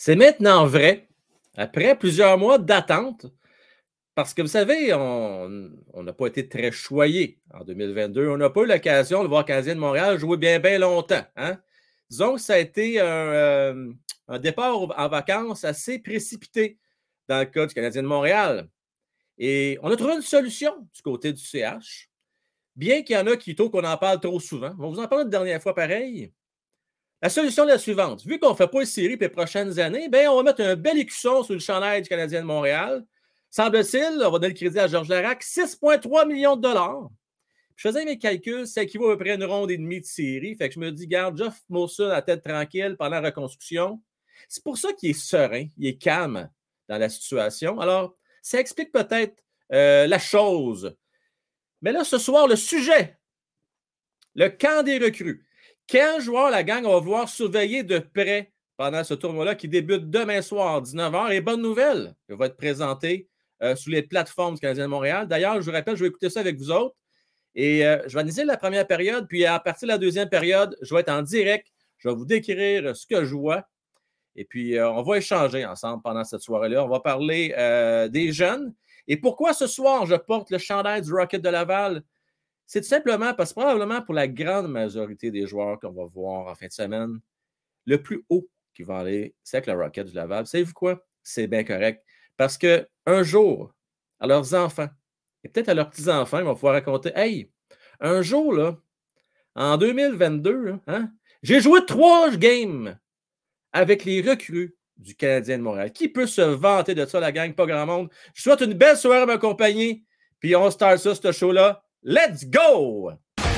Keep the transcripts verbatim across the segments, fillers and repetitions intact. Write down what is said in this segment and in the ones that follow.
C'est maintenant vrai, après plusieurs mois d'attente, parce que vous savez, on on n'a pas été très choyés en deux mille vingt-deux. On n'a pas eu l'occasion de voir le Canadien de Montréal jouer bien, bien longtemps, hein. Disons que ça a été un, hem, un départ en vacances assez précipité dans le cas du Canadien de Montréal et on a trouvé une solution du côté du C H, bien qu'il y en a qui trouvent qu'on en parle trop souvent. On va vous en parler une dernière fois pareil. La solution est la suivante. Vu qu'on ne fait pas une série pour les prochaines années, bien, on va mettre un bel écusson sur le chandail du Canadien de Montréal. Semble-t-il, on va donner le crédit à Georges Larac, six virgule trois millions de dollars. Je faisais mes calculs, ça équivaut à peu près à une ronde et demie de série. Fait que je me dis, garde, Jeff Molson à la tête tranquille pendant la reconstruction. C'est pour ça qu'il est serein, il est calme dans la situation. Alors, ça explique peut-être euh, la chose. Mais là, ce soir, le sujet, le camp des recrues. Quel joueur la gang on va vouloir surveiller de près pendant ce tournoi-là qui débute demain soir, dix-neuf heures? Et bonne nouvelle, il va être présenté euh, sur les plateformes du Canadien de Montréal. D'ailleurs, je vous rappelle, je vais écouter ça avec vous autres. Et euh, je vais analyser la première période, puis à partir de la deuxième période, je vais être en direct. Je vais vous décrire ce que je vois. Et puis, euh, on va échanger ensemble pendant cette soirée-là. On va parler euh, des jeunes. Et pourquoi ce soir, je porte le chandail du Rocket de Laval? C'est tout simplement parce que probablement pour la grande majorité des joueurs qu'on va voir en fin de semaine, le plus haut qui va aller, c'est avec le Rocket du Laval. Savez-vous quoi? C'est bien correct. Parce qu'un jour, à leurs enfants, et peut-être à leurs petits-enfants, ils vont pouvoir raconter, hey, un jour, là, en deux mille vingt-deux, là, hein, j'ai joué trois games avec les recrues du Canadien de Montréal. Qui peut se vanter de ça, la gang? Pas grand monde. Je souhaite une belle soirée à ma compagnie, puis on start ça, ce show-là. Let's go!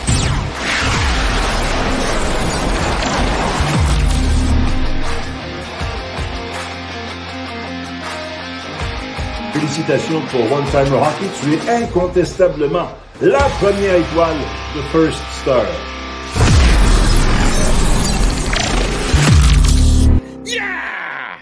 Félicitations pour One Time Hockey. Tu es incontestablement la première étoile de First Star. Yeah!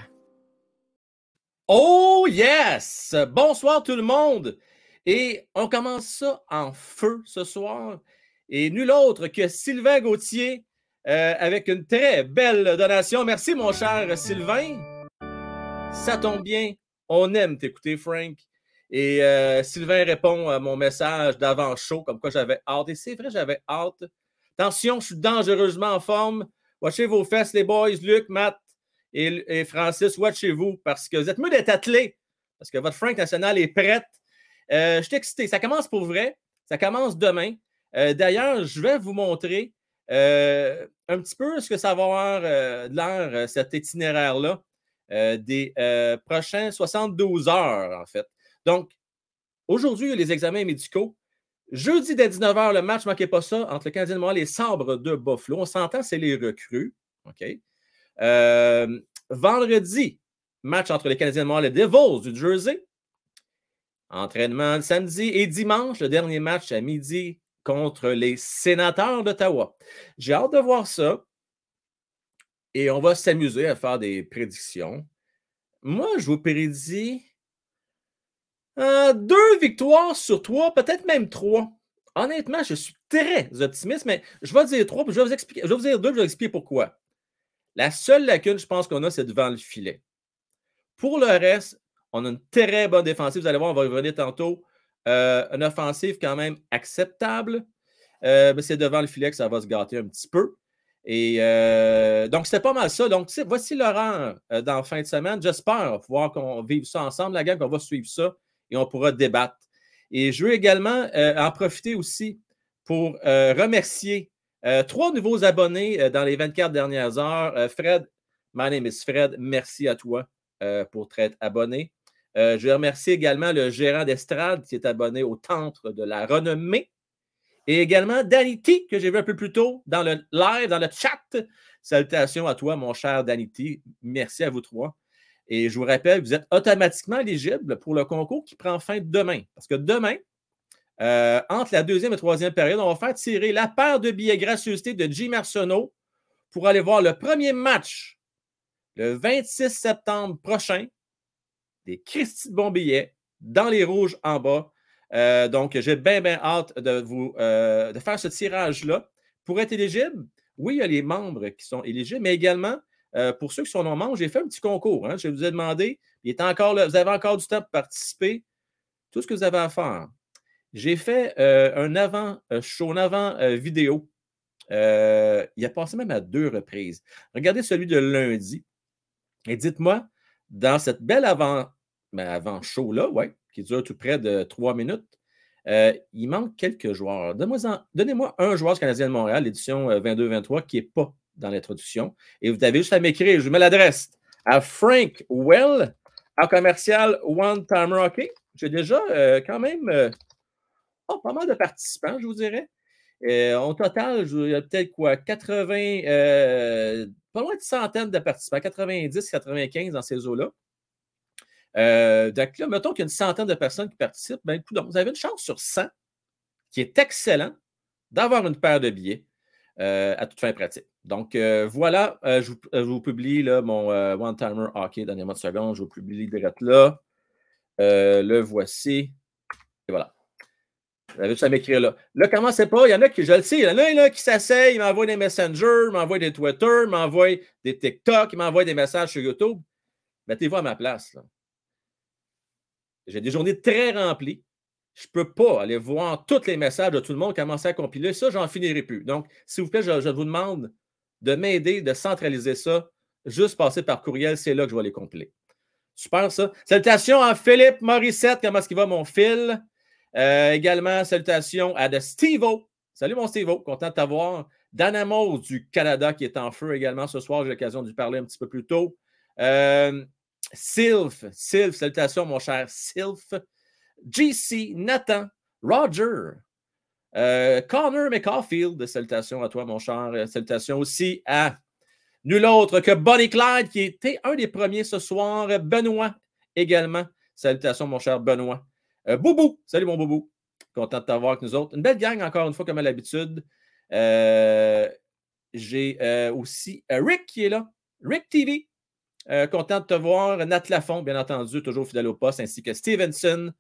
Oh yes! Bonsoir tout le monde! Et on commence ça en feu ce soir. Et nul autre que Sylvain Gauthier euh, avec une très belle donation. Merci mon cher Sylvain. Ça tombe bien. On aime t'écouter, Frank. Et euh, Sylvain répond à mon message d'avant-show, comme quoi j'avais hâte. Et c'est vrai, j'avais hâte. Attention, je suis dangereusement en forme. Watchez vos fesses, les boys. Luc, Matt et, et Francis, watchez-vous parce que vous êtes mieux d'être attelés. Parce que votre Frank National est prête. Euh, je suis excité. Ça commence pour vrai. Ça commence demain. Euh, d'ailleurs, je vais vous montrer euh, un petit peu ce que ça va avoir euh, de l'air, euh, cet itinéraire-là, euh, des euh, prochains soixante-douze heures, en fait. Donc, aujourd'hui, il y a les examens médicaux. Jeudi, dès dix-neuf heures, le match, ne manquez pas ça, entre le Canadien de Montréal et les Sabres de Buffalo. On s'entend, c'est les recrues. OK? Euh, vendredi, match entre les Canadiens de Montréal et les Devils du Jersey. Entraînement le samedi et dimanche, le dernier match à midi contre les Sénateurs d'Ottawa. J'ai hâte de voir ça et on va s'amuser à faire des prédictions. Moi, je vous prédis euh, deux victoires sur trois, peut-être même trois. Honnêtement, je suis très optimiste, mais je vais dire trois, puis je vais vous expliquer. Je vais vous dire deux, puis je vais vous expliquer pourquoi. La seule lacune, je pense qu'on a, c'est devant le filet. Pour le reste, on a une très bonne défensive. Vous allez voir, on va y revenir tantôt. Euh, une offensive quand même acceptable. Euh, mais c'est devant le filet que ça va se gâter un petit peu. Et euh, donc, c'était pas mal ça. Donc, voici l'horaire euh, dans la fin de semaine. J'espère pouvoir qu'on vive ça ensemble, la gang, qu'on va suivre ça et on pourra débattre. Et je veux également euh, en profiter aussi pour euh, remercier euh, trois nouveaux abonnés euh, dans les vingt-quatre dernières heures. Euh, Fred, my name is Fred. Merci à toi euh, pour t'être abonné. Euh, je veux remercier également le gérant d'estrade qui est abonné au Temple de la Renommée. Et également Danny T, que j'ai vu un peu plus tôt dans le live, dans le chat. Salutations à toi, mon cher Danny T. Merci à vous trois. Et je vous rappelle, vous êtes automatiquement éligible pour le concours qui prend fin demain. Parce que demain, euh, entre la deuxième et troisième période, on va faire tirer la paire de billets gracieuseté de Jim Arsenault pour aller voir le premier match le vingt-six septembre prochain. Des Christy de bons billets dans les rouges en bas. Euh, donc, j'ai bien, bien hâte de, vous, euh, de faire ce tirage-là. Pour être éligible, oui, il y a les membres qui sont éligibles, mais également, euh, pour ceux qui sont non membres, j'ai fait un petit concours. Hein, je vous ai demandé, il est encore là, vous avez encore du temps pour participer. Tout ce que vous avez à faire. J'ai fait euh, un avant, euh, show, un avant euh, vidéo. Euh, il a passé même à deux reprises. Regardez celui de lundi. Et dites-moi, dans cette belle avant, ben avant show-là, ouais, qui dure tout près de trois minutes, euh, il manque quelques joueurs. Donnez-moi, donnez-moi un joueur du Canadien de Montréal, l'édition vingt-deux vingt-trois, qui n'est pas dans l'introduction. Et vous avez juste à m'écrire. Je vous mets l'adresse à Frank Well, en commercial One Timer Hockey. J'ai déjà euh, quand même euh, oh, pas mal de participants, je vous dirais. Euh, au total, il y a peut-être quoi, quatre-vingts, euh, pas loin de centaines de participants, quatre-vingt-dix, quatre-vingt-quinze dans ces eaux-là. Euh, donc là, mettons qu'il y a une centaine de personnes qui participent, ben, vous avez une chance sur cent, qui est excellent, d'avoir une paire de billets euh, à toute fin pratique. Donc euh, voilà, euh, je, vous, je vous publie là, mon euh, One-Timer Hockey, donnez-moi une seconde, je vous publie direct là. Euh, le voici. Et voilà. Vous avez juste à m'écrire là. Là, commencez pas. Il y en a qui, je le sais, il y en a là, qui s'asseyent, ils m'envoient des Messenger, ils m'envoient des Twitter, ils m'envoient des TikTok, ils m'envoient des messages sur YouTube. Mettez-vous à ma place. Là. J'ai des journées très remplies. Je ne peux pas aller voir tous les messages de tout le monde, commencer à compiler. Ça, j'en finirai plus. Donc, s'il vous plaît, je, je vous demande de m'aider, de centraliser ça. Juste passer par courriel, c'est là que je vais les compiler. Super, ça. Salutations à Philippe Morissette. Comment est-ce qu'il va, mon fil? Euh, également, salutations à de Steve-O. Salut, mon Steve-O. Content de t'avoir. Danamo du Canada qui est en feu également ce soir. J'ai l'occasion de lui parler un petit peu plus tôt. Euh, Sylph. Sylph, salutations, mon cher Sylph. G C, Nathan, Roger, euh, Connor McCaulfield. Salutations à toi, mon cher. Salutations aussi à nul autre que Bonnie Clyde, qui était un des premiers ce soir. Benoît également. Salutations, mon cher Benoît. Euh, Boubou, salut mon Boubou. Content de t'avoir avec nous autres. Une belle gang, encore une fois, comme à l'habitude. Euh, j'ai euh, aussi euh, Rick qui est là. Rick T V. Euh, content de te voir. Nat Lafont, bien entendu, toujours fidèle au poste, ainsi que Stevenson.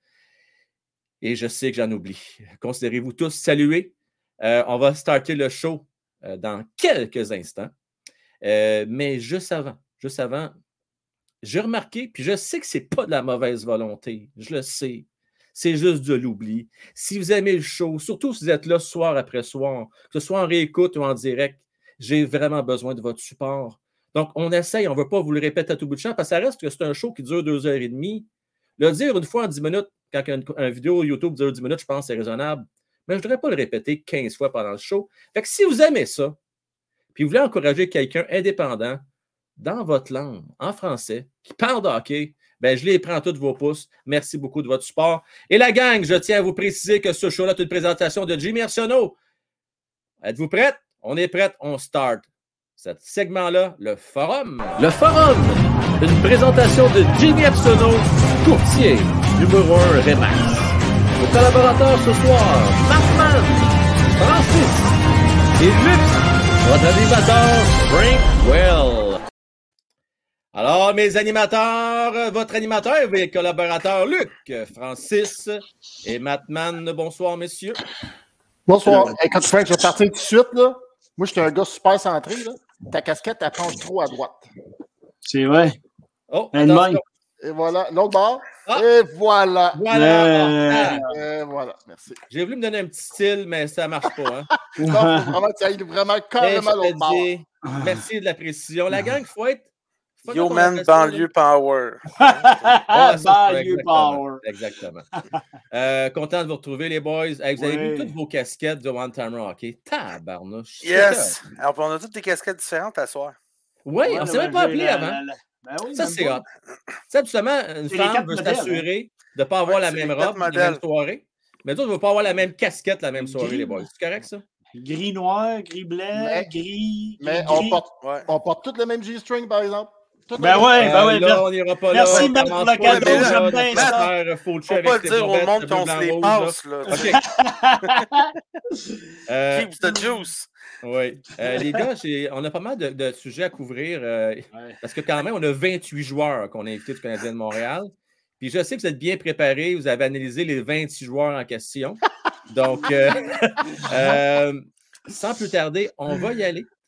Et je sais que j'en oublie. Considérez-vous tous salués. Euh, on va starter le show euh, dans quelques instants. Euh, mais juste avant, juste avant, j'ai remarqué, puis je sais que ce n'est pas de la mauvaise volonté. Je le sais. C'est juste de l'oubli. Si vous aimez le show, surtout si vous êtes là soir après soir, que ce soit en réécoute ou en direct, j'ai vraiment besoin de votre support. Donc, on essaye, on ne veut pas vous le répéter à tout bout de champ, parce que ça reste que c'est un show qui dure deux heures et demie. Le dire une fois en dix minutes, quand une, une vidéo YouTube dure dix minutes, je pense que c'est raisonnable. Mais je ne voudrais pas le répéter quinze fois pendant le show. Fait que si vous aimez ça, puis vous voulez encourager quelqu'un indépendant dans votre langue, en français, qui parle de hockey, ben je les prends à toutes vos pouces. Merci beaucoup de votre support. Et la gang, je tiens à vous préciser que ce show-là est une présentation de Jimmy Arsenault. Êtes-vous prêts? On est prêts, on start. Ce segment-là, le forum. Le forum, une présentation de Jimmy Arsenault, courtier, numéro un Remax. Nos collaborateurs ce soir, Markman, Francis et Luc, votre animateur, Frank Well. Alors, mes animateurs, votre animateur et collaborateur Luc, Francis et Mattman, bonsoir, messieurs. Bonsoir. Hey, quand tu fais que je vais partir tout de suite, là, moi, je suis un gars super centré. Là. Ta casquette, elle penche trop à droite. C'est vrai. Oh, attention. Et voilà, l'autre bord. Ah. Et voilà. Voilà. Euh... Et voilà, merci. J'ai voulu me donner un petit style, mais ça ne marche pas. Hein? Non, faut vraiment que ça aille vraiment carrément l'autre bord. Merci de la précision. La gang, il faut être... Faut Yo man, banlieue power. Ah, ça, banlieue exactement, power. Exactement. Euh, content de vous retrouver, les boys. Hey, vous avez oui. vu toutes vos casquettes de One Timer Hockey. Tabarnouche. Yes. Alors, on a toutes des casquettes différentes à soir. Oui, ouais, on ne s'est même pas appelé la, avant. la, la... Ben oui, ça, c'est hot. pas. Ça, justement, une c'est femme veut s'assurer hein. de ne pas avoir ouais, la même robe la même soirée. Mais d'autres ne veulent pas avoir la même casquette la même soirée, gris, les boys. C'est correct, ça? Gris noir, gris blanc, mais, gris. Mais gris. on porte, ouais. on porte tous le même G-string, par exemple. Ben ouais, ben ouais. Là, on n'ira pas là. Merci, Matt, pour le cadeau. J'aime bien ça. Faut pas le dire au monde qu'on se les passe, là. OK. Keep the juice. Oui. Euh, les gars, on a pas mal de, de sujets à couvrir euh, ouais. parce que quand même, on a vingt-huit joueurs qu'on a invités du Canadien de Montréal. Puis je sais que vous êtes bien préparés. Vous avez analysé les vingt-six joueurs en question. Donc, euh, euh, sans plus tarder, on va y aller.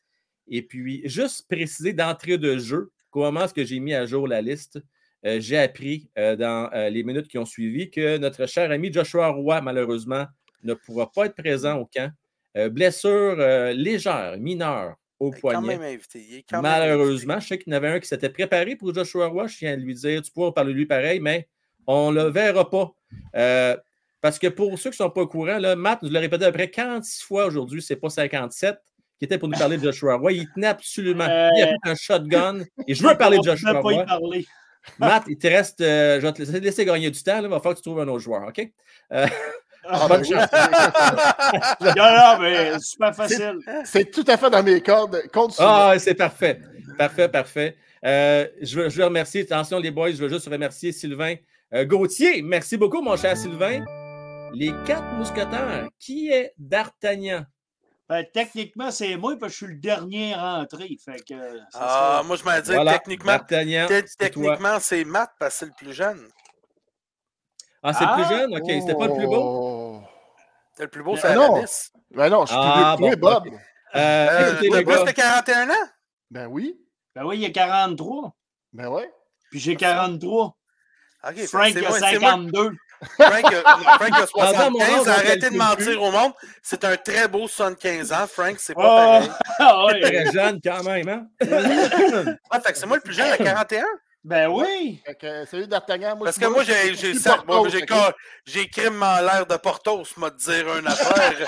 Et puis, juste préciser d'entrée de jeu, comment est-ce que j'ai mis à jour la liste, euh, j'ai appris euh, dans euh, les minutes qui ont suivi que notre cher ami Joshua Roy, malheureusement, ne pourra pas être présent au camp. Euh, blessure euh, légère, mineure au Il est poignet. quand même invité. Il est quand Malheureusement, même je sais qu'il y en avait un qui s'était préparé pour Joshua Roy. Je tiens à lui dire, tu pourras parler de lui pareil, mais on ne le verra pas. Euh, parce que pour ceux qui ne sont pas au courant, là, Matt nous l'a répété à peu près quarante-six fois aujourd'hui, c'est pas cinquante-sept, qui était pour nous parler de Joshua Roy. Il tenait absolument. Euh, Il a fait un shotgun. Et je veux parler de Joshua Je ne Roy. pas y parler. Matt, il te reste. Euh, je vais te laisser, laisser gagner du temps. Là. Il va falloir que tu trouves un autre joueur. OK? Euh, Ah, bonne ben chance. Non, non, mais super facile. C'est tout à fait dans mes cordes. Compte sur Ah, c'est parfait. Parfait, parfait. Euh, je, veux, je veux remercier, attention les boys, je veux juste remercier Sylvain euh, Gauthier. Merci beaucoup, mon cher Sylvain. Les quatre mousquetaires, qui est D'Artagnan? Ben, techniquement, c'est moi parce que je suis le dernier rentré. Fait que, euh, ça Ah, sera- moi, je m'en dis Voilà, techniquement, D'Artagnan, te- c'est techniquement, c'est Matt parce que c'est le plus jeune. Ah, c'est Ah! le plus jeune? OK, c'était pas le plus beau? Oh. Le plus beau, Ben c'est non. Aramis. Ben non, je suis Ah, plus vieux que bon, toi, Bob. ok. Euh, Euh, écoutez, le les plus, gars, c'était quarante et un ans? Ben oui. Ben oui, il y a quarante-trois. Ben ouais. Puis j'ai quarante-trois. Ok, fait que Frank c'est a moi- c'est moi- cinquante-deux. Frank, a- Frank a Pendant mon âge, soixante-quinze. on Arrêtez de calcule mentir plus. au monde. C'est un très beau soixante-quinze ans. Frank, c'est pas Oh, pareil. ah ouais. très jeune quand même, hein? Ah, fait que c'est moi le plus jeune à quarante et un? Ben oui. Fait que, salut D'Artagnan. Moi, Parce je que suis moi, moi, j'ai je j'ai suis ça. Portos, Moi, j'ai ok? ca- j'ai crime en l'air de Portos, m'a te dire une affaire.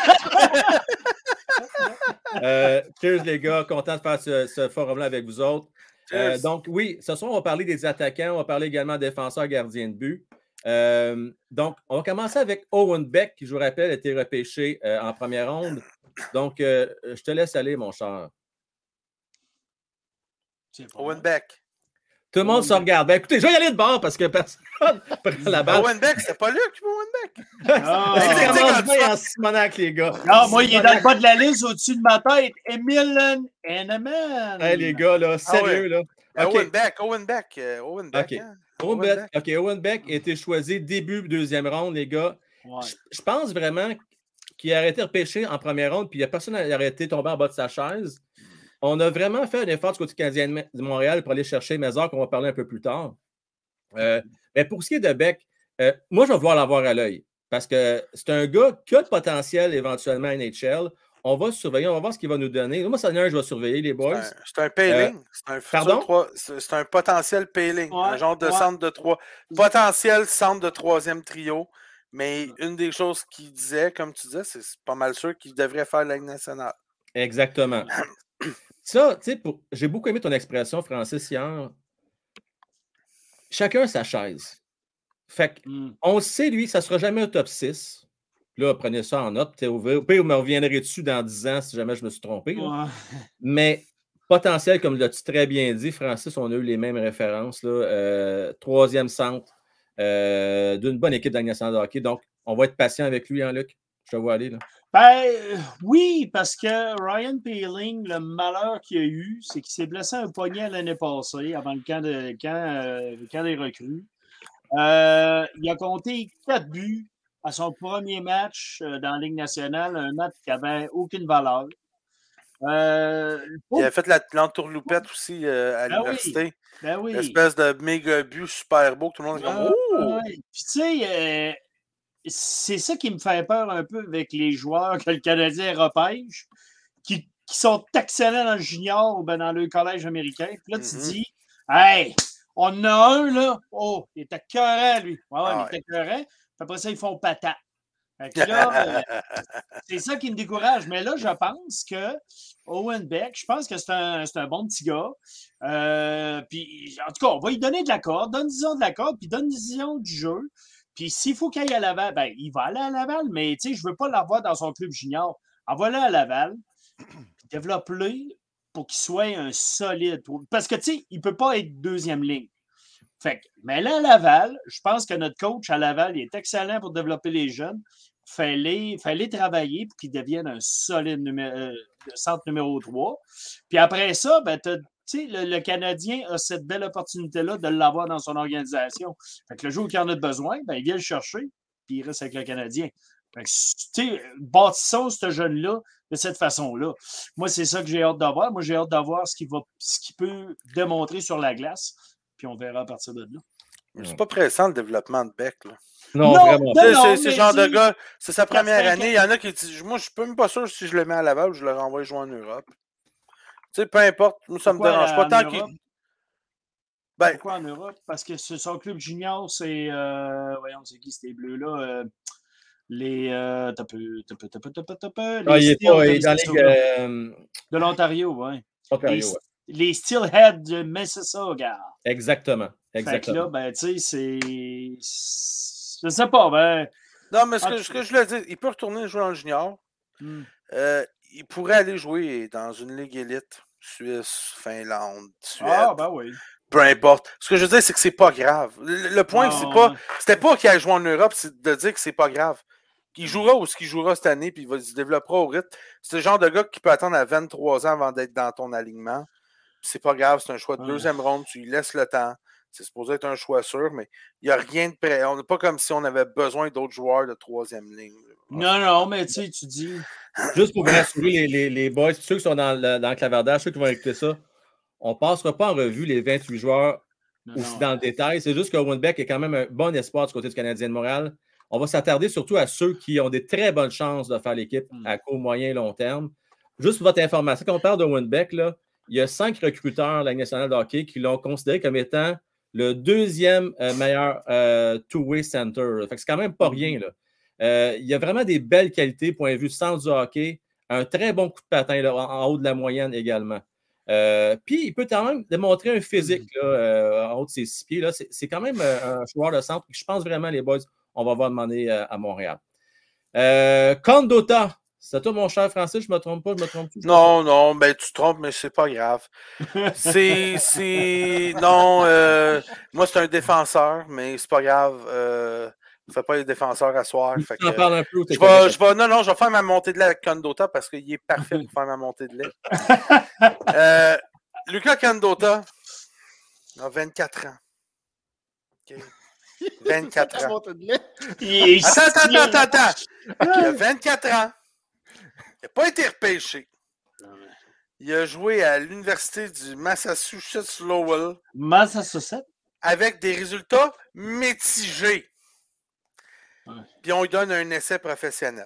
Euh, cheers, les gars. Content de faire ce, ce forum-là avec vous autres. Euh, Cheers. donc, oui, ce soir, on va parler des attaquants. On va parler également défenseurs, gardiens de but. Euh, donc, on va commencer avec Owen Beck, qui, je vous rappelle, a été repêché euh, en première ronde. Donc, euh, je te laisse aller, mon cher. C'est pas Owen mal. Beck. Tout le monde se regarde. Ben, écoutez, je vais y aller de bord parce que personne prend la balle. Owen Beck, c'est pas Luc, Owen Beck. Ah. Ça Mais tu sais, commence quand tu bien fais- en Simonac, les gars. Non, moi, il est dans le bas de la liste, au-dessus de ma tête. Emile Henneman. Hey, les gars, là, sérieux, là. Euh, OK. Owen Beck, Owen Beck, euh, Owen Beck. OK. hein. Owen Owen Beck, OK, Owen Beck a été choisi début deuxième ronde, les gars. Ouais. Je, je pense vraiment qu'il a été repêché en première ronde, puis il n'y a personne qui a été tombé en bas de sa chaise. On a vraiment fait un effort du côté canadien de Montréal pour aller chercher Mézard, qu'on va parler un peu plus tard. Euh, mais pour ce qui est de Beck, euh, moi, je vais vouloir l'avoir à l'œil parce que c'est un gars qui a le potentiel éventuellement à N H L. On va surveiller, on va voir ce qu'il va nous donner. Moi, ça y est un, je vais surveiller les boys. C'est un- C'est un payling. c'est un futur pardon? trois- C'est c'est un potentiel payling. Ouais, un genre de ouais. centre de trois. Potentiel centre de troisième trio. Mais une des choses qu'il disait, comme tu disais, c'est c'est pas mal sûr qu'il devrait faire la Ligue nationale. Exactement. Ça, tu sais, pour... j'ai beaucoup aimé ton expression, Francis, hier. Chacun sa chaise. Fait que, Hmm. on le sait, lui, ça ne sera jamais un top six. Là, prenez ça en note. Au pire, vous me reviendrez dessus dans dix ans si jamais je me suis trompé. là. Ouais. Mais potentiel, comme l'as-tu très bien dit, Francis, on a eu les mêmes références. Là, euh, troisième centre euh, d'une bonne équipe d'Agnès de hockey. Donc, on va être patient avec lui, hein, Luc? Je te vois aller. Là. Ben euh, oui, parce que Ryan Peeling, le malheur qu'il a eu, c'est qu'il s'est blessé un poignet l'année passée, avant le camp, de, camp, euh, le camp des recrues. Euh, il a compté quatre buts à son premier match euh, dans la Ligue nationale, un match qui n'avait aucune valeur. Euh, Il a fait la l'entourloupette aussi euh, à Ben l'université. oui, ben oui. L'espèce de méga but super beau que tout le monde est comme Ah, oh! ouais. Puis tu sais, euh, c'est ça qui me fait peur un peu avec les joueurs que le Canadien repêche, qui, qui sont excellents dans le junior ou ben dans le collège américain. Puis là, tu te Mhm. dis, hey, on en a un, là. Oh, il était écœurant, lui. Ouais, ouais, Ah il était écœurant. Puis après ça, ils font patate. Fait que là, euh, c'est ça qui me décourage. Mais là, je pense que Owen Beck, je pense que c'est un, c'est un bon petit gars. Euh, puis, en tout cas, on va lui donner de la corde, donne-disons de la corde, puis donne-disons du jeu. Puis s'il faut qu'il aille à Laval, ben, il va aller à Laval, mais tu sais, je ne veux pas l'avoir dans son club junior. Envoie-le à Laval, puis développe-le pour qu'il soit un solide. Parce que, tu sais, il ne peut pas être deuxième ligne. Fait que, mais là, à Laval, je pense que notre coach à Laval, il est excellent pour développer les jeunes. Fallait, fallait travailler pour qu'ils deviennent un solide numé- euh, centre numéro trois. Puis après ça, ben, t'as- tu sais, le, le Canadien a cette belle opportunité-là de l'avoir dans son organisation. Fait que le jour qu'il en a besoin, ben, il vient le chercher, puis il reste avec le Canadien. Fait que, tu sais, bâtissons ce jeune-là de cette façon-là. Moi, c'est ça que j'ai hâte d'avoir. Moi, j'ai hâte d'avoir ce qu'il va, ce qu'il peut démontrer sur la glace. Puis on verra à partir de là. C'est pas pressant le développement de Beck. Là. Non, Non, vraiment. non, non, c'est ce mais genre de dis- gars, c'est sa première quatre, cinq année. Il y en a qui disent, moi, je suis même pas sûr si je le mets à Laval ou je le renvoie jouer en Europe. Tu sais, peu importe, moi, ça me Pourquoi dérange pas. en Tant qu'il. Europe? Ben, Pourquoi en Europe? Parce que ce- son club junior, c'est. Euh, voyons, c'est qui ces bleus-là? Euh, les. Euh, t'as peu, t'as peu, t'as peu, t'as peu, t'as peu, Ah, les il est Steels pas de il est dans la Ligue Mississauga. euh, De l'Ontario, oui. Les, Ontario. Ouais. les Steelheads de Mississauga. Exactement. Fait que Exactement. là, ben, tu sais, c'est. c'est- Je sais pas, ben. non, mais ce En que, tout ce que je voulais dire, il peut retourner jouer dans le junior. Hmm. Euh, il pourrait aller jouer dans une ligue élite. Suisse, Finlande, Suède. Ah, ben oui. Peu importe. Ce que je veux dire, c'est que c'est pas grave. Le, le point, Ah, c'est pas. ouais. C'était pas qu'il aille jouer en Europe, c'est de dire que c'est pas grave. Qu'il jouera ou ce qu'il jouera cette année, puis il, va, il se développera au rythme. C'est le genre de gars qui peut attendre à vingt-trois ans avant d'être dans ton alignement. Puis c'est pas grave, c'est un choix de Ouais. deuxième ronde, tu lui laisses le temps. C'est supposé être un choix sûr, mais il n'y a rien de prêt. On n'est pas comme si on avait besoin d'autres joueurs de troisième ligne. Non, non, mais tu sais, tu dis. Juste pour vous rassurer, les, les, les boys, ceux qui sont dans le, dans le clavardage, ceux qui vont écouter ça, on ne passera pas en revue les vingt-huit joueurs Non, aussi non. dans le détail. C'est juste que Owen Beck est quand même un bon espoir du côté du Canadien de Montréal. On va s'attarder surtout à ceux qui ont des très bonnes chances de faire l'équipe Mm. à court, moyen et long terme. Juste pour votre information, quand on parle d'Owen Beck, là, il y a cinq recruteurs de la Ligue nationale de hockey qui l'ont considéré comme étant le deuxième euh, meilleur euh, two-way center. Fait que c'est quand même pas rien. Là. Euh, il y a vraiment des belles qualités, point de vue sens du hockey. Un très bon coup de patin là, en, en haut de la moyenne également. Euh, Puis, il peut quand même démontrer un physique là, euh, en haut de ses six pieds. Là. C'est, c'est quand même euh, un joueur de centre. Je pense vraiment, les boys, on va voir demander euh, à Montréal. Euh, Condota, c'est à toi, mon cher Francis, je ne me trompe pas, je me trompe plus. Non, non, ben tu te trompes, mais c'est pas grave. C'est. c'est... Non, euh, moi, c'est un défenseur, mais c'est pas grave. Euh, ne fais pas les défenseurs à soir. Fait Tu en que, parles un peu. Ou t'es je vais, correct? je vais, non, non, je vais faire ma montée de lait avec Condota parce qu'il est parfait pour faire ma montée de lait. Euh, Lucas Condota a vingt-quatre ans. Okay. vingt-quatre ans. Il est Attends, attends, six- attends, attends, attends. Il a vingt-quatre ans. Il n'a pas été repêché. Il a joué à l'université du Massachusetts Lowell Massachusetts. avec des résultats mitigés. Ouais. Puis on lui donne un essai professionnel.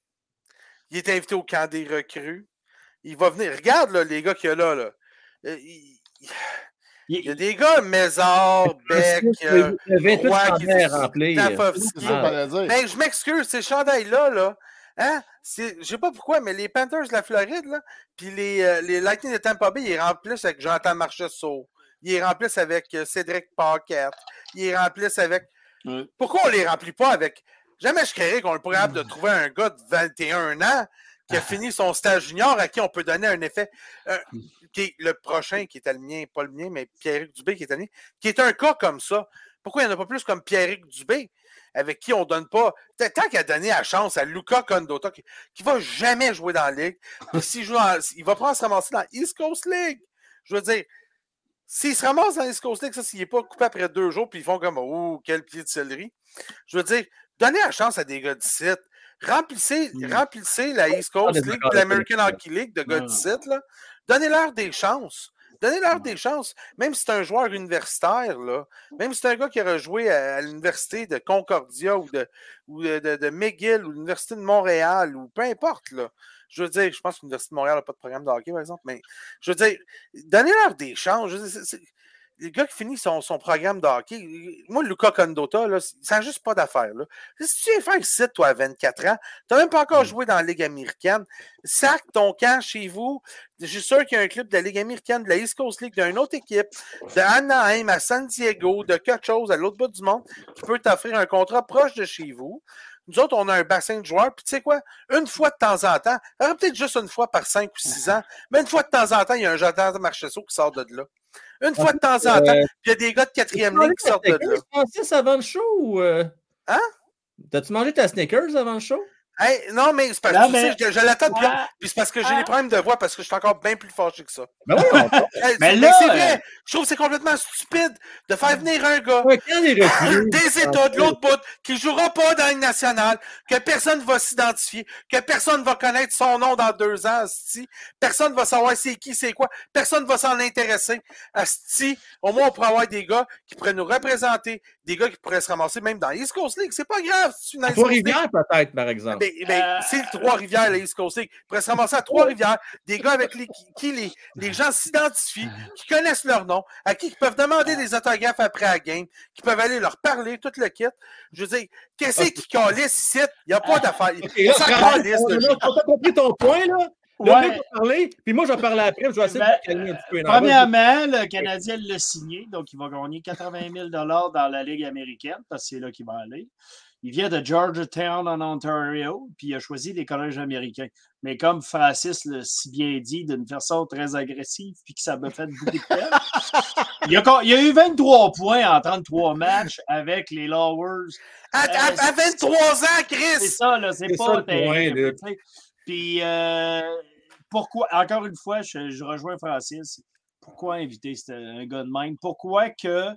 Il est invité au camp des recrues. Il va venir. Regarde là, les gars qu'il y a là. là. Euh, Il, il y a des gars, Mézard, Beck, euh, vingt-huit Roy, qui chandails à étaient- remplir. Stafovski. C'est ça qu'on allait dire. Ben, je m'excuse, ces chandails-là, là, hein, c'est, je sais pas pourquoi, mais les Panthers de la Floride, là, puis les, euh, les Lightning de Tampa Bay, ils les remplissent avec Jonathan Marchessault. Ils les remplissent avec euh, Cédric Paquette. Ils les remplissent avec... Ouais. Pourquoi on les remplit pas avec... Jamais je créerais qu'on est pas capable de trouver un gars de vingt et un ans qui a fini son stage junior à qui on peut donner un effet... euh, qui est le prochain, qui est à le mien, pas le mien, mais Pierrick Dubé qui est allé, qui est un cas comme ça. Pourquoi il n'y en a pas plus comme Pierrick Dubé, avec qui on ne donne pas. Tant qu'à donner la chance à Luca Condota, qui ne va jamais jouer dans la Ligue, puis s'il joue dans, il va pas se ramasser dans East Coast League. Je veux dire, s'il se ramasse dans East Coast League, ça, s'il n'est pas coupé après deux jours, puis ils font comme oh, quel pied de céleri. Je veux dire, donnez la chance à des gars d'ici. Remplissez, Mm. remplissez la East Coast League, l'American Hockey League de gars d'ici, là. Donnez-leur des chances. Donnez-leur des chances. Même si c'est un joueur universitaire, là, même si c'est un gars qui aurait joué à, à l'université de Concordia ou de, ou de, de, de McGill ou l'université de Montréal ou peu importe, là. Je veux dire, je pense que l'université de Montréal n'a pas de programme de hockey, par exemple, mais je veux dire, donnez-leur des chances. Je veux dire, c'est, c'est, le gars qui finit son, son programme de hockey, moi, Luca Condota, là, ça n'a juste pas d'affaire. Là. Si tu viens faire ici, toi, à vingt-quatre ans, tu n'as même pas encore joué dans la Ligue américaine, sac ton camp chez vous. Je suis sûr qu'il y a un club de la Ligue américaine, de la East Coast League, d'une autre équipe, de Anaheim à San Diego, de quelque chose à l'autre bout du monde, qui peut t'offrir un contrat proche de chez vous. Nous autres, on a un bassin de joueurs, puis tu sais quoi? Une fois de temps en temps, peut-être juste une fois par cinq ou six ans, mais une fois de temps en temps, il y a un Jonathan Marchessault qui sort de là. Une fois de temps en temps, puis il y a des gars de quatrième ligne qui sortent de là. T'as-tu mangé ta Snickers avant le show ou... euh... Hein? T'as-tu mangé ta Snickers avant le show? Hey, non, mais c'est parce que Non, tu mais- sais, je, je l'attends depuis. Ah. Puis c'est parce que j'ai Ah. des problèmes de voix, parce que je suis encore bien plus fâché que ça. Ben oui, on va. Hey, Mais c'est- là, c'est vrai. euh, Je trouve que c'est complètement stupide de faire venir un gars Ouais, quand les recrues, des États de l'autre bout qui ne jouera pas dans une nationale, que personne ne va s'identifier, que personne ne va connaître son nom dans deux ans, asti. Personne ne va savoir c'est qui, c'est quoi. Personne ne va s'en intéresser. Asti, au moins, on pourrait avoir des gars qui pourraient nous représenter, des gars qui pourraient se ramasser même dans l'East Coast League. C'est pas grave si tu es dans à l'East Coast League. Trois-Rivières, peut-être, par exemple. Ben, ben, Euh, c'est le Trois-Rivières, la East Coast League. Ils pourraient se ramasser à Trois-Rivières, des gars avec les, qui, qui les, les gens s'identifient, qui connaissent leur nom, à qui ils peuvent demander des autographes après la game, qui peuvent aller leur parler, tout le kit. Je veux dire, qu'est-ce Ok. qui calisse ici? Il n'y a pas d'affaire. Et là, On s'en Francis, calisse on de a- jeu. on a compris ton point, là. Le Ouais. gars va parler, puis moi, je vais parler après, je vais essayer Ben, de me calmer un petit peu. Non, vas-y. Premièrement, le Canadien l'a signé, donc il va gagner quatre-vingt mille dollars dans la Ligue américaine, parce que c'est là qu'il va aller. Il vient de Georgetown en Ontario, puis il a choisi les collèges américains. Mais comme Francis l'a si bien dit, d'une façon très agressive, puis que ça m'a fait beaucoup de peine, il, a, il a eu vingt-trois points en trente-trois matchs avec les Lowers. À, à, à vingt-trois ans, C'est Chris! ça, là, c'est C'est ça pas le point, terrible. là. tu sais. Puis, euh, pourquoi, encore une fois, je, je rejoins Francis. Pourquoi inviter ce- un gars de même? Pourquoi que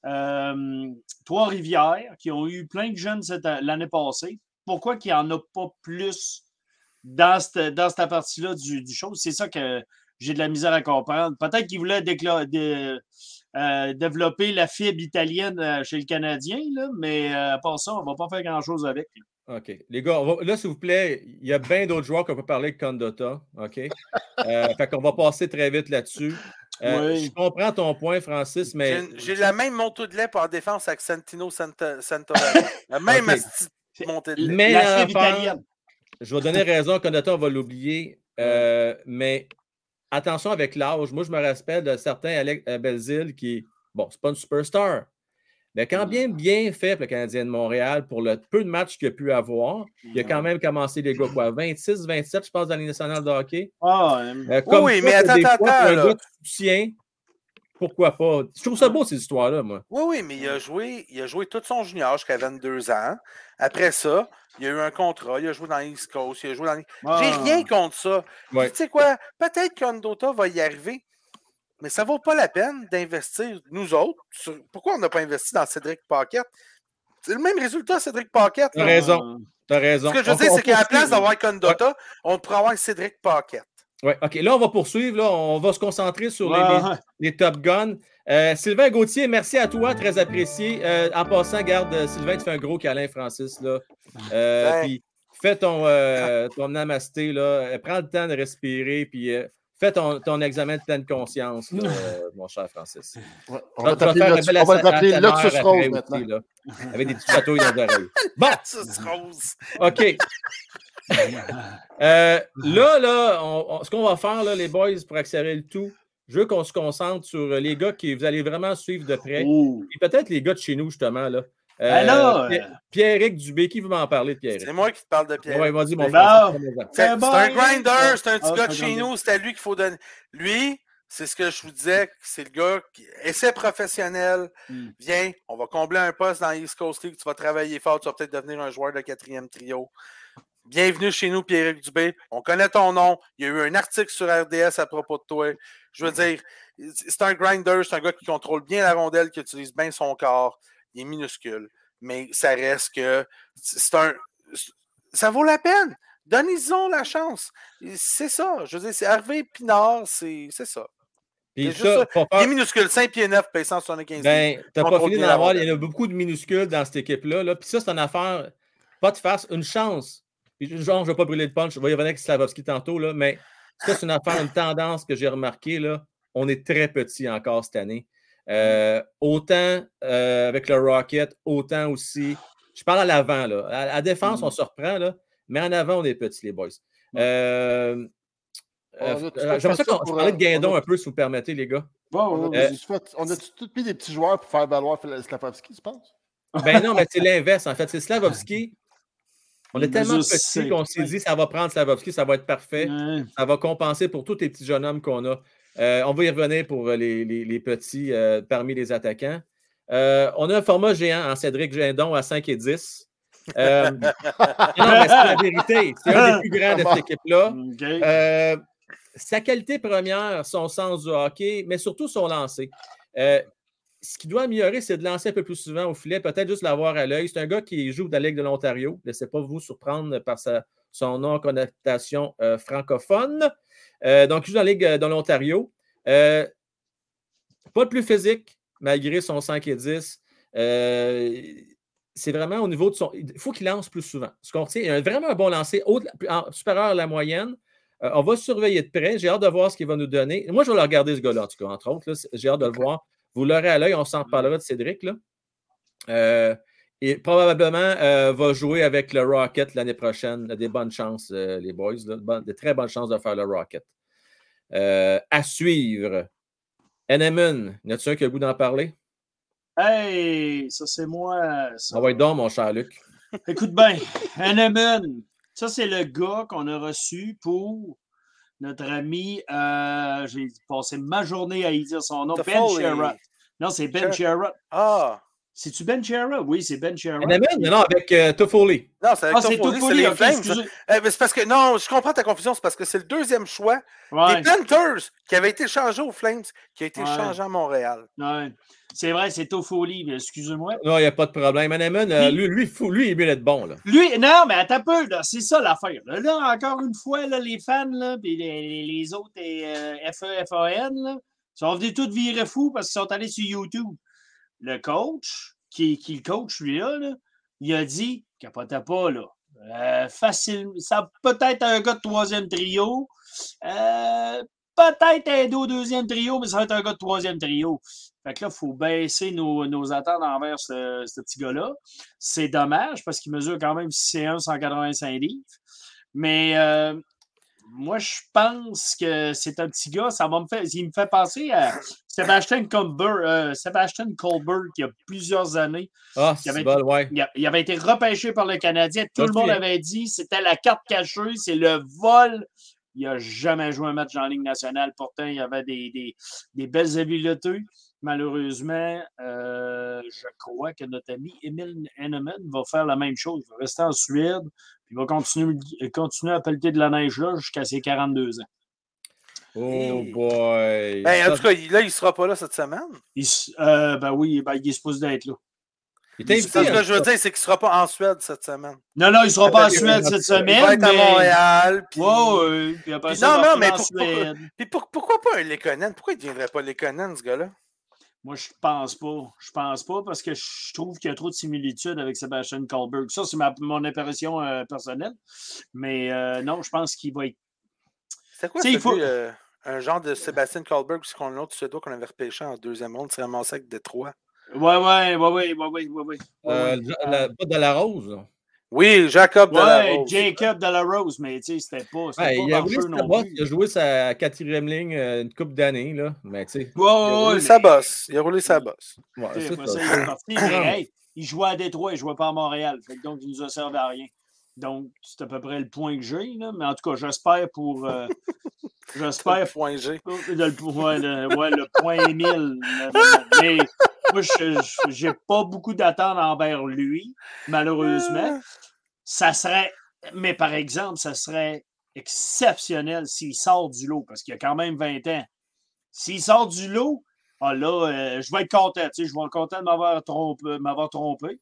euh, Trois-Rivières, qui ont eu plein de jeunes cette- l'année passée, pourquoi qu'il n'y en a pas plus dans cette, dans cette partie-là du, du show? C'est ça que j'ai de la misère à comprendre. Peut-être qu'ils voulaient décla- de- euh, développer la fibre italienne euh, chez le Canadien, là, mais euh, à part ça, on ne va pas faire grand-chose avec. OK. Les gars, on va- là, s'il vous plaît, il y a bien d'autres joueurs qu'on peut parler que Condotta. OK? Euh, fait qu'on va passer très vite là-dessus. Euh, Oui. Je comprends ton point, Francis, mais. J'ai- J'ai la même montée de lait pour défense avec Santino Santa, Santorani. La même Ok. asti de montée de lait. Mais la la fibre affaire- italienne. Je vais donner raison à Condotta, on va l'oublier. Euh, mais attention avec l'âge. Moi, je me rappelle de certains Alex euh, Belzile qui, bon, c'est pas une superstar. Mais quand bien, bien fait pour le Canadien de Montréal, pour le peu de matchs qu'il a pu avoir, il a quand même commencé les gars, quoi, vingt-six, vingt-sept, je pense, dans la Ligue nationale de hockey. Ah, euh, Euh, comme Oui, ça, mais pour attends, des attends, fois, pour un là. gars de soutien, pourquoi pas? Je trouve ça beau, ces histoires-là, moi. Oui, oui, mais il a joué, il a joué tout son junior jusqu'à vingt-deux ans. Après ça, il a eu un contrat, il a joué dans l'East Coast, il a joué dans les... ah. J'ai rien contre ça. Puis, Ouais. tu sais quoi? Peut-être qu'Ondota va y arriver, mais ça vaut pas la peine d'investir, nous autres. sur- Pourquoi on n'a pas investi dans Cédric Paquette? C'est le même résultat, Cédric Paquette. T'as là. raison. T'as raison. Ce que je veux On- dire, on c'est qu'à la poursuit. place d'avoir Condota, on pourrait avoir Cédric Paquette. Ouais, OK. Là, on va poursuivre. Là, on va se concentrer sur les, Ouais. les- les Top Guns. Euh, Sylvain Gauthier, merci à toi, très apprécié. Euh, en passant, garde, euh, Sylvain, tu fais un gros câlin, Francis. Là. Euh, Ouais. Puis fais ton, euh, ton namasté. Là. Euh, Prends le temps de respirer. Puis euh, fais ton, ton examen de pleine conscience, là, euh, mon cher Francis. Ouais, on Je va vais- je vais t'appeler faire un Lotus- bel on va ass- t'appeler A S M R Lotus après Rose aussi, maintenant. là, avec des petits chatouilles dans les oreilles. Bon, Ça, c'est rose. OK. Euh, là, là, on- on- ce qu'on va faire, là, les boys, pour accélérer le tout, je veux qu'on se concentre sur les gars qui vous allez vraiment suivre de près. Oh. Et peut-être les gars de chez nous, justement. Là. Euh, Ben là, Pi- euh, Pierre-Éric Dubé, qui veut m'en parler de Pierre-Éric? C'est moi qui te parle de Pierre. Ouais, vas-y, mon Ben, frère. bon. c'est C'est C'est c'est un bon, grinder, hein? c'est un petit Ah, gars c'est de un chez grinder. nous, c'est à lui qu'il faut donner. Lui, c'est ce que je vous disais, c'est le gars qui essai professionnel. Mm. Viens, on va combler un poste dans l'East Coast League, tu vas travailler fort, tu vas peut-être devenir un joueur de quatrième trio. Bienvenue chez nous, Pierre-Éric Dubé. On connaît ton nom. Il y a eu un article sur R D S à propos de toi. Je veux dire, c'est un grinder, c'est un gars qui contrôle bien la rondelle, qui utilise bien son corps. Il est minuscule. Mais ça reste que c'est un. Ça vaut la peine. Donnez-en la chance. C'est ça. Je veux dire, c'est Hervé Pinard, c'est c'est ça. Puis C'est juste ça, ça. faut Il est faire- minuscule, cinq pieds neuf, paye cent soixante-quinze livres. ben, t'as pas Contrôle fini bien d'en la avoir. Il rondelle. y en a beaucoup de minuscules dans cette équipe-là. Là. Puis ça, c'est une affaire, pas de face, une chance. Puis genre, je ne vais pas brûler le punch, je vais y revenir avec Slavovski tantôt, là, mais ça, c'est une affaire, une tendance que j'ai remarquée. Là. On est très petit encore cette année. Euh, autant euh, avec le Rocket, autant aussi. Je parle à l'avant. Là. À la défense, Mm. on se reprend, là, mais en avant, on est petits, les boys. Euh, On euh, a tout euh, fait J'aimerais ça ça qu'on pour, parle de euh, Guindon on a- un peu, si vous permettez, les gars. Bon, On bon, a, Euh, tous fait- on a tous mis des petits joueurs pour faire valoir Slavovski, tu penses? Ben non, mais c'est l'inverse, en fait. C'est Slavovski. On est Il tellement mesure petit six, qu'on s'est ouais. dit ça va prendre Slavovski, ça va être parfait. Ouais. Ça va compenser pour tous les petits jeunes hommes qu'on a. Euh, on va y revenir pour les, les- les petits euh, parmi les attaquants. Euh, on a un format géant en Cédric Gendon à cinq et dix. Euh, non, mais c'est la vérité. C'est un des plus grands de cette équipe-là. Okay. Euh, sa qualité première, son sens du hockey, mais surtout son lancer. Euh, ce qu'il doit améliorer, c'est de lancer un peu plus souvent au filet, peut-être juste l'avoir à l'œil. C'est un gars qui joue de la Ligue de l'Ontario. Laissez pas vous surprendre par sa, son nom en connotation euh, francophone. Euh, donc, il joue dans la Ligue de l'Ontario. Euh, pas le plus physique, malgré son cinq et dix. Euh, c'est vraiment au niveau de son... Il faut qu'il lance plus souvent. Ce qu'on retient, il a vraiment un bon lancer, haut, supérieur à la moyenne. Euh, on va surveiller de près. J'ai hâte de voir ce qu'il va nous donner. Moi, je vais le regarder, ce gars-là, en tout cas, entre autres. Là. J'ai hâte de le voir. Vous l'aurez à l'œil. On s'en reparlera de Cédric. Là. Euh, et probablement euh, va jouer avec le Rocket l'année prochaine. Il a des bonnes chances, euh, les boys. Là, bon, des très bonnes chances de faire le Rocket. Euh, à suivre. Eneman, y a-t-il un qui a le goût d'en parler? Hey, ça c'est moi. Ça. Ah ouais, donc, mon cher Luc. Écoute bien, Eneman, ça c'est le gars qu'on a reçu pour notre ami, euh, j'ai passé ma journée à y dire son nom, Ben Sherratt. Non, c'est Ben Sherratt. Ah! C'est-tu Ben Sherratt? Oui, c'est Ben Sherratt. Eneman, non, avec euh, Toffoli. Non, c'est avec ah, Toffoli, c'est les Flames. Eh, mais c'est parce que, non, je comprends ta confusion, c'est parce que c'est le deuxième choix ouais. des Panthers qui avait été changé aux Flames, qui a été ouais. changé à Montréal. Ouais. C'est vrai, c'est Toffoli, mais excusez-moi. Non, il n'y a pas de problème. Eneman, euh, lui, lui, fou, lui, il est mieux d'être bon. Là. Lui, non, mais attends un peu, là, c'est ça l'affaire. Là, là, encore une fois, là, les fans, là, puis les, les autres euh, F E F A N, là, sont venus tous virer fous parce qu'ils sont allés sur YouTube. Le coach, qui, qui le coach, lui-là, là, il a dit, capotez pas, là. Euh, facile, ça peut-être un gars de troisième trio. Euh, peut-être aider au deuxième trio, mais ça va être un gars de troisième trio. Fait que là, il faut baisser nos, nos attentes envers ce, ce petit gars-là. C'est dommage parce qu'il mesure quand même six un, cent quatre-vingt-cinq livres. Mais euh, moi, je pense que c'est un petit gars. Ça va me faire, il me fait penser à Sebastian Colbert, euh, Sebastian Colbert qui a plusieurs années. Ah, il, avait bon, été, ouais. il, a, il avait été repêché par le Canadien. Tout okay. le monde avait dit c'était la carte cachée, c'est le vol. Il n'a jamais joué un match en Ligue nationale. Pourtant, il y avait des, des, des belles habiletés. Malheureusement, euh, je crois que notre ami Emil Eneman va faire la même chose. Il va rester en Suède, puis il va continuer, continuer à pelleter de la neige là jusqu'à ses quarante-deux ans. Oh boy! Ben, en tout cas, là, il ne sera pas là cette semaine. Il, euh, ben oui, ben, il est supposé d'être là. Il il ce que je veux dire, c'est qu'il ne sera pas en Suède cette semaine. Non, non, il ne sera pas en Suède cette semaine. Il va être mais... à Montréal. Puis... Oh, oui, puis après puis ça, non, non, mais pour, pourquoi, puis pour, pourquoi pas un Lekonen? Pourquoi il ne deviendrait pas Lekonen, ce gars-là? Moi, je pense pas. Je pense pas parce que je trouve qu'il y a trop de similitudes avec Sebastian Colbert. Ça, c'est ma, mon impression euh, personnelle. Mais euh, non, je pense qu'il va être. C'est quoi, c'est faut... euh, un genre de Sebastian Colbert, puisqu'on l'autre Suédois qu'on avait repêché en deuxième ronde, c'est ramassé avec Détroit. Ouais, ouais, ouais, ouais, ouais, ouais, ouais, ouais. Euh, la, pas de la rose. Oui, Jacob ouais, Delarose. Jacob Delarose, mais tu sais, c'était pas, c'était ouais, pas il, a jeu non boss, plus. Il a joué sa quatrième ligne euh, une couple d'années, là. Mais tu sais. Ouais, il a roulé mais... sa bosse. Il a roulé sa bosse. Ouais, c'est ça. Ça, il est parti, mais hey, il jouait à Détroit, il jouait pas à Montréal. Fait que donc, il nous a servi à rien. Donc, c'est à peu près le point que j'ai, là. Mais en tout cas, j'espère pour. Euh, j'espère. Le point G. Le, ouais, le, ouais, le point Émile. Mais moi, je j'ai pas beaucoup d'attentes envers lui, malheureusement. Ça serait. Mais par exemple, ça serait exceptionnel s'il sort du lot, parce qu'il a quand même vingt ans. S'il sort du lot, ah là, euh, je vais être content. Tu sais, je vais être content de m'avoir trompé, m'avoir trompé.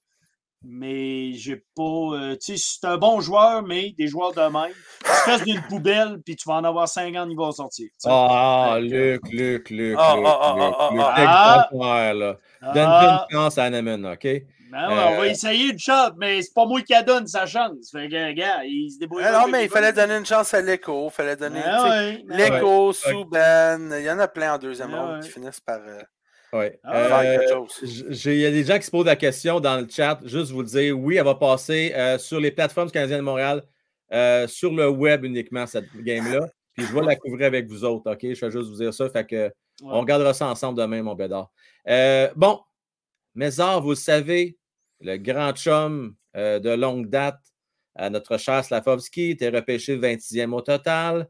Mais j'ai pas. Euh, tu sais, c'est un bon joueur, mais des joueurs de même. Tu fasses d'une poubelle, puis tu vas en avoir cinquante, ils vont sortir. Ah, Luc, Luc, Luc, ah, Luc, ah, ah, Luc, ah, Luc, ah, Luc, ah, là. Donne-lui une chance à Eneman, OK? Ben ouais, euh... on va essayer une chance, mais c'est pas moi qui a donne sa chance. Fait que, gars, il se débrouille. Non, mais il fallait donner une chance à l'Echo. Il fallait donner. Ben ouais, L'Echo, ouais. Souben. Il y en a plein en deuxième ben ronde ouais. qui finissent par. Euh... Oui. Euh, il y a des gens qui se posent la question dans le chat. Juste vous le dire, oui, elle va passer euh, sur les plateformes canadiennes de Montréal, euh, sur le web uniquement, cette game-là. Puis je vais la couvrir avec vous autres, OK? Je vais juste vous dire ça. Fait que ouais. on regardera ça ensemble demain, mon bédard. Euh, bon, Mézard, vous le savez, le grand chum euh, de longue date à notre cher Slavkovski était repêché vingt-sixième au total.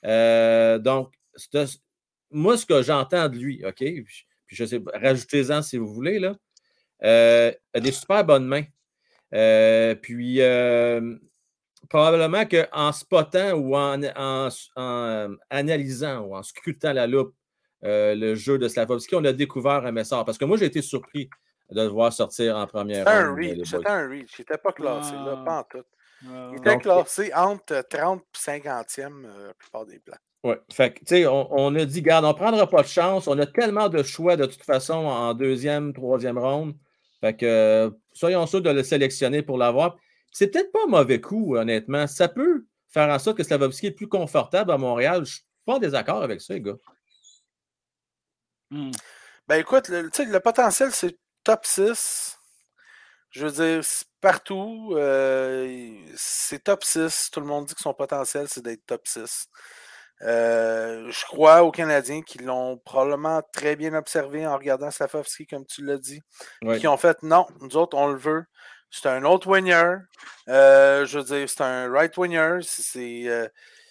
Euh, donc, moi, ce que j'entends de lui, OK? Puis je sais, rajoutez-en si vous voulez, là. Euh, il a des super bonnes mains. Euh, puis, euh, probablement qu'en spottant ou en, en, en analysant ou en scrutant la loupe euh, le jeu de Slavkovski, on a découvert un message. Parce que moi, j'ai été surpris de le voir sortir en première C'était un ronde. reach. C'était un reach. Il n'était pas classé, là, pas en tout. Il était Donc, classé entre trente et cinquantième euh, la plupart des plans. Oui. Fait que, tu sais, on, on a dit, garde, on ne prendra pas de chance. On a tellement de choix de toute façon en deuxième, troisième ronde. Fait que euh, soyons sûrs de le sélectionner pour l'avoir. C'est peut-être pas un mauvais coup, honnêtement. Ça peut faire en sorte que Slavkovski est plus confortable à Montréal. Je ne suis pas en désaccord avec ça, les gars. Mm. Ben écoute, le, le potentiel, c'est top six. Je veux dire, partout, euh, c'est top six. Tout le monde dit que son potentiel, c'est d'être top six. Euh, je crois aux Canadiens qui l'ont probablement très bien observé en regardant Slavkovski, comme tu l'as dit. Oui. Qui ont fait, non, nous autres, on le veut. C'est un autre winner. Euh, je veux dire, c'est un right winner. C'est, euh,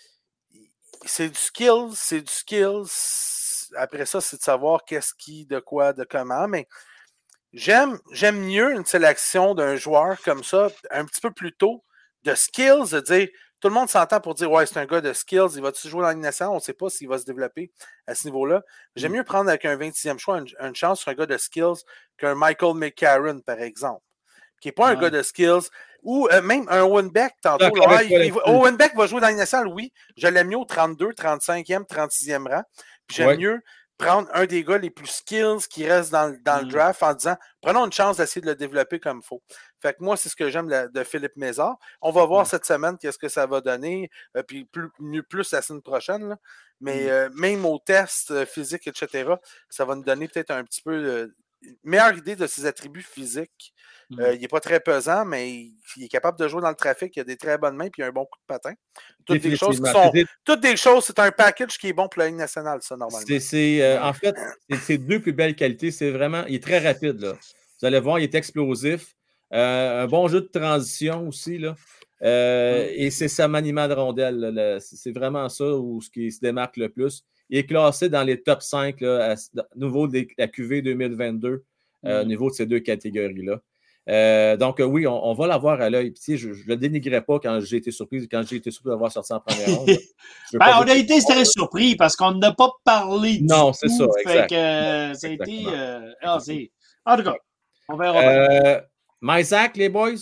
c'est du skill. C'est du skill. Après ça, c'est de savoir qu'est-ce qui, de quoi, de comment. Mais j'aime, j'aime mieux une sélection d'un joueur comme ça, un petit peu plus tôt, de skills, de dire, tout le monde s'entend pour dire, ouais, c'est un gars de skills, il va-tu jouer dans la Ligue nationale? On ne sait pas s'il va se développer à ce niveau-là. J'aime mieux prendre avec un vingt-sixième choix une, une chance sur un gars de skills qu'un Michael McCarron, par exemple, qui n'est pas un ouais. gars de skills, ou euh, même un Owen Beck, tantôt. Okay, là, il, il, Owen Beck va jouer dans la Ligue nationale, oui. Je l'aime mieux au trente-deux, trente-cinquième, trente-sixième rang. Puis j'aime ouais. mieux prendre un des gars les plus skills qui restent dans, dans mm. le draft en disant prenons une chance d'essayer de le développer comme il faut. Fait que moi, c'est ce que j'aime de, de Philippe Mézard. On va voir mm. cette semaine qu'est-ce que ça va donner, euh, puis plus, mieux plus la semaine prochaine. Là. Mais mm. euh, même au test euh, physique, et cetera, ça va nous donner peut-être un petit peu euh, une meilleure idée de ses attributs physiques. Mm. Euh, il n'est pas très pesant, mais il, il est capable de jouer dans le trafic. Il a des très bonnes mains, puis il a un bon coup de patin. Toutes des choses qui sont. Toutes des choses, c'est un package qui est bon pour la Ligue nationale, ça, normalement. C'est, c'est, euh, en fait, c'est ses deux plus belles qualités. C'est vraiment. Il est très rapide, là. Vous allez voir, il est explosif. Euh, un bon jeu de transition aussi, là. Euh, mm. Et c'est sa maniement de rondelle. Là, là. C'est vraiment ça où ce qui se démarque le plus. Il est classé dans les top cinq là, à, à niveau de la Q V deux mille vingt-deux, mm. euh, au niveau de ces deux catégories-là. Euh, donc, euh, oui, on, on va l'avoir à l'œil. Puis, je ne le dénigrais pas quand j'ai été surpris, quand j'ai été surpris d'avoir sorti en première ronde. ben, on a été très surpris parce qu'on n'a pas parlé du Non, c'est tout, ça, exact. Fait que, euh, ça a été, euh, ah, c'est... En tout cas, on verra. Euh, Mysack, les boys?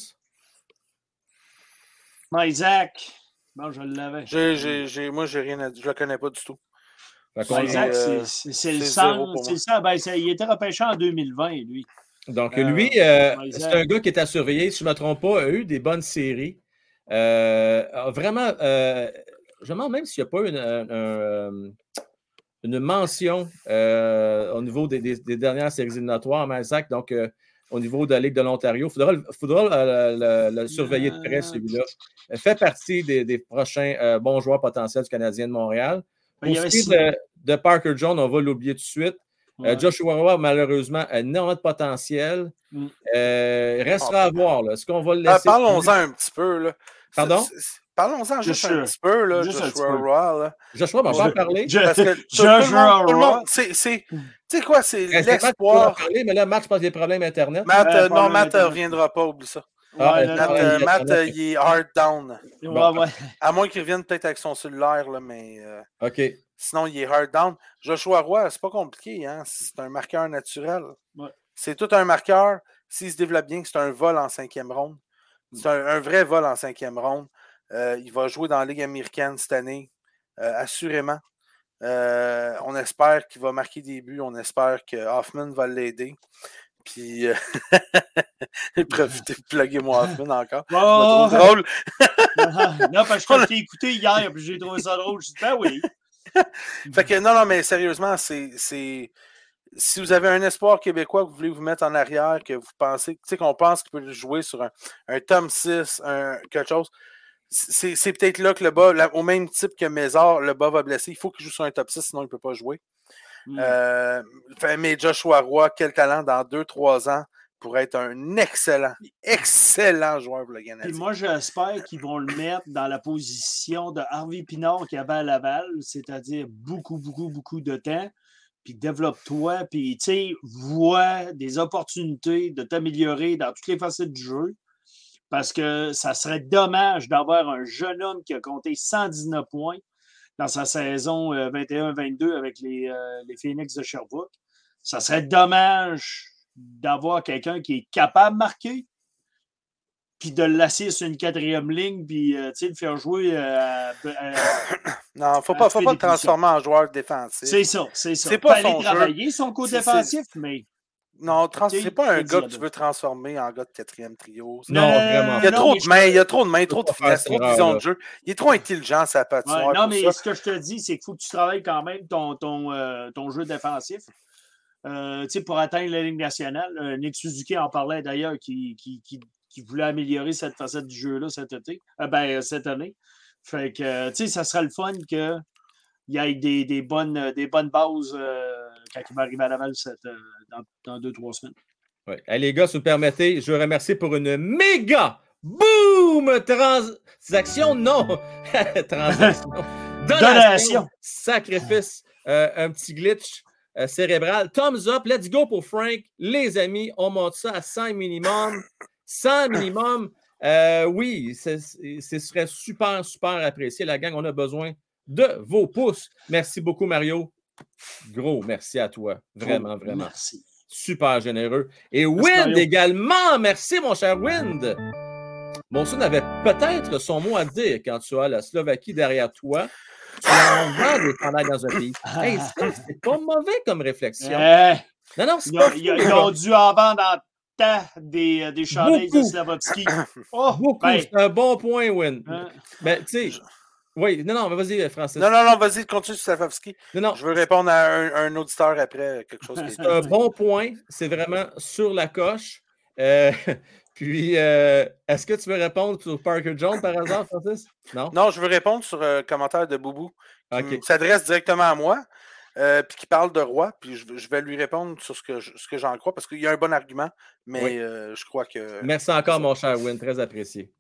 Mysack. Bon, je l'avais. J'ai, j'ai, j'ai, moi, j'ai rien à dire. Je ne le connais pas du tout. Mysack, euh, c'est, c'est, c'est le sang. C'est ça. Ben, c'est, il était repêché en deux mille vingt, lui. Donc, lui, euh, c'est un gars qui est à surveiller. Si je ne me trompe pas, a eu des bonnes séries. Euh, vraiment, euh, je me demande même s'il n'y a pas une, une, une mention euh, au niveau des, des, des dernières séries éliminatoires, Mysack. Donc, euh, au niveau de la Ligue de l'Ontario, il faudra, faudra le, le, le surveiller de près, celui-là. Il fait partie des, des prochains euh, bons joueurs potentiels du Canadien de Montréal. Pour ce qui est de, de Parker Jones, on va l'oublier tout de suite. Ouais. Euh, Joshua Roy, malheureusement, a énormément de potentiel. Mm. Euh, restera oh, à voir. Là. Est-ce qu'on va le laisser? Ah, parlons-en un petit peu. Là. Pardon? C'est, c'est, parlons-en juste un petit peu, là, juste Joshua Roy. Là. Joshua m'a pas parlé. Je, parce que Joshua Roy. C'est, c'est, tu sais quoi, c'est Reste l'espoir. Parler, mais là, Matt, je pense qu'il y a des problèmes Internet. Matt, euh, non, Matt ne reviendra pas, oublie ça. Ah, ouais, Matt, euh, Matt euh, il est hard down. Ouais, bon. ouais. À moins qu'il revienne peut-être avec son cellulaire, là, mais. Euh, OK. Sinon, il est hard down. Joshua Roy, c'est pas compliqué, hein? C'est un marqueur naturel. Ouais. C'est tout un marqueur. S'il se développe bien, c'est un vol en cinquième ronde. C'est un, un vrai vol en cinquième ronde. Euh, il va jouer dans la Ligue américaine cette année, euh, assurément. Euh, on espère qu'il va marquer des buts. On espère que Hoffman va l'aider. Puis, euh... profitez de plugger moi Hoffman encore. Oh! C'est drôle. Non, parce que je t'ai écouté hier et j'ai trouvé ça drôle. Je dis, ben oui. Fait que non, non, mais sérieusement, c'est, c'est. Si vous avez un espoir québécois que vous voulez vous mettre en arrière, que vous pensez, tu sais, qu'on pense qu'il peut jouer sur un, un tome six, un, quelque chose, c'est, c'est peut-être là que le bas, là, au même type que Mézard, le bas va blesser. Il faut qu'il joue sur un top six, sinon il ne peut pas jouer. Mm. Euh, mais Joshua Roy, quel talent dans deux trois ans pour être un excellent, excellent joueur pour le Canadien. Et moi, j'espère qu'ils vont le mettre dans la position de Harvey Pinard qui avait à Laval, c'est-à-dire beaucoup, beaucoup, beaucoup de temps, puis développe-toi, puis, tu sais, vois des opportunités de t'améliorer dans toutes les facettes du jeu. parce que ça serait dommage d'avoir un jeune homme qui a compté cent dix-neuf points dans sa saison vingt et un vingt-deux avec les, euh, les Phoenix de Sherbrooke. Ça serait dommage d'avoir quelqu'un qui est capable de marquer, puis de le laisser sur une quatrième ligne, puis euh, le faire jouer à, à, non, il ne faut pas, faut pas le transformer en joueur défensif. C'est ça, c'est ça. C'est pas son aller travailler jeu. son côté défensif, mais... Non, trans... okay, c'est pas un gars que tu veux transformer en gars de quatrième trio. Non, euh, vraiment. Il y a non, trop de mains, il y a trop de mains, trop de finesse, trop de vision de jeu. Il est trop intelligent, sa patinoire. Ouais, non, mais ça. ce que je te dis, c'est qu'il faut que tu travailles quand même ton, ton, euh, ton jeu défensif. Euh, pour atteindre la Ligue nationale. Euh, Nick Suzuki en parlait d'ailleurs, qui, qui, qui, qui voulait améliorer cette facette du jeu-là cet été, euh, ben, cette année. Fait que, tu sais, ça serait le fun qu'il y ait des, des, bonnes, des bonnes bases euh, quand il va arriver à Laval cette, euh, dans, dans deux, trois semaines. Oui. Hey, les gars, si vous me permettez, je veux remercier pour une méga boom transaction. Non, transaction. Donation. Donation. Sacrifice. Euh, un petit glitch euh, cérébral. Thumbs up. Let's go pour Frank. Les amis, on monte ça à cent minimum. cent minimum. Euh, oui, ce serait super, super apprécié. La gang, on a besoin de vos pouces. Merci beaucoup, Mario. Gros merci à toi. Vraiment, oh, vraiment. Merci. Super généreux. Et Wind également. Merci, mon cher Wind. Mon son avait peut-être son mot à dire quand tu as la Slovaquie derrière toi. Tu en vends des chandails dans un pays. Hey, c'est pas mauvais comme réflexion. Euh, non, non, c'est ils, pas ont, fou, ils ont dû en vendre en temps des, des chandails de Slavovski. Oh, Beaucoup. Ben, c'est un bon point, Wind. Hein? Ben, tu sais... Oui, non, non, mais vas-y, Francis. Non, non, non, vas-y, continue sur Slavovski. Non, non. Je veux répondre à un, un auditeur après, quelque chose qui est... Un bon point, c'est vraiment sur la coche. Euh, puis, euh, est-ce que tu veux répondre sur Parker Jones, par hasard, Francis? Non? Non, je veux répondre sur un commentaire de Boubou qui okay. s'adresse directement à moi, euh, puis qui parle de Roy, puis je, je vais lui répondre sur ce que, ce que j'en crois, parce qu'il y a un bon argument, mais oui. euh, je crois que... Merci encore, mon cher Win, très apprécié.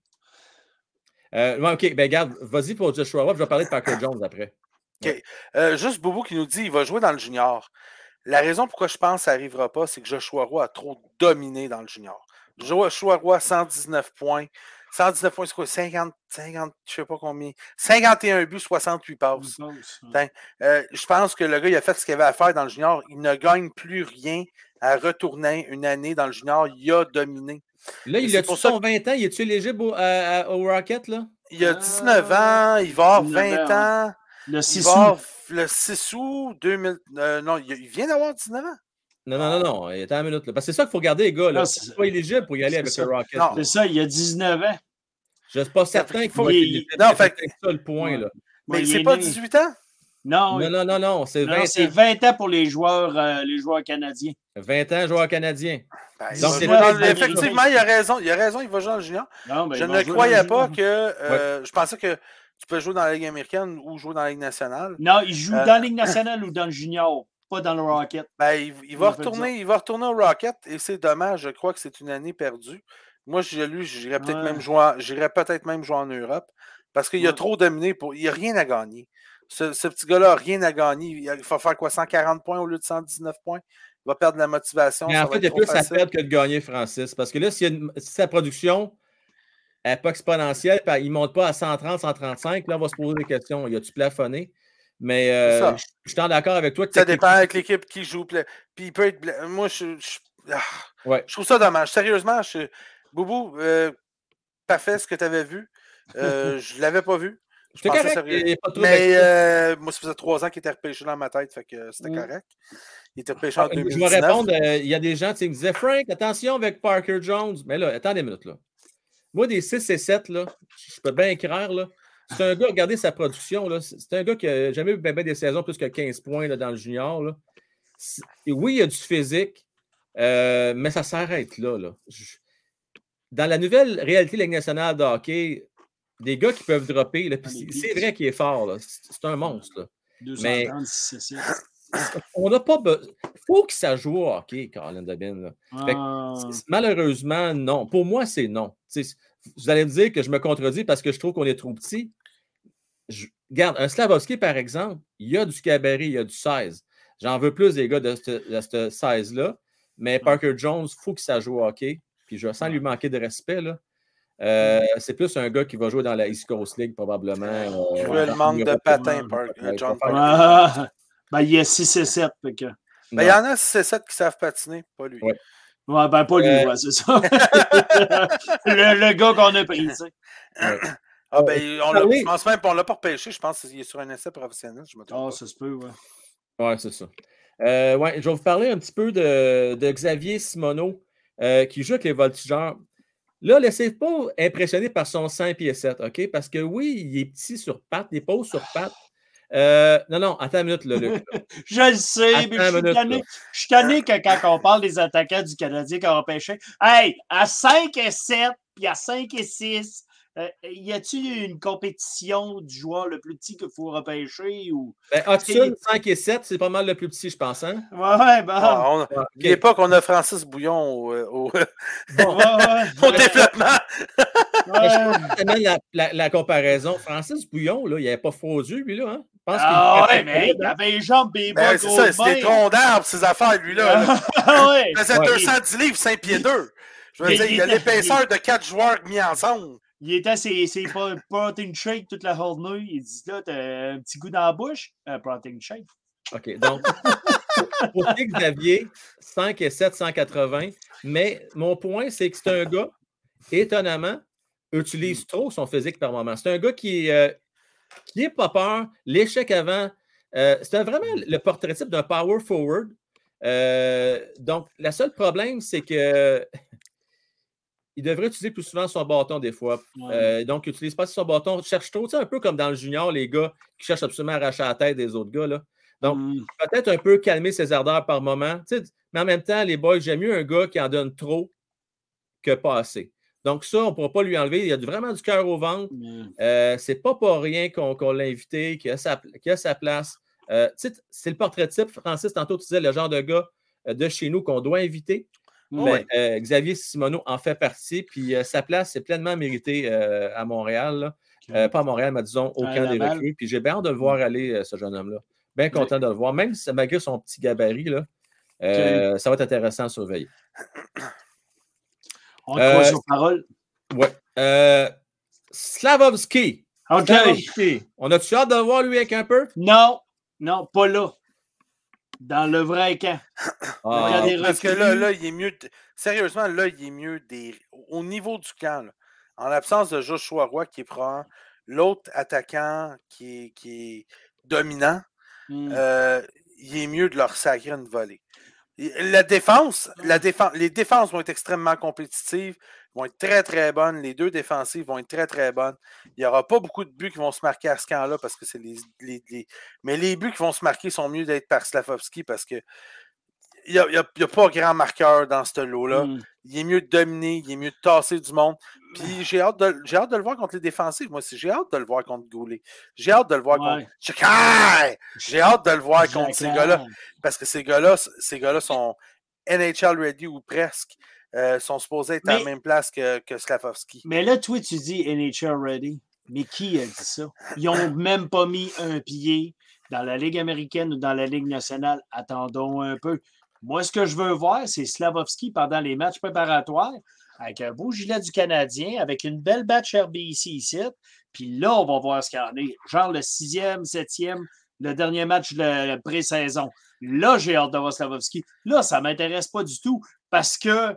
Euh, ouais, OK, ben garde, vas-y pour Joshua Roy, je vais parler de Parker Jones après. OK. Ouais. Euh, juste Boubou qui nous dit qu'il va jouer dans le junior. La raison pourquoi je pense que ça n'arrivera pas, c'est que Joshua Roy a trop dominé dans le junior. Joshua Roy, cent dix-neuf points. cent dix-neuf points, c'est quoi? cinquante, cinquante, je ne sais pas combien. cinquante et un buts, soixante-huit passes. Ouais. Euh, je pense que le gars, il a fait ce qu'il avait à faire dans le junior. Il ne gagne plus rien à retourner une année dans le junior. Il a dominé. Là, il a-tu son vingt ans? Il est-tu éligible au, à, au Rocket, là? Il a dix-neuf ans, il va avoir vingt ans. Le six août. Le six août deux mille... Euh, non, il vient d'avoir dix-neuf ans. Non, non, non, non. Il est à une minute, là. Parce que c'est ça qu'il faut regarder, les gars. Là. C'est pas éligible pour y aller avec ça. le Rocket. C'est ça, il y a dix-neuf ans. Je ne suis pas certain qu'il faut... Il... Non, fait... c'est ça le point, là. Mais ouais, c'est pas né... dix-huit ans? Non, non, non, non, non. C'est vingt, vingt ans pour les joueurs, euh, les joueurs canadiens. vingt ans, joueurs canadiens. Ben, Donc, c'est dans... Effectivement, il a raison. Il a raison, il va jouer dans le junior. Non, ben, je ne croyais pas que... Euh, ouais. Je pensais que tu peux jouer dans la Ligue américaine ou jouer dans la Ligue nationale. Non, il joue euh... dans la Ligue nationale ou dans le junior, pas dans le Rocket. Ben, il, il, va retourner, il va retourner au Rocket et c'est dommage. Je crois que c'est une année perdue. Moi, j'ai lu, j'irais peut-être ouais. même jouer, j'irais peut-être même jouer en Europe parce qu'il ouais. a trop dominé. Pour, il n'y a rien à gagner. Ce, ce petit gars-là n'a rien à gagner. Il va faire quoi, cent quarante points au lieu de cent dix-neuf points? Il va perdre de la motivation. Mais en fait, il y a plus à perdre que de gagner, Francis. Parce que là, si, une, si sa production n'est pas exponentielle, il ne monte pas à cent trente, cent trente-cinq, là, on va se poser des questions. Il a-tu plafonné? Mais euh, je, je suis d'accord avec toi. Que ça dépend avec l'équipe qui joue. Puis il peut être. Moi, je, je, ah, ouais. je trouve ça dommage. Sérieusement, je, Boubou, euh, parfait ce que tu avais vu. Euh, je ne l'avais pas vu. Je correct, sérieux. Pas mais euh, moi, ça faisait trois ans qu'il était repêché dans ma tête, fait que c'était mm. correct. Il était repêché en deux mille dix-neuf. Je vais répondre, il euh, y a des gens qui me disaient, Frank, attention avec Parker Jones. Mais là, attendez une minute. Là. Moi, des six et sept, là, je peux bien écrire, là. C'est un gars, regardez sa production, là. C'est un gars qui n'a jamais eu ben, ben des saisons plus que quinze points là, dans le junior. Là. Et oui, il y a du physique, euh, mais ça s'arrête là. là. Je... Dans la nouvelle réalité de la Ligue nationale de hockey, des gars qui peuvent dropper, là, puis ah, c'est vrai qu'il est fort, là. C'est un monstre. Là. deux cent trente, mais on n'a pas besoin. Il faut que ça joue au hockey, Colin Debin. Ah. Malheureusement, non. Pour moi, c'est non. T'sais, vous allez me dire que je me contredis parce que je trouve qu'on est trop petit. Je... Regarde, un Slavovski, par exemple, il y a du cabaret, il y a du seize. J'en veux plus des gars de ce seize-là. Mais Parker Jones, il faut que ça joue au hockey. Puis je sens lui manquer de respect, là. Euh, c'est plus un gars qui va jouer dans la East Coast League, probablement. Euh, Cruel manque de patin, par, ouais, John faire... ah, ben, il y a six et sept. Que... Ben, il y en a six et sept qui savent patiner, pas lui. Ouais. Ouais, ben pas lui, euh... ouais, c'est ça. le, le gars qu'on a pris, tu sais. Ouais. Ah ben, on l'a, je pense même qu'on l'a pas repêché, je pense qu'il est sur un essai professionnel. Je me trompe Ah, oh, pas. ça se peut, ouais. Ouais, c'est ça. Euh, ouais, je vais vous parler un petit peu de, de Xavier Simoneau, euh, qui joue avec les Voltigeurs. Là, laissez pas impressionner par son cinq pieds sept, OK? Parce que oui, il est petit sur pattes, il est pas haut sur pattes. Euh, non, non, attends une minute, là, Luc. Je le sais, attends mais je suis, tanné, je suis tanné que quand on parle des attaquants du Canadien qu'on a repêché, hey, à cinq et sept, puis à cinq et six, euh, y a-t-il une compétition du joueur le plus petit qu'il faut repêcher? Ou... Ben, Hudson, cinq et sept, c'est pas mal le plus petit, je pense. Hein? Ouais, ouais, bon. Ah, on... okay. N'oubliez pas qu'on a Francis Bouillon au, au... Bon. ouais, ouais. au développement. Ouais. Je pense la, la, la comparaison. Francis Bouillon, là, il n'avait pas faux yeux, lui, là. Hein? Je pense ah ouais, mais il avait les jambes, des bras, ben, c'est ça, c'est des troncs d'arbres, ces affaires, lui-là. Ah ouais. Il faisait ouais. deux cent dix livres, cinq pieds deux. Je veux il, dire, il, il y a l'épaisseur de quatre joueurs mis ensemble. Il était ses, ses protein shake toute la journée. Il dit là, t'as un petit goût dans la bouche, un protein shake. OK, donc, pour Xavier, cinq et sept, cent quatre-vingts. Mais mon point, c'est que c'est un gars, étonnamment, utilise trop son physique par moment. C'est un gars qui n'est euh, qui est pas peur. L'échec avant, euh, c'est vraiment le portrait type d'un power forward. Euh, donc, le seul problème, c'est que il devrait utiliser plus souvent son bâton des fois. Ouais. Euh, donc, il n'utilise pas son bâton. Il cherche trop, tu sais, un peu comme dans le junior, les gars qui cherchent absolument à arracher la tête des autres gars. Là. Donc, mm. peut-être un peu calmer ses ardeurs par moment. Tu sais, mais en même temps, les boys, j'aime mieux un gars qui en donne trop que pas assez. Donc, ça, on ne pourra pas lui enlever. Il a vraiment du cœur au ventre. Mm. Euh, c'est pas pour rien qu'on, qu'on l'a invité, qu'il a sa, qu'il a sa place. Euh, tu sais, c'est le portrait type. Francis, tantôt, tu disais le genre de gars de chez nous qu'on doit inviter. Oh, ben, oui. euh, Xavier Simoneau en fait partie, puis euh, sa place est pleinement méritée euh, à Montréal. Là. Okay. Euh, pas à Montréal, mais disons au camp des recrues. Puis j'ai bien hâte de le voir aller, euh, ce jeune homme-là. Bien content oui. de le voir, même si malgré son petit gabarit, là, euh, okay. ça va être intéressant à surveiller. On croise nos paroles. Oui. Euh, Slavovski. OK. Slavovski. On a-tu hâte de le voir, lui, avec un peu? Non. Non, pas là. Dans le vrai camp. Ah, parce que là, là, il est mieux. Sérieusement, là, il est mieux des. Au niveau du camp, là, en l'absence de Joshua Roy, qui est probablement l'autre attaquant qui est, qui est dominant, mm. euh, il est mieux de leur sacrer une volée. La défense, la défense, les défenses vont être extrêmement compétitives, vont être très, très bonnes. Les deux défensives vont être très, très bonnes. Il n'y aura pas beaucoup de buts qui vont se marquer à ce camp-là parce que c'est les, les, les. Mais les buts qui vont se marquer sont mieux d'être par Slavovski parce que il n'y a, a, a pas grand marqueur dans ce lot-là. Mm. Il est mieux de dominer, il est mieux de tasser du monde. Puis j'ai hâte de, j'ai hâte de le voir contre les défensives. Moi aussi, j'ai hâte de le voir contre Goulet. J'ai hâte de le voir ouais. contre Chikai. J'ai hâte de le voir contre Jacques. Ces gars-là. Parce que ces gars-là, ces gars-là sont N H L ready ou presque. Euh, sont supposés être mais, à la même place que, que Slavovski. Mais là, toi, tu dis N H L ready. Mais qui a dit ça? Ils n'ont même pas mis un pied dans la Ligue américaine ou dans la Ligue nationale. Attendons un peu. Moi, ce que je veux voir, c'est Slavovski pendant les matchs préparatoires, avec un beau gilet du Canadien, avec une belle batch R B C ici. Puis là, on va voir ce qu'il y en est. Genre le sixième, septième, le dernier match de la pré-saison. Là, j'ai hâte de voir Slavovski. Là, ça ne m'intéresse pas du tout parce que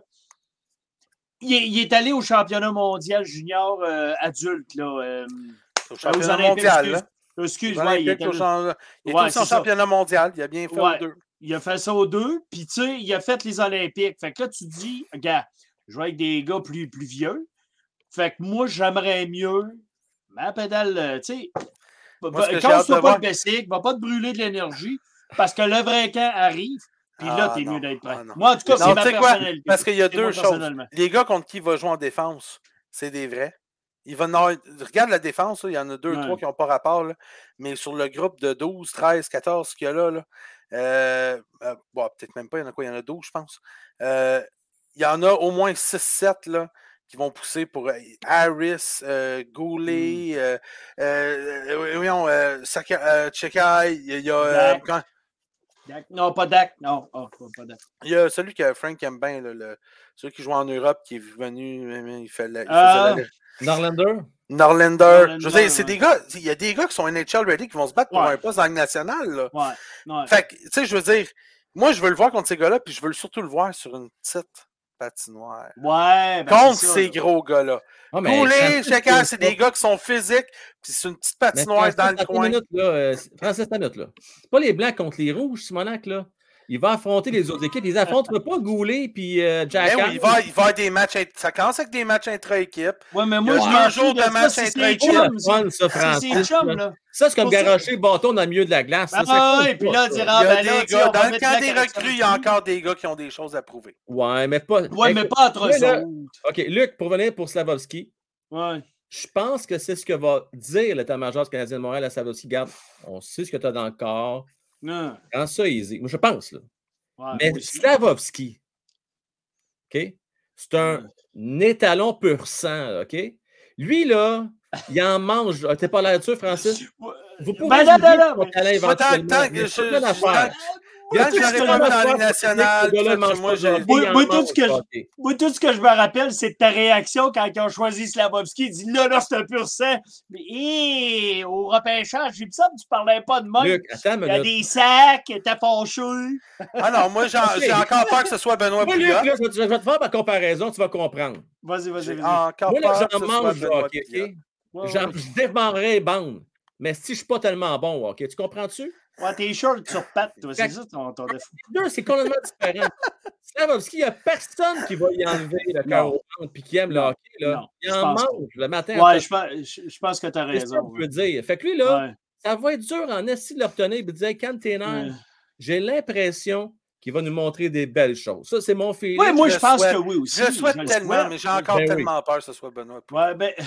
il est, il est allé au championnat mondial junior euh, adulte. Là, euh, au championnat mondial, là. Excuse, ouais, il est au champ... il ouais, son championnat ça. mondial. Il a bien fait ouais, aux deux. Il a fait ça aux deux. Puis, tu sais, il a fait les Olympiques. Fait que là, tu te dis, regarde, je vais avec des gars plus, plus vieux. Fait que moi, j'aimerais mieux ma pédale, tu sais, casse-toi pas le basic, va pas te brûler de l'énergie parce que le vrai camp arrive. Puis là, ah, t'es non, mieux d'être prêt. Ah, moi, en tout cas, non, c'est ma personnalité. Quoi? Parce qu'il y a deux choses. Les gars contre qui il va jouer en défense, c'est des vrais. Il va avoir... Regarde la défense, là, il y en a deux, ouais. trois qui n'ont pas rapport. Là. Mais sur le groupe de douze, treize, quatorze qu'il y a là, là euh, euh, bon, peut-être même pas, il y en a quoi? Il y en a douze, je pense. Euh, il y en a au moins six sept là, qui vont pousser pour euh, Harris, euh, Goulet, mm. euh, euh, voyons, euh, Saka, euh, Chekai, il y a... Euh, quand... Dak. Non, pas Dak. Non, oh, pas, pas Dak. Il y a celui que Frank aime bien, là, le, celui qui joue en Europe, qui est venu, il fait la, il Ah. faisait Norlander? Norlander. Norlander, Je veux dire, c'est ouais. des gars, il y a des gars qui sont N H L ready qui vont se battre pour Ouais. un poste dans la Ligue nationale. Là. Ouais. ouais. Fait que, tu sais, je veux dire, moi, je veux le voir contre ces gars-là, puis je veux surtout le voir sur une petite patinoire. Ouais. Ben, Contre c'est ça, ces là. gros gars-là. Ah, mais Goulet, Francis, Checker, c'est c'est pas- des gars qui sont physiques, puis c'est une petite Mais patinoire Francis, dans le attends une coin. minute, là, euh, Francis, ta minute, là. C'est pas les Blancs contre les Rouges, Simonac, là. Il va affronter les autres équipes. Ils affrontent pas Goulet puis euh, Jack. Ben oui, il va, il va y avoir des matchs. int- Ça commence avec des matchs intra-équipe. Ouais, mais moi, Il y a je deux m'en jours fous de de ça, match c'est ses intra-équipe. chums, C'est fun, ça, C'est Francis. ses chums, là. Ça, c'est comme Pour ça- garocher le bâton dans le milieu de la glace. Ah, ça, ça ouais, compte puis pas, là, ça. dire, Il y ah, a ben là, des tu sais, gars, on va dans le mettre camp la des correction recrues, il y a dessus. encore des gars qui ont des choses à prouver. Ouais, mais pas. Ouais, mais pas entre Là, là, eux autres. OK, Luc, pour venir pour Slavovski, Ouais. je pense que c'est ce que va dire l'état-major du Canadien de Montréal à Slavovski. Garde, on sait ce que tu as dans le corps. Non. Rends ça easy. Moi, je pense, là. Ouais, Mais moi aussi. Slavovski, OK? C'est un étalon pur sang, là, OK? Lui, là, il en mange. T'es pas l'air sûr, Francis? Vous pouvez Ben non, non, non, son mais- talent Moi, tant- éventuellement, tant que mais je- c'est pas je- d'affaire. tant- Il y a tant tout que ce j'aurais qu'on pas vu a dans la fait Ligue pour dire que nationale, ce gars-là fait que mange moi, pas j'ai- de hockey, Moi- il en moi, tout mange ce que du je- hockey. Moi, tout ce que je me rappelle, c'est de ta réaction quand ils ont choisi Slavovski. Il dit là, là, c'est un pur sang. Mais hé, au repêchage, j'ai vu ça, tu parlais pas de même. Luc, attends une Il y a minute. des sacs, t'as fâché. Ah non, moi, j'en- Ok. j'ai encore peur que ce soit Benoît Moi, Luc, Pouliot. là, je vais te- je vais te faire ma comparaison, tu vas comprendre. Vas-y, vas-y, J'ai vas-y. encore Moi, là, peur que j'en ce soit mange du Benoît hockey, Pouliot. OK? Ouais, J'en- ouais. Je démarrerai les bandes. Mais si je ne suis pas tellement bon au hockey, tu comprends-tu? Ouais, t'es short sur patte, toi. C'est ça ton, ton défaut. Les deux, c'est complètement différent. Slavovski, il n'y a personne qui va y enlever le cœur Non. au ventre puis qui aime le Non. hockey. Là. Non, Il je en pense pas. mange le matin. Ouais, à je pense, je, je pense que t'as C'est ça raison. qu'on peut dire. Fait que lui, là, Ouais. ça va être dur en esti de le retenir et de dire quand t'es nerfs, Ouais. j'ai l'impression qu'il va nous montrer des belles choses. Ça, c'est mon feeling. Ouais, moi, je je pense souhaite. que oui aussi. Je le souhaite le tellement, souhaite. mais j'ai encore Ben oui. tellement peur que ce soit Benoît Pouliot. Ouais, ben.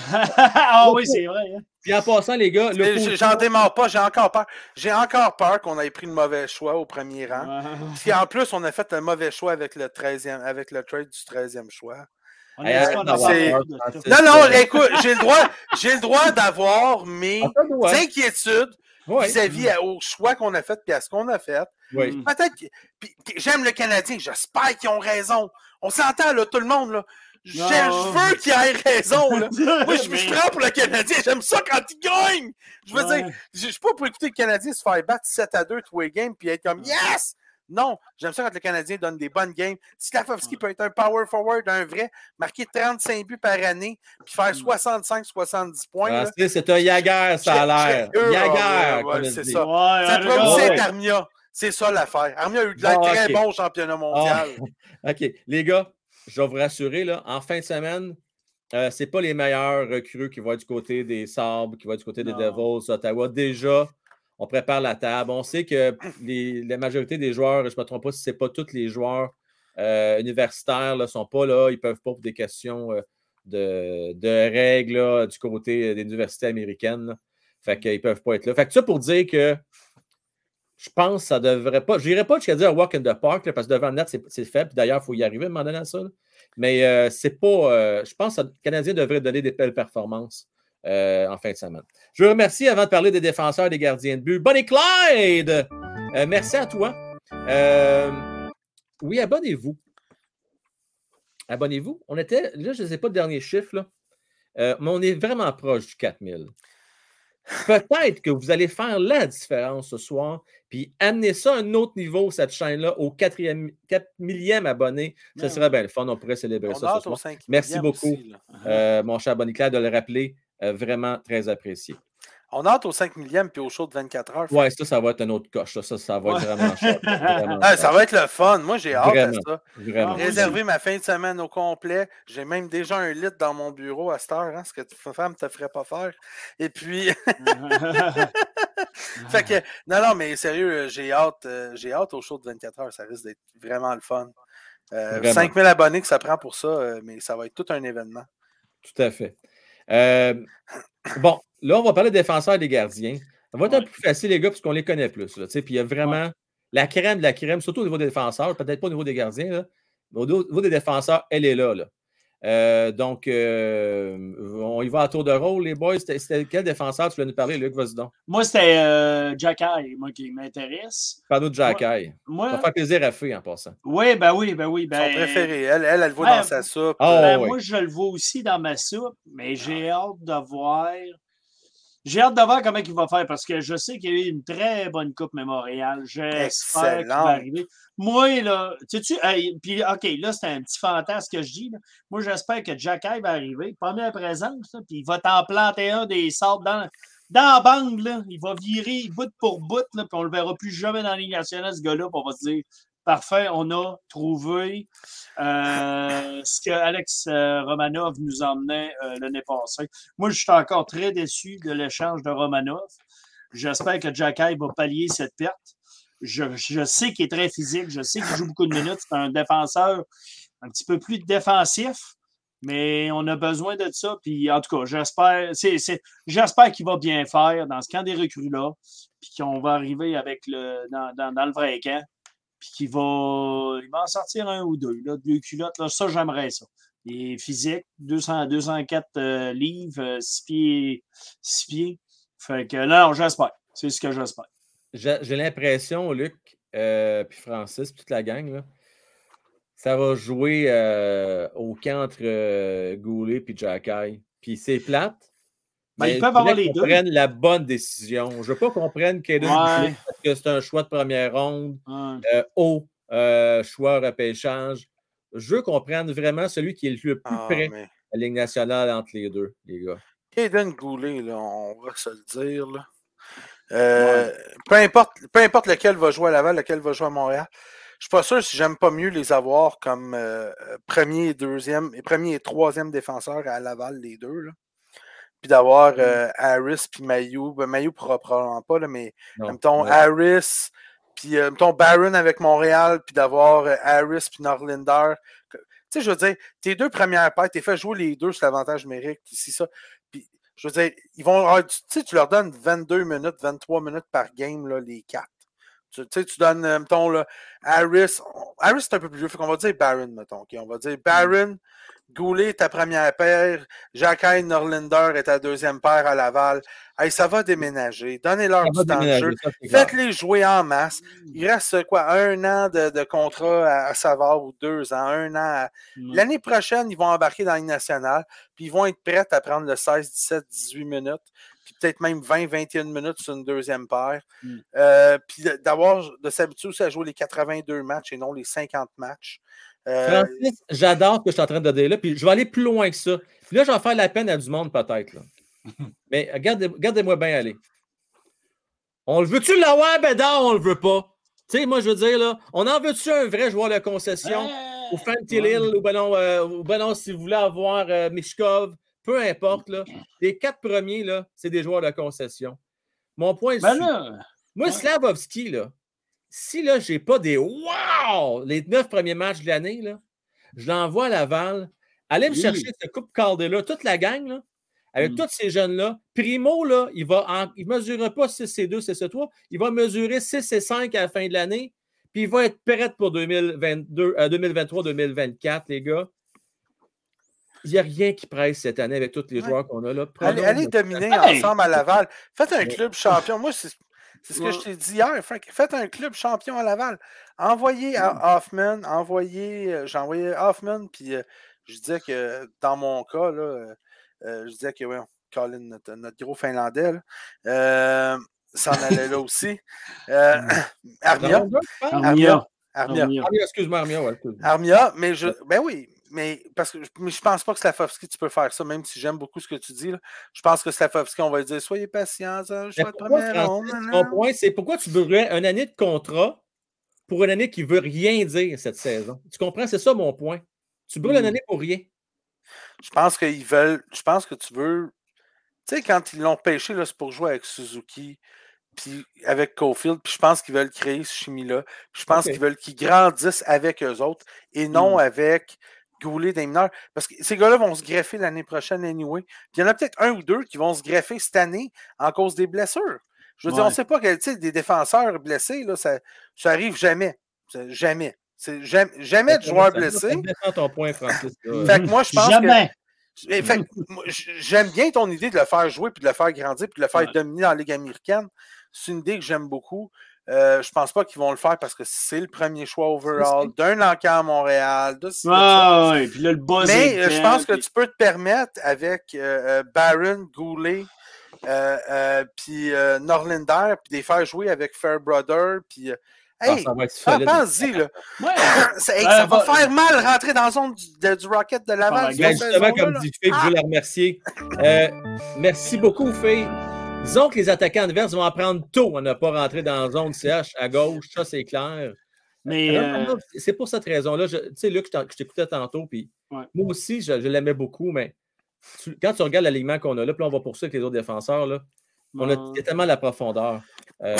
Ah oui, c'est vrai. Hein. Puis en passant, les gars, le Mais côté- J'en démarre pas, j'ai encore peur. J'ai encore peur qu'on ait pris le mauvais choix au premier rang. Ouais. Puis en plus, on a fait un mauvais choix avec le treizième, avec le trade du treizième choix. On Hey, est arrête pas d'avoir c'est- peur, de Francis. ça. Non, non, écoute, j'ai le droit, j'ai le droit d'avoir mes Ah, ça doit. inquiétudes Ouais. vis-à-vis à- au choix qu'on a fait puis à ce qu'on a fait. Oui. Mm. Peut-être que puis, que j'aime le Canadien, j'espère qu'ils ont raison. On s'entend, là, tout le monde, là. J'ai- Non. Je veux qu'ils aient raison, là. Moi, je, je Mais- prends pour le Canadien. J'aime ça quand ils gagnent. Je veux Ouais. dire, je je suis pas pour écouter le Canadien se faire battre sept à deux tous les games puis être comme yes! Non, j'aime ça quand le Canadien donne des bonnes games. Slavovski peut être un power forward, un vrai, marquer trente-cinq buts par année puis faire soixante-cinq soixante-dix points. là. Francis, c'est un Yager, ça a l'air. J'ai- j'ai- Yager, ouais, ouais, comme on c'est dit. ça. Ouais, Ça ouais, pourrait aussi ouais. être Armia. C'est ça l'affaire. Armia a eu de l'air Bon, très ok. bon au championnat mondial. OK. Les gars, je vais vous rassurer, là, en fin de semaine, euh, ce n'est pas les meilleurs recrues qui vont être du côté des Sabres, qui vont être du côté des Non. Devils, Ottawa. Déjà, on prépare la table. On sait que les, la majorité des joueurs, je ne me trompe pas si ce n'est pas tous les joueurs euh, universitaires ne sont pas là. Ils ne peuvent pas pour des questions euh, de, de règles là, du côté des universités américaines. Là. Fait qu'ils ne peuvent pas être là. Fait que ça pour dire que je pense que ça devrait pas. Je n'irai pas jusqu'à dire walk in the park, là, parce que devant le net, c'est, c'est faible. Puis d'ailleurs, il faut y arriver à un moment donné à ça. Là. Mais euh, c'est pas. Euh, je pense que le Canadien devrait donner des belles performances euh, en fin de semaine. Je vous remercie avant de parler des défenseurs et des gardiens de but. Bonnie Clyde! Euh, merci à toi. Euh, oui, abonnez-vous. Abonnez-vous. On était. Là, je ne sais pas le dernier chiffre, là, euh, mais on est vraiment proche du quatre mille. Peut-être que vous allez faire la différence ce soir, puis amener ça à un autre niveau, cette chaîne-là, au quatrième, quatre millième abonné. Ça Ouais, serait bien le fun. On pourrait célébrer On ça a ce hâte au soir. cinq Merci millième beaucoup, aussi, là. euh, mon cher Bonnie Claire, de le rappeler. Euh, vraiment très apprécié. On a hâte au cinq millième puis au show de vingt-quatre heures. Ouais, ça, ça va être un autre coche. Ça, ça, ça va être Ouais. vraiment cher. Vraiment Ah, cher. ça va être le fun. Moi, j'ai hâte Vraiment. à ça. Vraiment. Ah, Réserver ma fin de semaine au complet. J'ai même déjà un lit dans mon bureau à cette heure, hein, ce que ta femme ne te ferait pas faire. Et puis, fait que, non, non, mais sérieux, j'ai hâte, euh, j'ai hâte au show de vingt-quatre heures. Ça risque d'être vraiment le fun. Euh, Vraiment. cinq mille abonnés que ça prend pour ça, euh, mais ça va être tout un événement. Tout à fait. Euh, bon, là, on va parler des défenseurs et des gardiens. Ça va être un Ouais. peu plus facile, les gars, parce qu'on les connaît plus. Là, tu sais, puis il y a vraiment la crème de la crème, surtout au niveau des défenseurs, peut-être pas au niveau des gardiens, là, mais au niveau des défenseurs, elle est là. là. Euh, donc, euh, on y va à tour de rôle, les boys. C'était, c'était quel défenseur tu voulais nous parler, Luc? Vas-y donc. Moi, c'était euh, Jacky, moi, qui m'intéresse. Parle-nous de Jacky. Moi, ça va faire plaisir à Fée en passant. Oui, ben oui, ben oui. Ben, son préféré. Elle, elle, elle le voit ben, dans sa soupe. Oh, ben, oui. Moi, je le vois aussi dans ma soupe, mais j'ai hâte de voir. J'ai hâte de voir comment il va faire parce que je sais qu'il y a eu une très bonne Coupe Mémoriale. J'espère qu'il va arriver. Moi, là, tu sais, hey, puis OK, là, c'est un petit fantasme que je dis. Là. Moi, j'espère que Jacky va arriver. Première présence, là, puis il va t'en planter un des sables dans, dans la bande. Là. Il va virer bout pour bout, là, puis on le verra plus jamais dans la Ligue nationale, ce gars-là, puis on va se dire parfait, on a trouvé euh, ce que Alex euh, Romanov nous emmenait euh, l'année passée. Moi, je suis encore très déçu de l'échange de Romanov. J'espère que Jacky va pallier cette perte. Je, je sais qu'il est très physique, je sais qu'il joue beaucoup de minutes. C'est un défenseur un petit peu plus défensif, mais on a besoin de ça. Puis, en tout cas, j'espère, c'est, c'est, j'espère qu'il va bien faire dans ce camp des recrues-là, puis qu'on va arriver avec le, dans, dans, dans le vrai camp. Puis qu'il va, il va en sortir un ou deux, là, deux culottes. Là, ça, j'aimerais ça. Il est physique, deux cents, deux cent quatre euh, livres, euh, six pieds, six pieds. Fait que non, j'espère. C'est ce que j'espère. J'ai, j'ai l'impression, Luc, euh, puis Francis, puis toute la gang, là, ça va jouer euh, au camp entre euh, Goulet et Jacky. Puis c'est plate. Ben, ils peuvent avoir les deux. Prennent la bonne décision. Je ne veux pas qu'on prenne Caden ouais. parce que c'est un choix de première ronde, ouais. euh, haut euh, choix repêchage. Je veux qu'on prenne vraiment celui qui est le plus ah, près mais... à la Ligue nationale entre les deux, les gars. Caden Goulet, là, on va se le dire. Là. Euh, ouais. peu, importe, peu importe lequel va jouer à Laval, lequel va jouer à Montréal. Je suis pas sûr si j'aime pas mieux les avoir comme euh, premier et deuxième, et premier et troisième défenseur à Laval, les deux. Là. Puis d'avoir euh, Harris puis Mailloux. Ben, Mailloux ne pourra probablement pas, là, mais non, mettons ouais. Harris, puis euh, mettons Barron avec Montréal, puis d'avoir euh, Harris puis Norlinder. Tu sais, je veux dire, tes deux premières paires, t'es fait jouer les deux sur l'avantage numérique, ici, ça. Puis, je veux dire, ils vont. Tu sais, tu leur donnes vingt-deux minutes, vingt-trois minutes par game, là, les quatre. Tu sais, tu donnes, euh, mettons, là, Harris. Harris, c'est un peu plus vieux, fait qu'on va dire Barron, mettons. Okay? On va dire Barron. Mm. Goulet est ta première paire, Jacky Norlinder est ta deuxième paire à Laval. Hey, ça va déménager. Donnez-leur du temps de jeu. Faites-les jouer en masse. Il reste quoi, un an de, de contrat à, à Savard ou deux ans, un an. À... Mm. L'année prochaine, ils vont embarquer dans la Ligue nationale, puis ils vont être prêts à prendre le seize, dix-sept, dix-huit minutes, puis peut-être même vingt, vingt et une minutes sur une deuxième paire. Mm. Euh, puis d'avoir, de s'habituer aussi à jouer les quatre-vingt-deux matchs et non les cinquante matchs. Euh... Francis, j'adore ce que je suis en train de dire là, puis je vais aller plus loin que ça. Puis là, je vais faire la peine à du monde peut-être. Là. Mais regardez, regardez-moi bien aller. On le veut-tu l'avoir? Ben non, on le veut pas. Tu sais, moi, je veux dire, là, on en veut-tu un vrai joueur de concession? Hey, ou Fantilil, ouais. ou ben non, euh, ou ben non, si vous voulez avoir euh, Mishkov, peu importe, là. Les quatre premiers, là, c'est des joueurs de concession. Mon point est ben là, moi, ouais. Slavovski, là, si là, je n'ai pas des wow! Les neuf premiers matchs de l'année, là, je l'envoie à Laval. Allez me oui. chercher cette coupe Calder-là, toute la gang, là, avec mm. tous ces jeunes-là. Primo, là, il ne mesurera pas six et deux, six et trois. Il va mesurer six et cinq à la fin de l'année. Puis il va être prêt pour deux mille vingt-deux, euh, deux mille vingt-trois deux mille vingt-quatre, les gars. Il n'y a rien qui presse cette année avec tous les ouais. joueurs qu'on a là. Allez, allez dominer hey. ensemble à Laval. Faites un club champion. Moi, c'est. C'est ce que ouais. je t'ai dit hier, Frank. Faites un club champion à Laval. Envoyez à Hoffman, envoyez, euh, j'ai envoyé Hoffman, puis euh, je disais que dans mon cas, là, euh, je disais que, ouais, Colin, notre, notre gros Finlandais, là, euh, s'en allait là aussi. Euh, Armia. Armia. Armia. Armia. Excuse-moi, Armia. Ouais, excuse-moi. Armia, mais je. Ben oui. Mais parce que mais je pense pas que Slavovski, tu peux faire ça, même si j'aime beaucoup ce que tu dis. Là. Je pense que Slavovski, on va dire soyez patient, je suis de première ronde. Mon point, c'est pourquoi tu voudrais une année de contrat pour une année qui ne veut rien dire cette saison. Tu comprends? C'est ça mon point. Tu brûles mmh. une année pour rien. Je pense qu'ils veulent. Je pense que tu veux. Tu sais, quand ils l'ont pêché, là, c'est pour jouer avec Suzuki. Puis avec Caulfield, puis je pense qu'ils veulent créer ce chimie-là. Puis je pense okay. qu'ils veulent qu'ils grandissent avec eux autres et non mmh. avec Goulet des mineurs. Parce que ces gars-là vont se greffer l'année prochaine anyway. Puis il y en a peut-être un ou deux qui vont se greffer cette année en cause des blessures. Je veux ouais. dire, on ne sait pas quel type des défenseurs blessés, là, ça, ça arrive jamais. Ça, jamais. C'est jamais, jamais de joueurs blessés. Ça ton point, Francis. Fait que moi, je pense jamais. que... Fait que j'aime bien ton idée de le faire jouer, puis de le faire grandir, puis de le faire ouais. dominer dans la Ligue américaine. C'est une idée que j'aime beaucoup. Euh, je pense pas qu'ils vont le faire parce que c'est le premier choix overall d'un encamp à Montréal. De ah, ouais, puis là, le buzz Mais est je pense que puis... tu peux te permettre avec euh, Barron, Goulet, euh, euh, puis euh, Norlinder, puis des faire jouer avec Fairbrother, puis... Euh, hey, ah, pense-y, là. Ouais. ça, hey, euh, ça va bah, faire mal rentrer dans la zone du, de, du Rocket de Laval. Ben, justement, comme là. dit Faye, ah. je veux la remercier. Euh, merci beaucoup, Faye. Disons que les attaquants adverses vont apprendre tôt à ne pas rentrer dans la zone C H à gauche, ça c'est clair. Mais Alors, euh... c'est pour cette raison-là. Tu sais, Luc, je t'écoutais tantôt, puis ouais. moi aussi, je, je l'aimais beaucoup, mais tu, quand tu regardes l'alignement qu'on a là, puis là, on va poursuivre avec les autres défenseurs, là, on a, il y a tellement la profondeur. Euh,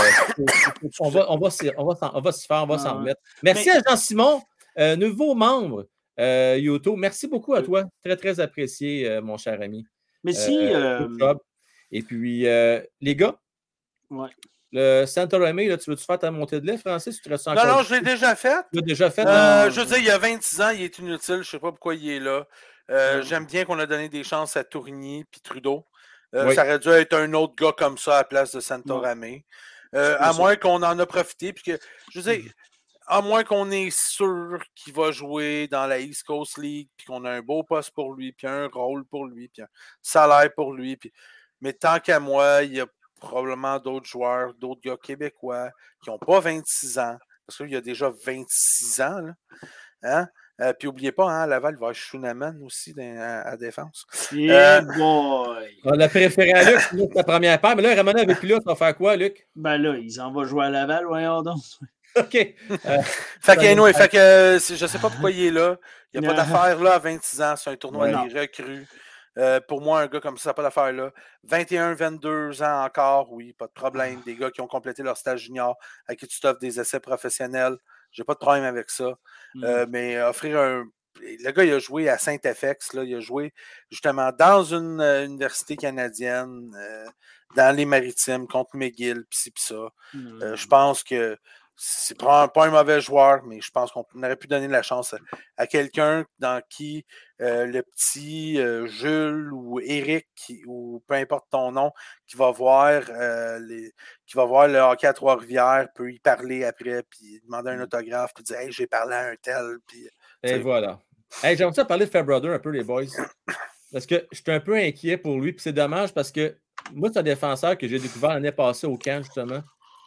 on va, on va, on va, on va s'y faire, on va ah. s'en remettre. Merci mais... à Jean-Simon, euh, nouveau membre euh, Yoto. Merci beaucoup à toi. Très, très apprécié, euh, mon cher ami. Mais si... Euh, Et puis, euh, les gars, ouais. le Santorami, là, tu veux-tu faire ta montée de lait, Francis? Tu te restes encore... Non, non, je l'ai déjà fait. Tu l'as déjà fait? Euh, je veux dire, il y a vingt-six ans, il est inutile. Je ne sais pas pourquoi il est là. Euh, ouais. J'aime bien qu'on a donné des chances à Tourigny et Trudeau. Euh, oui. Ça aurait dû être un autre gars comme ça à la place de Santorami. Ouais. Euh, à moins qu'on en a profité. Puis que, je veux dire, à moins qu'on est sûr qu'il va jouer dans la East Coast League, puis qu'on a un beau poste pour lui, puis un rôle pour lui, puis un salaire pour lui, puis... Mais tant qu'à moi, il y a probablement d'autres joueurs, d'autres gars québécois qui n'ont pas vingt-six ans, parce qu'il y a déjà vingt-six ans. Là. Hein? Euh, puis n'oubliez pas, hein, à Laval, il va y avoir Schunaman aussi dans, à, à défense. Yeah euh, boy! On a préféré à Luc, Luc la première paire, mais là, Ramona avec lui, là, ça va faire quoi, Luc? Ben là, ils en vont jouer à Laval, voyons donc. OK. Euh, fait que, anyway, fait que euh, je ne sais pas pourquoi il est là. Il n'y a pas d'affaire là à vingt-six ans. C'est un tournoi ouais, des recrues. Euh, pour moi, un gars comme ça, pas d'affaire là. vingt et un, vingt-deux ans encore, oui, pas de problème. Des gars qui ont complété leur stage junior, à qui tu t'offres des essais professionnels. J'ai pas de problème avec ça. Mm. Euh, mais offrir un. Le gars, il a joué à Saint-F X, là, il a joué justement dans une euh, université canadienne, euh, dans les Maritimes, contre McGill, pis ci, pis ça. Mm. Euh, je pense que c'est pas un mauvais joueur, mais je pense qu'on aurait pu donner la chance à, à quelqu'un dans qui euh, le petit euh, Jules ou Éric, ou peu importe ton nom, qui va voir euh, les, qui va voir le hockey à Trois-Rivières, peut y parler après, puis demander un autographe, puis dire « Hey, j'ai parlé à un tel. » puis Et voilà. Hey, j'aimerais ça parler de Fairbrother un peu, les boys. Parce que je suis un peu inquiet pour lui, puis c'est dommage parce que moi, c'est un défenseur que j'ai découvert l'année passée au camp, justement.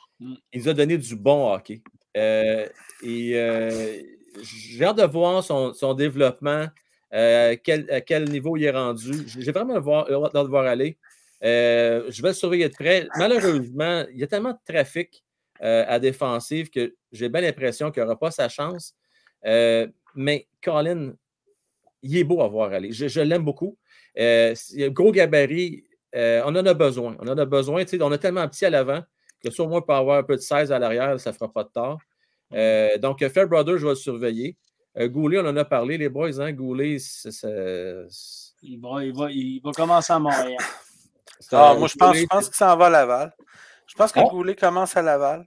Il nous a donné du bon hockey. Euh, et euh, j'ai hâte de voir son, son développement, euh, quel, à quel niveau il est rendu. J'ai vraiment hâte de le voir aller. Euh, je vais le surveiller de près. Malheureusement, il y a tellement de trafic euh, à défensive que j'ai bien l'impression qu'il n'aura pas sa chance. Euh, mais Colin, il est beau à voir aller. Je, je l'aime beaucoup. Euh, il a un gros gabarit. Euh, on en a besoin. On en a besoin. On a tellement petit à l'avant que si au moins peut avoir un peu de seize à l'arrière, ça ne fera pas de tort. Euh, donc, Fairbrother, je vais le surveiller. Euh, Goulet, on en a parlé, les boys. Hein? Goulet, c'est, c'est... Il, va, il, va, il va commencer à Montréal. Ah, moi, je pense, je pense que ça en va à Laval. Je pense que oh. Goulet commence à Laval.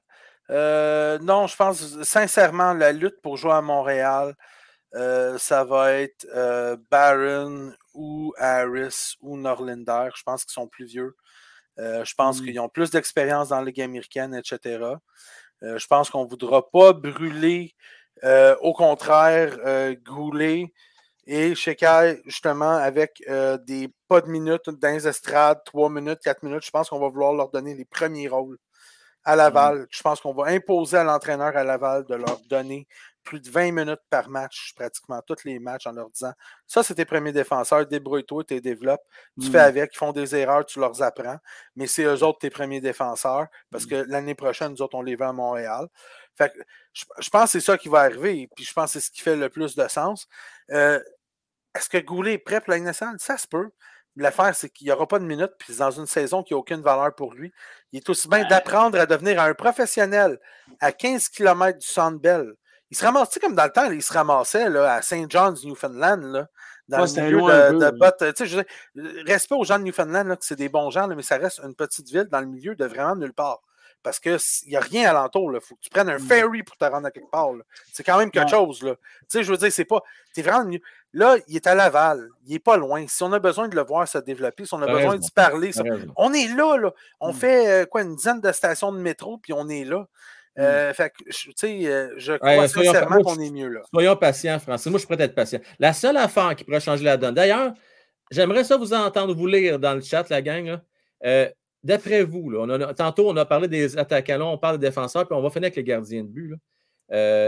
Euh, non, je pense sincèrement, la lutte pour jouer à Montréal, euh, ça va être euh, Barron ou Harris ou Norlinder. Je pense qu'ils sont plus vieux. Euh, je pense mm. qu'ils ont plus d'expérience dans la Ligue américaine, et cetera. Euh, je pense qu'on ne voudra pas brûler, euh, au contraire, euh, Goulet et Shekai, justement, avec euh, des pas de minutes dans les estrades, trois minutes, quatre minutes. Je pense qu'on va vouloir leur donner les premiers rôles à Laval. Mm. Je pense qu'on va imposer à l'entraîneur à Laval de leur donner plus de vingt minutes par match, pratiquement tous les matchs, en leur disant ça, c'est tes premiers défenseurs, débrouille-toi, tu les développes, tu mm. fais avec, ils font des erreurs, tu leur apprends, mais c'est eux autres tes premiers défenseurs, parce mm. que l'année prochaine, nous autres, on les veut à Montréal. Fait que je, je pense que c'est ça qui va arriver, puis je pense que c'est ce qui fait le plus de sens. Euh, est-ce que Goulet est prêt pour la Ligue nationale? Ça se peut. L'affaire, c'est qu'il n'y aura pas de minutes, puis dans une saison qui n'a aucune valeur pour lui. Il est aussi bien ouais. d'apprendre à devenir un professionnel à quinze kilomètres du Centre Bell. Il se ramassait comme dans le temps, il se ramassait là, à Saint John's, Newfoundland, là, dans ouais, le milieu de, peu, de ouais. bottes. Tu sais, je veux dire, respect aux gens de Newfoundland, là, que c'est des bons gens, là, mais ça reste une petite ville dans le milieu de vraiment nulle part. parce qu'il n'y a rien alentour. Il faut que tu prennes un ferry pour te rendre à quelque part. Là. C'est quand même quelque ouais. chose. Tu sais, je veux dire, c'est pas. T'es vraiment mieux. Là, il est à Laval. Il n'est pas loin. Si on a besoin de le voir se développer, si on a T'as besoin raison. d'y parler, ça, T'as raison. on est là. là. On Mm. fait euh, quoi, une dizaine de stations de métro, puis on est là. Euh, fait que, tu sais, euh, je crois Ouais, soyons- sincèrement moi, qu'on je- est mieux là. Soyons patients, Francis. Moi, je suis prêt à être patient. La seule affaire qui pourrait changer la donne. D'ailleurs, j'aimerais ça vous entendre vous lire dans le chat, la gang. Là. Euh, d'après vous, là, on a, tantôt, on a parlé des attaquants, là, on parle des défenseurs, puis on va finir avec les gardiens de but. Là. Euh,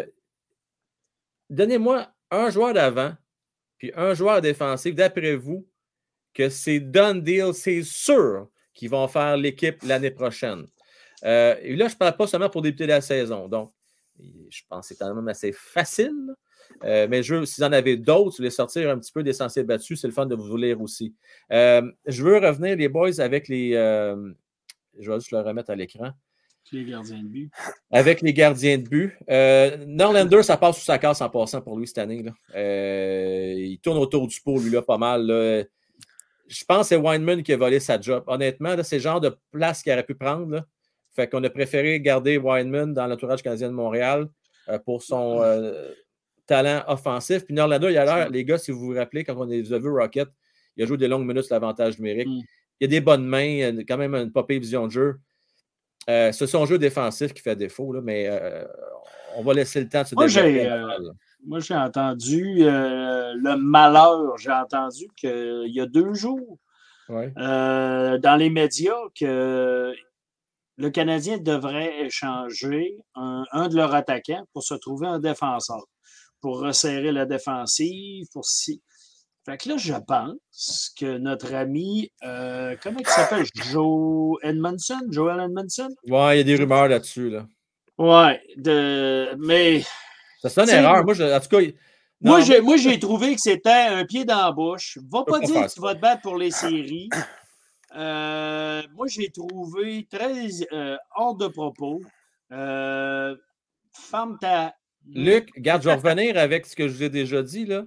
donnez-moi un joueur d'avant, puis un joueur défensif, d'après vous, que c'est done deal, c'est sûr qu'ils vont faire l'équipe l'année prochaine. Euh, et là, je ne parle pas seulement pour débuter la saison. Donc, je pense que c'est quand même assez facile. Euh, mais je veux, si vous en avez d'autres, vous voulez sortir un petit peu des sentiers battus, c'est le fun de vous lire aussi. Euh, je veux revenir, les boys, avec les. Euh, je vais juste le remettre à l'écran. Les gardiens de but. Avec les gardiens de but. Euh, Norlander, ça passe sous sa casse en passant pour lui cette année. Là. Euh, il tourne autour du pot, lui, là, pas mal. Là. Je pense que c'est Weinman qui a volé sa job. Honnêtement, là, c'est le genre de place qu'il aurait pu prendre. Là. Fait qu'on a préféré garder Weinman dans l'entourage canadien de Montréal euh, pour son euh, talent offensif. Puis Norlander, il a l'air, les gars, si vous vous rappelez, quand on les a vus Rocket, il a joué des longues minutes sur l'avantage numérique. Mm. Il a des bonnes mains, quand même une pas pire vision de jeu. Euh, c'est son jeu défensif qui fait défaut, là, mais euh, on va laisser le temps de se moi, développer. J'ai, euh, moi, j'ai entendu euh, le malheur. J'ai entendu qu'il y a deux jours, ouais. euh, dans les médias, que le Canadien devrait échanger un, un de leurs attaquants pour se trouver un défenseur, pour resserrer la défensive, pour si. Fait que là, je pense que notre ami, euh, comment il s'appelle? Joe Edmondson? Joel Edmondson? Ouais, il y a des rumeurs là-dessus, là. Ouais, de, mais. Ça c'est une erreur. Moi, je, en tout cas. Il... Non, moi, j'ai, moi, j'ai trouvé que c'était un pied dans la bouche. Va pas, pas dire que tu vas te battre pour les séries. Euh, moi, j'ai trouvé très euh, hors de propos. Euh, ferme ta. Luc, regarde, je vais revenir avec ce que je vous ai déjà dit, là.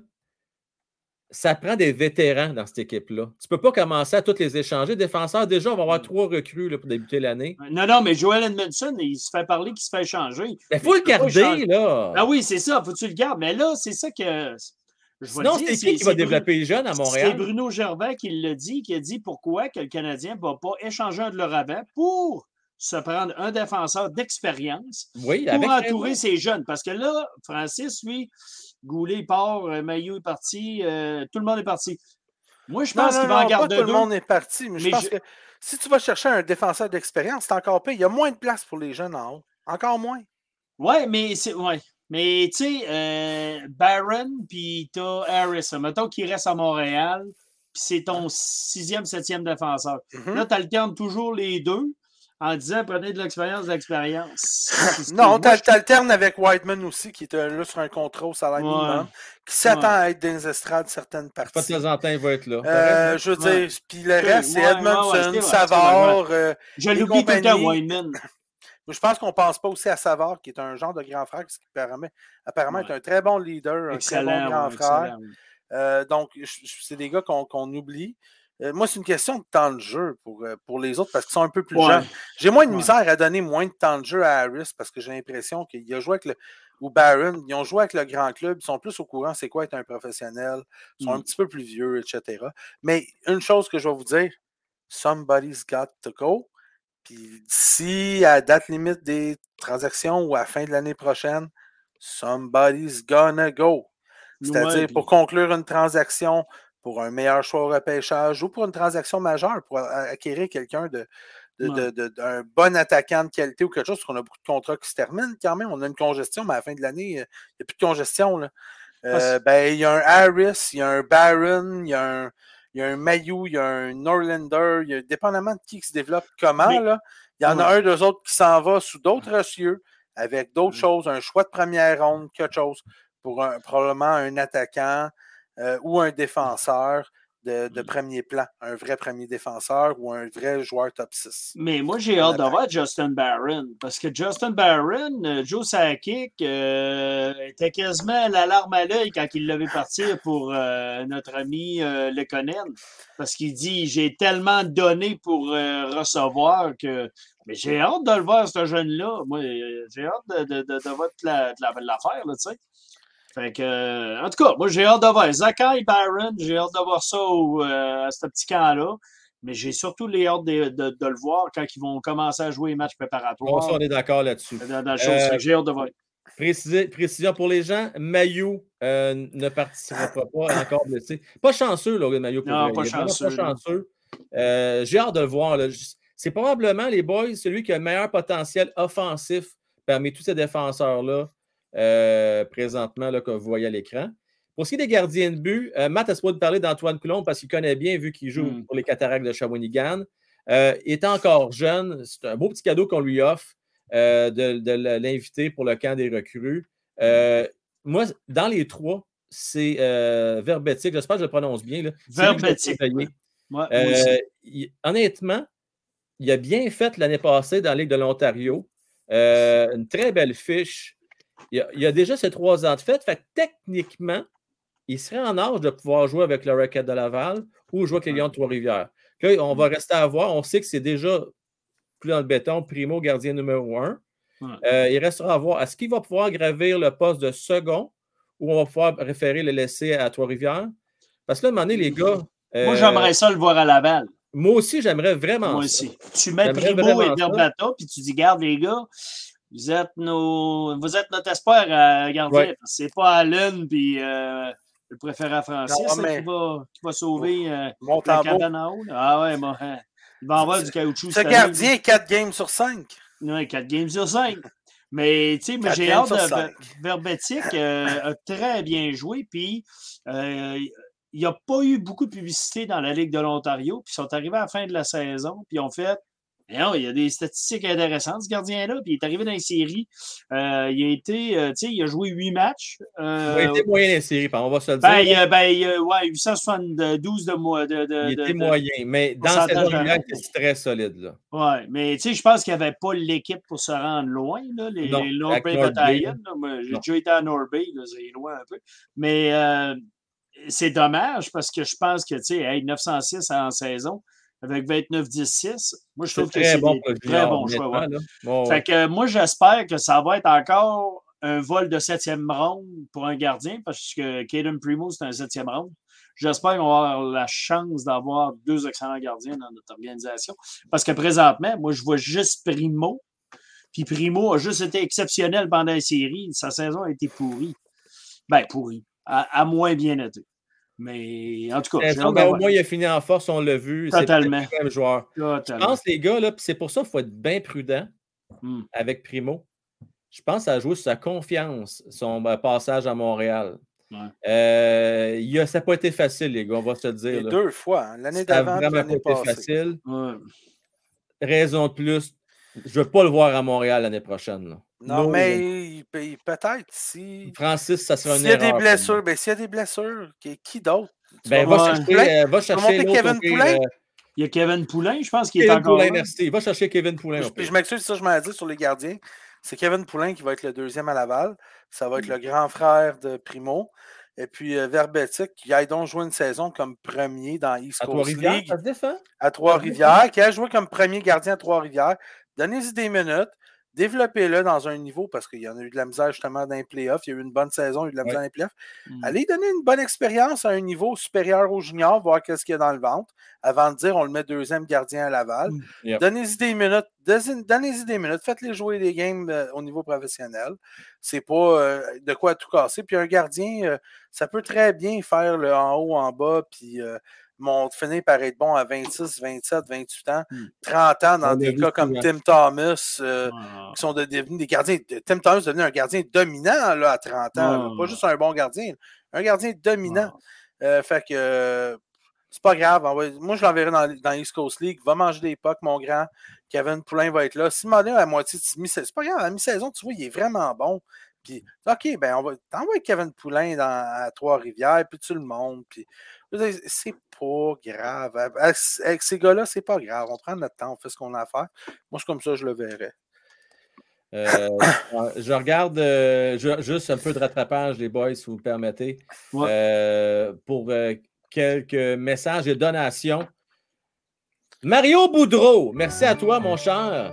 Ça prend des vétérans dans cette équipe-là. Tu ne peux pas commencer à tous les échanger. Défenseurs, déjà, on va avoir trois recrues là, pour débuter l'année. Non, non, mais Joel Edmondson, il se fait parler qu'il se fait échanger. Il faut le garder, là. Ah oui, c'est ça, faut que tu le gardes. Mais là, c'est ça que. Je Sinon, dire, c'est c'est qui qui va Bruno, développer les jeunes à Montréal? C'est Bruno Gervais qui l'a dit, qui a dit pourquoi que le Canadien ne va pas échanger un de leur avant pour se prendre un défenseur d'expérience oui, pour avec entourer ses jeunes. Parce que là, Francis, lui, Goulet part, euh, Maillot est parti, euh, tout le monde est parti. Moi, je pense qu'il va en garder deux. Tout le monde est parti, mais, mais je pense je... que si tu vas chercher un défenseur d'expérience, c'est encore pire. Il y a moins de place pour les jeunes en haut. Encore moins. Oui, mais c'est. Ouais. Mais tu sais, euh, Barron, puis t'as Harris. Mettons qu'il reste à Montréal, puis c'est ton sixième, septième défenseur. Mm-hmm. Là, tu alternes toujours les deux en disant prenez de l'expérience, de l'expérience. Non, tu alternes avec Whiteman aussi, qui est là sur un contrat au salaire minimum, ouais. qui s'attend ouais. à être dans les estrades certaines parties. Pas de temps en temps, il va être là. Euh, je veux ouais. dire, puis le reste, c'est ouais, Edmondson, ouais, Savard. Euh, je l'oublie tout le temps, Whiteman. Je pense qu'on ne pense pas aussi à Savard, qui est un genre de grand frère, qui permet, apparemment ouais. est un très bon leader, excellent, un très bon grand ouais, frère. Euh, donc, c'est des gars qu'on qu'on oublie. Euh, moi, c'est une question de temps de jeu pour, pour les autres parce qu'ils sont un peu plus ouais. jeunes. J'ai moins de misère ouais. à donner moins de temps de jeu à Harris parce que j'ai l'impression qu'il a joué avec le. Ou Barron, ils ont joué avec le grand club, ils sont plus au courant c'est quoi être un professionnel, ils sont mm. un petit peu plus vieux, et cetera. Mais une chose que je vais vous dire, somebody's got to go. Puis d'ici à la date limite des transactions ou à la fin de l'année prochaine, somebody's gonna go. C'est-à-dire ouais, pour conclure une transaction, pour un meilleur choix au repêchage ou pour une transaction majeure, pour acquérir quelqu'un de, de, ouais. de, de, d'un bon attaquant de qualité ou quelque chose, parce qu'on a beaucoup de contrats qui se terminent quand même. On a une congestion, mais à la fin de l'année, il n'y a plus de congestion. Là. Euh, ben, il y a un Harris, il y a un Barron, il y a un. Il y a un Maillot, il y a un Norlander, il y a dépendamment de qui, qui se développe comment, mais, là, il y en ouais. a un d'eux autres qui s'en va sous d'autres cieux, avec d'autres ouais. choses, un choix de première ronde, quelque chose, pour un, probablement un attaquant euh, ou un défenseur. de, de premier plan, un vrai premier défenseur ou un vrai joueur top six. Mais moi, j'ai hâte de voir Justin Barron, parce que Justin Barron, euh, Joe Sakic, euh, était quasiment la larme à l'œil quand il l'avait partir pour euh, notre ami euh, Lekonen, parce qu'il dit « J'ai tellement donné pour euh, recevoir que... » Mais j'ai hâte de le voir, ce jeune-là. Moi, j'ai hâte de, de, de, de voir toute la, de la, de l'affaire, là, tu sais. Fait que, euh, en tout cas, moi, j'ai hâte de voir Zakai Barron, j'ai hâte de voir ça au, euh, à ce petit camp-là. Mais j'ai surtout les hâte de, de, de le voir quand ils vont commencer à jouer les matchs préparatoires. Bon, ça, on est d'accord là-dessus. Dans, dans le chose, euh, j'ai hâte de voir. Préciser, précision pour les gens, Mailloux euh, ne participera pas, pas encore blessé. Pas chanceux, là, Mailloux. Pour non, pas chanceux, pas chanceux. Euh, j'ai hâte de le voir. Là. C'est probablement, les boys, celui qui a le meilleur potentiel offensif parmi tous ces défenseurs-là. Euh, présentement là, que vous voyez à l'écran. Pour ce qui est des gardiens de but, euh, Matt a pas de parler d'Antoine Coulombe parce qu'il connaît bien vu qu'il joue mm. pour les Cataractes de Shawinigan. Euh, il est encore jeune. C'est un beau petit cadeau qu'on lui offre euh, de, de l'inviter pour le camp des recrues. Euh, moi, dans les trois, c'est euh, Verbetic. J'espère que je le prononce bien. Là. Verbetic. Ouais, euh, il, honnêtement, il a bien fait l'année passée dans la Ligue de l'Ontario. Euh, une très belle fiche. Il a, il a déjà ses trois ans de fête. Fait que techniquement, il serait en âge de pouvoir jouer avec le Rocket de Laval ou jouer avec les Lions de Trois-Rivières. Là, on va rester à voir. On sait que c'est déjà plus dans le béton, primo gardien numéro un. Euh, il restera à voir. Est-ce qu'il va pouvoir gravir le poste de second ou on va pouvoir référer le laisser à Trois-Rivières? Parce que là, à un moment donné, les gars. Euh, moi, j'aimerais ça le voir à Laval. Moi aussi, j'aimerais vraiment moi ça. Moi aussi. Tu mets Primo et Verbata, puis tu dis, garde les gars. Vous êtes, nos, vous êtes notre espoir à garder. Ouais. C'est pas Allen puis euh, le préféré Francis non, mais... qui, va, qui va sauver euh, la cabane en haut. Là. Ah ouais, bon, hein, il va avoir du caoutchouc. Ce gardien, quatre games sur cinq. Oui, quatre games sur cinq. Mais tu sais, j'ai hâte de Verbetic euh, a très bien joué. Puis euh, il n'y a pas eu beaucoup de publicité dans la Ligue de l'Ontario. Puis ils sont arrivés à la fin de la saison. Puis ils ont fait. Non, il y a des statistiques intéressantes, ce gardien-là. Puis il est arrivé dans les séries. Euh, il a été, euh, tu sais, il a joué huit matchs. Euh, il a été moyen dans les séries, on va se le ben, dire. Il a, ben, il a, ouais, huit cent soixante-douze de mois. De, de, il était de, moyen, mais dans cette régulière, c'est très solide. Là. Oui, mais tu sais, je pense qu'il n'y avait pas l'équipe pour se rendre loin. Là, les, non, les North Bay Battalion. J'ai déjà été à North Bay, c'est loin un peu. Mais euh, c'est dommage parce que je pense que, tu sais, hey, neuf cent six en saison. Avec vingt-neuf dix six, moi, je trouve que c'est bon un très bon choix. Ouais. Bon, fait ouais. que moi, j'espère que ça va être encore un vol de septième ronde pour un gardien, parce que Caden Primo, c'est un septième ronde. J'espère qu'on va avoir la chance d'avoir deux excellents gardiens dans notre organisation. Parce que présentement, moi, je vois juste Primo. Puis Primo a juste été exceptionnel pendant la série. Sa saison a été pourrie. Ben, pourrie. À, à moins bien noté. Mais en tout cas, bon, ben, au moins, il a fini en force, on l'a vu. Totalement. C'est le même joueur. Totalement. Je pense, les gars, là, c'est pour ça qu'il faut être bien prudent mm. avec Primo. Je pense à jouer sur sa confiance, son passage à Montréal. Ouais. Euh, il a, ça n'a pas été facile, les gars, on va se le dire. Les là. deux fois. Hein. L'année d'avant, ça n'a vraiment l'année pas été passée. facile. Ouais. Raison de plus, je ne veux pas le voir à Montréal l'année prochaine. Là. Non, no, mais il, il, peut-être si. Francis, ça sera une erreur. S'il y a des blessures, ben, s'il y a des blessures, qui, qui d'autre? Ben, va, chercher, euh, va chercher Kevin Poulin. Euh, il y a Kevin Poulin, je pense qu'il Kevin est encore Poulin, là. merci. Va chercher Kevin Poulin. Puis, je m'excuse, ça je m'ai dit sur les gardiens. C'est Kevin Poulin qui va être le deuxième à Laval. Ça va être mm. le grand frère de Primo. Et puis euh, Verbetic, qui a donc joué une saison comme premier dans East Coast League. Ça se défend. À Trois-Rivières, qui a joué comme premier gardien à Trois-Rivières. Donnez-y des minutes. Développez-le dans un niveau, parce qu'il y en a eu de la misère justement dans les playoffs. Il y a eu une bonne saison, il y a eu de la misère ouais. dans les playoffs. Mm. Allez donner une bonne expérience à un niveau supérieur au junior, voir qu'est-ce qu'il y a dans le ventre, avant de dire on le met deuxième gardien à Laval. Mm. Yep. Donnez-y des minutes. Donnez-y des minutes. Faites-les jouer des games euh, au niveau professionnel. C'est pas euh, de quoi tout casser. Puis un gardien, euh, ça peut très bien faire le en haut, en bas, puis euh, Mon, finir par être bon à vingt-six, vingt-sept, vingt-huit ans, trente ans dans On des cas comme Tim Thomas, euh, wow. qui sont de, devenus des gardiens. Tim Thomas est devenu un gardien dominant là, à trente ans. Wow. Pas juste un bon gardien, un gardien dominant. Wow. Euh, fait que euh, c'est pas grave. Va, moi, je l'enverrai dans, dans East Coast League. Va manger des pucks, mon grand. Kevin Poulin va être là. Si Modé à la moitié de mi-saison, c'est pas grave. À la mi-saison, tu vois, il est vraiment bon. Puis, OK, ben on va t'envoyer Kevin Poulin dans, à Trois-Rivières, puis tout le monde. Puis, c'est pas grave. Avec, avec ces gars-là, c'est pas grave. On prend notre temps, on fait ce qu'on a à faire. Moi, c'est comme ça, je le verrais. Euh, je regarde euh, je, juste un peu de rattrapage, les boys, si vous me permettez, ouais. euh, pour euh, quelques messages et donations. Mario Boudreau, merci à toi, mon cher.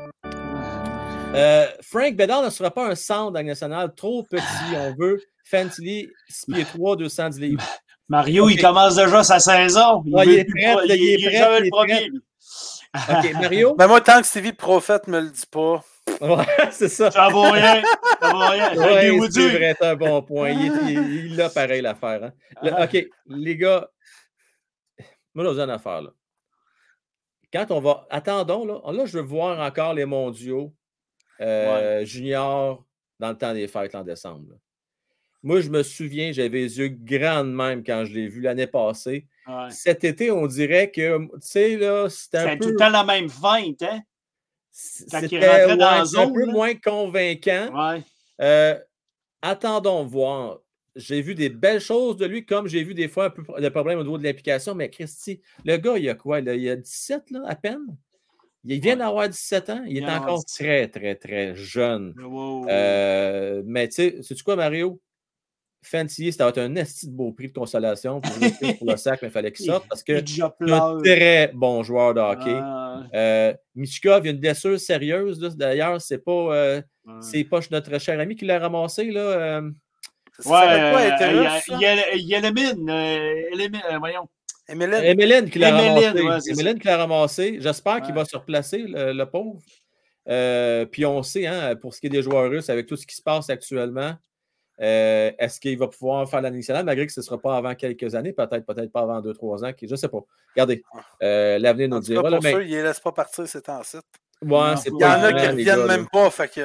Euh, Frank Bedard ne sera pas un centre dans le national trop petit. On veut Fantilli, six pieds trois, deux cent dix livres. Mario, okay. Il commence déjà sa saison. Il, ouais, il est prêt. Il, il, il est prêt. Il est prêt. OK, Mario. Ben moi, tant que Stevie Prophète me le dit pas. Ouais, c'est ça. Ça vaut rien. Ça vaut rien. Ouais, c'est vrai, c'est un bon point. Il, il, il a pareil l'affaire. Hein. Le, OK, les gars, moi, j'ai une affaire, là. Quand on va... Attendons, là. Là, je veux voir encore les mondiaux euh, ouais. juniors dans le temps des fêtes en décembre. Là. Moi, je me souviens, j'avais les yeux grands de même quand je l'ai vu l'année passée. Ouais. Cet été, on dirait que, tu sais, là, c'était un peu... tout le temps la même feinte, hein? C'était ouais, un zone, peu là. Moins convaincant. Ouais. Euh, attendons voir. J'ai vu des belles choses de lui, comme j'ai vu des fois un peu de problèmes au niveau de l'implication, mais Christy, le gars, il a quoi? Là? Il a dix-sept, là, à peine? Il vient ouais. d'avoir dix-sept ans. Il, il est encore très, très, très jeune. Wow. Euh, mais tu sais, sais-tu quoi, Mario? Fantilli, ça va être un esti de beau prix de consolation pour, pour le sac, mais il fallait qu'il sorte parce que c'est un très bon joueur de hockey. Ah. Euh, Michkov, il y a une blessure sérieuse. Là. D'ailleurs, c'est pas, euh, ah. c'est pas notre cher ami qui l'a ramassé. Là. Euh, ouais, euh, il y a Elémine. Elémine, voyons. Emeline. Emeline qui l'a Emeline, ramassé. Ouais, Emeline qui l'a ramassé. J'espère ouais. qu'il va se replacer, le, le pauvre. Euh, puis on sait, hein, pour ce qui est des joueurs russes, avec tout ce qui se passe actuellement, Euh, est-ce qu'il va pouvoir faire la nationale, malgré que ce ne sera pas avant quelques années, peut-être, peut-être pas avant deux trois ans, je ne sais pas. Regardez, euh, l'avenir nous dira. Pour là, mais... ceux, ils ne laissent pas partir ces temps-ci. Ouais, c'est il y en a qui ne reviennent même là. Pas. Fait que...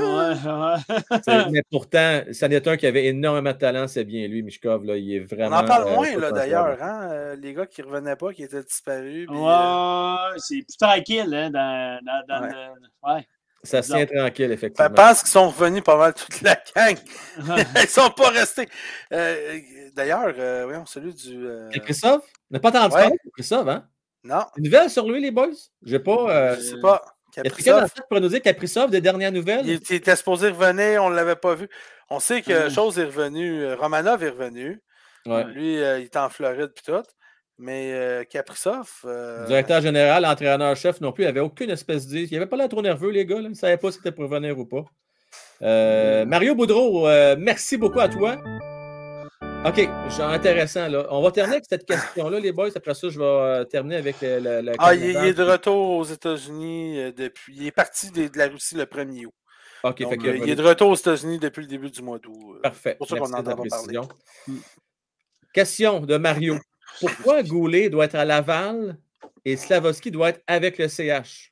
ouais. Mais pourtant, c'en est un qui avait énormément de talent, c'est bien lui, Michkov. Là, il est vraiment. On en parle moins, euh, d'ailleurs, hein, les gars qui ne revenaient pas, qui étaient disparus. Puis, ouais, euh... c'est plus tranquille, hein, dans, dans, dans ouais. le. Ouais. Ça se tient tranquille, effectivement. Je pense qu'ils sont revenus pas mal toute la gang. Ils ne sont pas restés. Euh, D'ailleurs, euh, voyons, celui du. Euh... Kaprizov? On n'a pas entendu parler de Kaprizov, hein? Non. Une nouvelle sur lui, les boys? Je ne sais pas. Euh... Je sais pas. Il y a quelqu'un dans le pour nous dire Kaprizov des dernières nouvelles? Il, il était supposé revenir, on ne l'avait pas vu. On sait que mmh. Chose est revenu. Romanov est revenu. Ouais. Lui, euh, il est en Floride et tout. Mais euh, Kaprizov. Euh... Directeur général, entraîneur-chef non plus, il n'y avait aucune espèce d'idée. Il n'y avait pas l'air trop nerveux, les gars. Là. Ils ne savaient pas si c'était pour revenir ou pas. Euh, Mario Boudreau, euh, merci beaucoup à toi. OK, intéressant. Là. On va terminer avec cette question-là, les boys. Après ça, je vais euh, terminer avec le. le, le ah, il, il est de retour aux États-Unis euh, depuis. Il est parti de, de la Russie le premier août. OK, Donc, fait que, euh, il est de retour aux États-Unis depuis le début du mois d'août. Parfait. C'est pour ça qu'on en a parlé. Question de Mario. Pourquoi Goulet doit être à Laval et Slafkovský doit être avec le C H?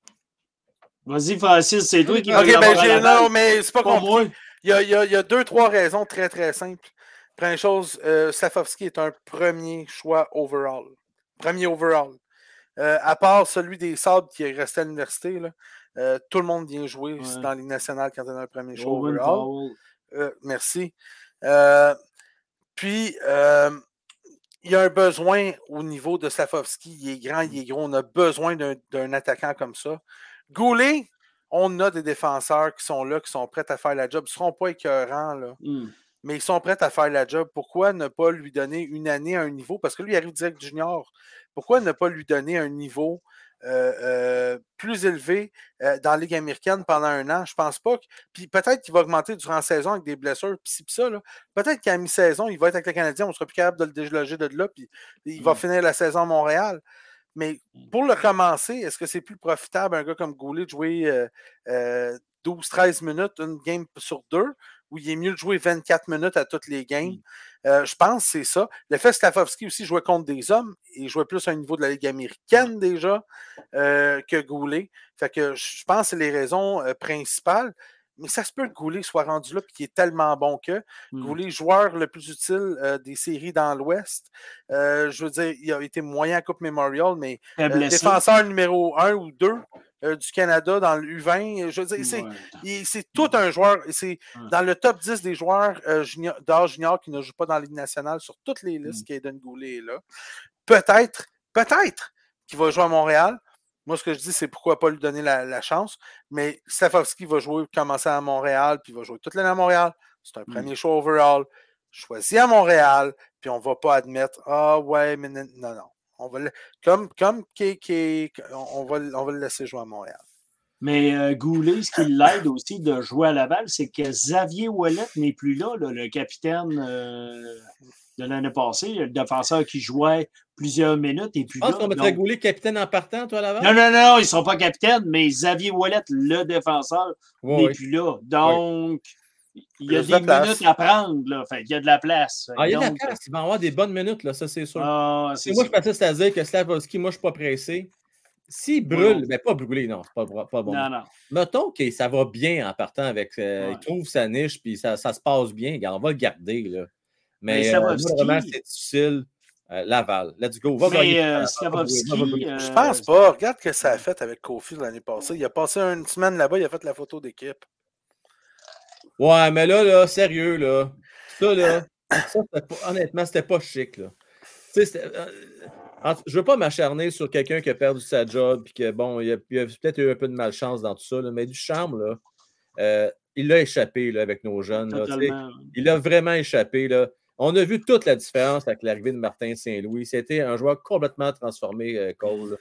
Vas-y, Francis, c'est toi qui vas okay, ben, j'ai, Non, mais c'est pas compliqué. Il y, a, il, y a, il y a deux, trois raisons très, très simples. Première chose, euh, Slafkovský est un premier choix overall. Premier overall. Euh, à part celui des Sabres qui est resté à l'université, là, euh, tout le monde vient jouer ouais. dans les nationales quand on a un premier choix Owen overall. Euh, merci. Euh, puis, euh, il y a un besoin au niveau de Slafkovský. Il est grand, il est gros. On a besoin d'un, d'un attaquant comme ça. Goulet, on a des défenseurs qui sont là, qui sont prêts à faire la job. Ils ne seront pas écœurants, là. Mm. Mais ils sont prêts à faire la job. Pourquoi ne pas lui donner une année à un niveau? Parce que lui, il arrive direct junior. Pourquoi ne pas lui donner un niveau euh, euh, plus élevé euh, dans la Ligue américaine pendant un an? Je pense pas. Que... Puis peut-être qu'il va augmenter durant la saison avec des blessures. Puis ci, puis ça, là. Peut-être qu'à mi-saison, il va être avec le Canadien. On ne sera plus capable de le déloger de là. Puis il mm. va finir la saison à Montréal. Mais pour le commencer, est-ce que c'est plus profitable un gars comme Goulet de jouer euh, euh, douze treize minutes, une game sur deux, ou il est mieux de jouer vingt-quatre minutes à toutes les games? Euh, je pense que c'est ça. Le fait que Slafkovský aussi jouait contre des hommes, il jouait plus à un niveau de la Ligue américaine déjà euh, que Goulet. Fait que je pense que c'est les raisons euh, principales. Mais ça se peut que Goulet soit rendu là et qu'il est tellement bon que mm. Goulet, joueur le plus utile euh, des séries dans l'Ouest. Euh, je veux dire, il a été moyen à Coupe Memorial, mais euh, défenseur numéro un ou deux euh, du Canada dans le U vingt. Je veux dire, c'est, Ouais. il, c'est tout un joueur. C'est Ouais. dans le top dix des joueurs euh, junior, d'âge junior qui ne jouent pas dans la Ligue nationale sur toutes les listes. Mm. qu'Aiden Goulet est là. Peut-être, peut-être qu'il va jouer à Montréal. Moi, ce que je dis, c'est pourquoi pas lui donner la, la chance. Mais Slafkovský va jouer, commencer à Montréal, puis il va jouer toute l'année à Montréal. C'est un mm. premier choix overall. Choisi à Montréal, puis on ne va pas admettre « Ah ouais, mais non, non. » On va le, comme comme K K, on va, on va le laisser jouer à Montréal. Mais euh, Goulet, ce qui l'aide aussi de jouer à Laval, c'est que Xavier Ouellet n'est plus là, là le capitaine euh, de l'année passée, le défenseur qui jouait plusieurs minutes et plus là. Je pense qu'on mettrait donc... Goulet capitaine en partant, toi, à Laval? Non, non, non, ils ne seront pas capitaines, mais Xavier Ouellet, le défenseur, oui, n'est oui. plus là. Donc... Oui. Il y a Plus des de minutes à prendre, là. Fait, il y a de la place. Ah, il y a de donc... la place. Il va y avoir des bonnes minutes, là, ça, c'est sûr. Ah, c'est moi, sûr. je persiste à dire que Slafkovský, moi, je ne suis pas pressé. S'il brûle, mais ben, pas brûlé, non, c'est pas, pas bon. Non, non. Mettons que ça va bien en partant avec. Euh, ouais. Il trouve sa niche, puis ça, ça se passe bien. On va le garder, là. Mais, mais Slafkovský... euh, vraiment, c'est difficile. Euh, Laval, let's go. Va mais euh, Slafkovský, euh... je pense pas. Regarde ce que ça a fait avec Kofi l'année passée. Il a passé une semaine là-bas, il a fait la photo d'équipe. Ouais, mais là, là, sérieux, là. Ça, là, ça, c'était pas, honnêtement, c'était pas chic, là. Tu sais, euh, je veux pas m'acharner sur quelqu'un qui a perdu sa job, puis que, bon, il a, il a peut-être eu un peu de malchance dans tout ça, là, mais du charme, là, euh, il l'a échappé, là, avec nos jeunes, là. Il a vraiment échappé, là. On a vu toute la différence avec l'arrivée de Martin Saint-Louis. C'était un joueur complètement transformé, euh, Cole,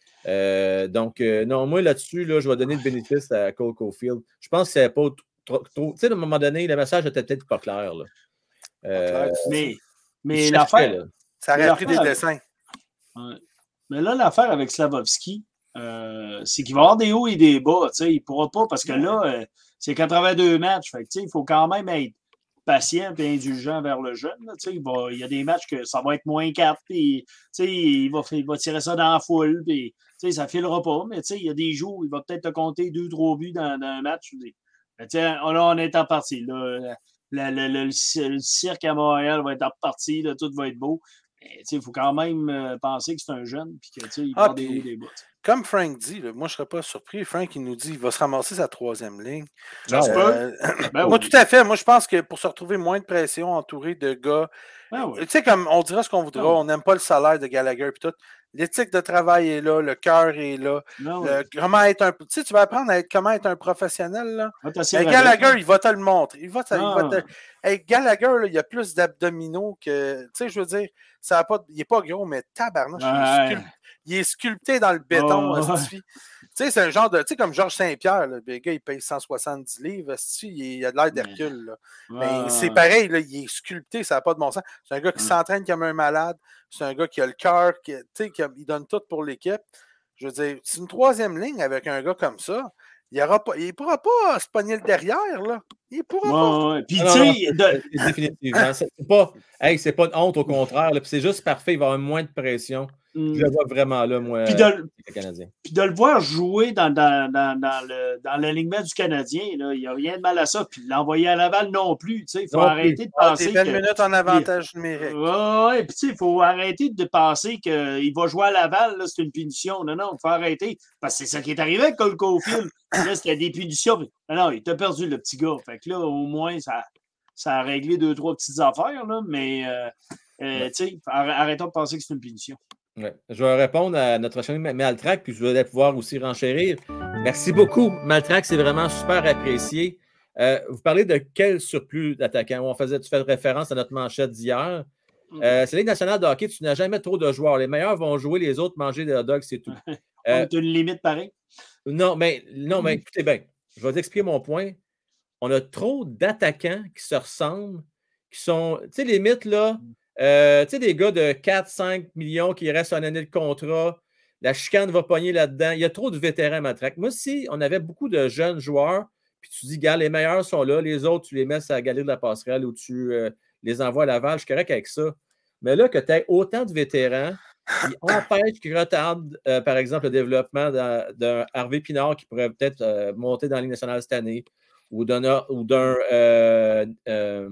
euh, donc, euh, non, moi, là-dessus, là, je vais donner le bénéfice à Cole Caulfield. Je pense que c'est pas... Trop, trop, tu sais, à un moment donné, le message était peut-être pas clair. Là. Euh, mais mais l'affaire. Ça aurait pris des avec, dessins. Ouais. Mais là, l'affaire avec Slafkovský, euh, c'est qu'il va y avoir des hauts et des bas. Il ne pourra pas parce que là, euh, c'est quatre-vingt-deux matchs. Fait que, il faut quand même être patient et indulgent vers le jeune. Là, il, va, il y a des matchs que ça va être moins quatre. Puis, il, va, il va tirer ça dans la foule. Puis, ça ne filera pas. Mais il y a des jours où il va peut-être te compter deux, trois buts dans, dans un match. Tiens, là, on est en partie. Là. Le, le, le, le cirque à Montréal va être en partie. Là, tout va être beau. Il faut quand même euh, penser que c'est un jeune et qu'il va ah, des hauts des bas. Comme Frank dit, là, moi, je ne serais pas surpris. Frank, il nous dit qu'il va se ramasser sa troisième ligne. Ça se euh, peut. Ben moi, oui. Tout à fait. Moi, je pense que pour se retrouver moins de pression, entouré de gars, ben oui. tu sais, comme on dira ce qu'on voudra, ben oui. on n'aime pas le salaire de Gallagher et tout. L'éthique de travail est là, le cœur est là. Ben le, oui. Comment être un, tu sais, tu vas apprendre à être comment être un professionnel. Là. Hey, Gallagher, il va te le montrer. Il va te, il va te, hey, Gallagher, là, il y a plus d'abdominaux que, tu sais, je veux dire, ça a pas, il n'est pas gros, mais tabarnouche, ouais. il, est sculpté, il est sculpté dans le béton. Oh, tu sais, c'est un genre de, tu sais, comme Georges Saint-Pierre, là, le gars, il paye cent soixante-dix livres, il a de l'air d'Hercule. Là. Ouais. Mais c'est pareil, là, il est sculpté, ça n'a pas de bon sens. C'est un gars qui ouais. s'entraîne comme un malade. C'est un gars qui a le cœur, qui, qui donne tout pour l'équipe. Je veux dire, c'est une troisième ligne avec un gars comme ça. Il ne pourra pas se pogner le derrière, là. Il ne pourra ouais, pas. Ouais. Puis, tu sais, de... définitivement. C'est pas, hey, c'est pas une honte, au contraire. Là, c'est juste parfait. Il va y avoir moins de pression. Mm. Je le vois vraiment là, moi, puis de, le Canadien. Puis de le voir jouer dans, dans, dans, dans, le, dans l'alignement du Canadien, il n'y a rien de mal à ça. Puis l'envoyer à Laval non plus. Il faut non arrêter plus. de penser. Ah, des belles minutes en avantage il... numérique. Oui, puis il faut arrêter de penser qu'il va jouer à Laval, là, c'est une punition. Non, non, il faut arrêter. Parce que c'est ça qui est arrivé avec Cole Caulfield. Là, c'était des punitions. Non, non, il t'a perdu, le petit gars. Fait que là, au moins, ça, ça a réglé deux, trois petites affaires. Là, mais euh, euh, tu sais, arrêtons de penser que c'est une punition. Ouais. Je vais répondre à notre cher Maltrac, puis je vais pouvoir aussi renchérir. Merci beaucoup, Maltrac, c'est vraiment super apprécié. Euh, vous parlez de quel surplus d'attaquants? On faisait, tu fais référence à notre manchette d'hier. Euh, c'est la Ligue nationale de hockey, tu n'as jamais trop de joueurs. Les meilleurs vont jouer, les autres manger des hot dogs, c'est tout. Euh, tu as une limite pareil? Non, mais, non, mais écoutez bien, je vais t'expliquer mon point. On a trop d'attaquants qui se ressemblent, qui sont, tu sais, les mythes, là, Euh, tu sais, des gars de quatre à cinq millions qui restent en année de contrat, la chicane va pogner là-dedans. Il y a trop de vétérans à Matraque. Moi, si on avait beaucoup de jeunes joueurs, puis tu dis, gars, les meilleurs sont là, les autres, tu les mets à la galerie de la passerelle ou tu euh, les envoies à Laval, je suis correct avec ça. Mais là, que tu aies autant de vétérans qui empêchent, qui retardent, euh, par exemple, le développement d'un, d'un Harvey Pinard qui pourrait peut-être euh, monter dans la Ligue nationale cette année, ou d'un. Ou d'un euh, euh,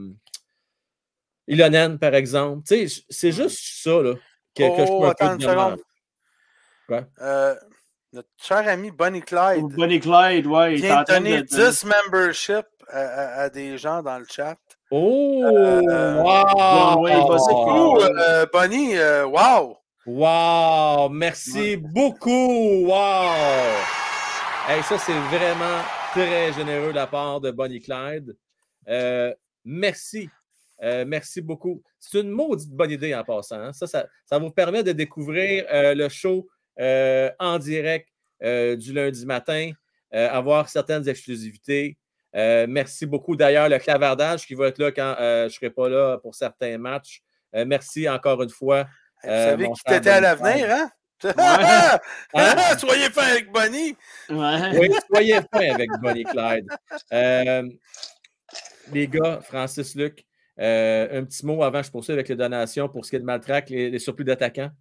Ilonen, par exemple. Tu sais, c'est juste ça là, que, oh, que je peux attends une seconde. Quoi? Euh, notre cher ami Bonnie Clyde. Bonnie Clyde, oui. Il vient de donner dix memberships à, à, à des gens dans le chat. Oh! Euh, wow! Ouais, oh, euh, Bonnie, euh, wow! Wow! Merci ouais. beaucoup! Wow! Hey, ça, c'est vraiment très généreux de la part de Bonnie Clyde. Euh, merci. Euh, merci beaucoup. C'est une maudite bonne idée en passant. Hein? Ça, ça, ça vous permet de découvrir euh, le show euh, en direct euh, du lundi matin, euh, avoir certaines exclusivités. Euh, merci beaucoup. D'ailleurs, le clavardage qui va être là quand euh, je ne serai pas là pour certains matchs. Euh, merci encore une fois. Vous euh, savez qui t'étais à l'avenir, hein? Ouais. Hein? Soyez fin avec Bonnie. Ouais. Oui, soyez fin avec Bonnie Clyde. Euh, les gars, Francis, Luc, euh, un petit mot avant, je poursuis avec les donations pour ce qui est de Maltraque, les, les surplus d'attaquants.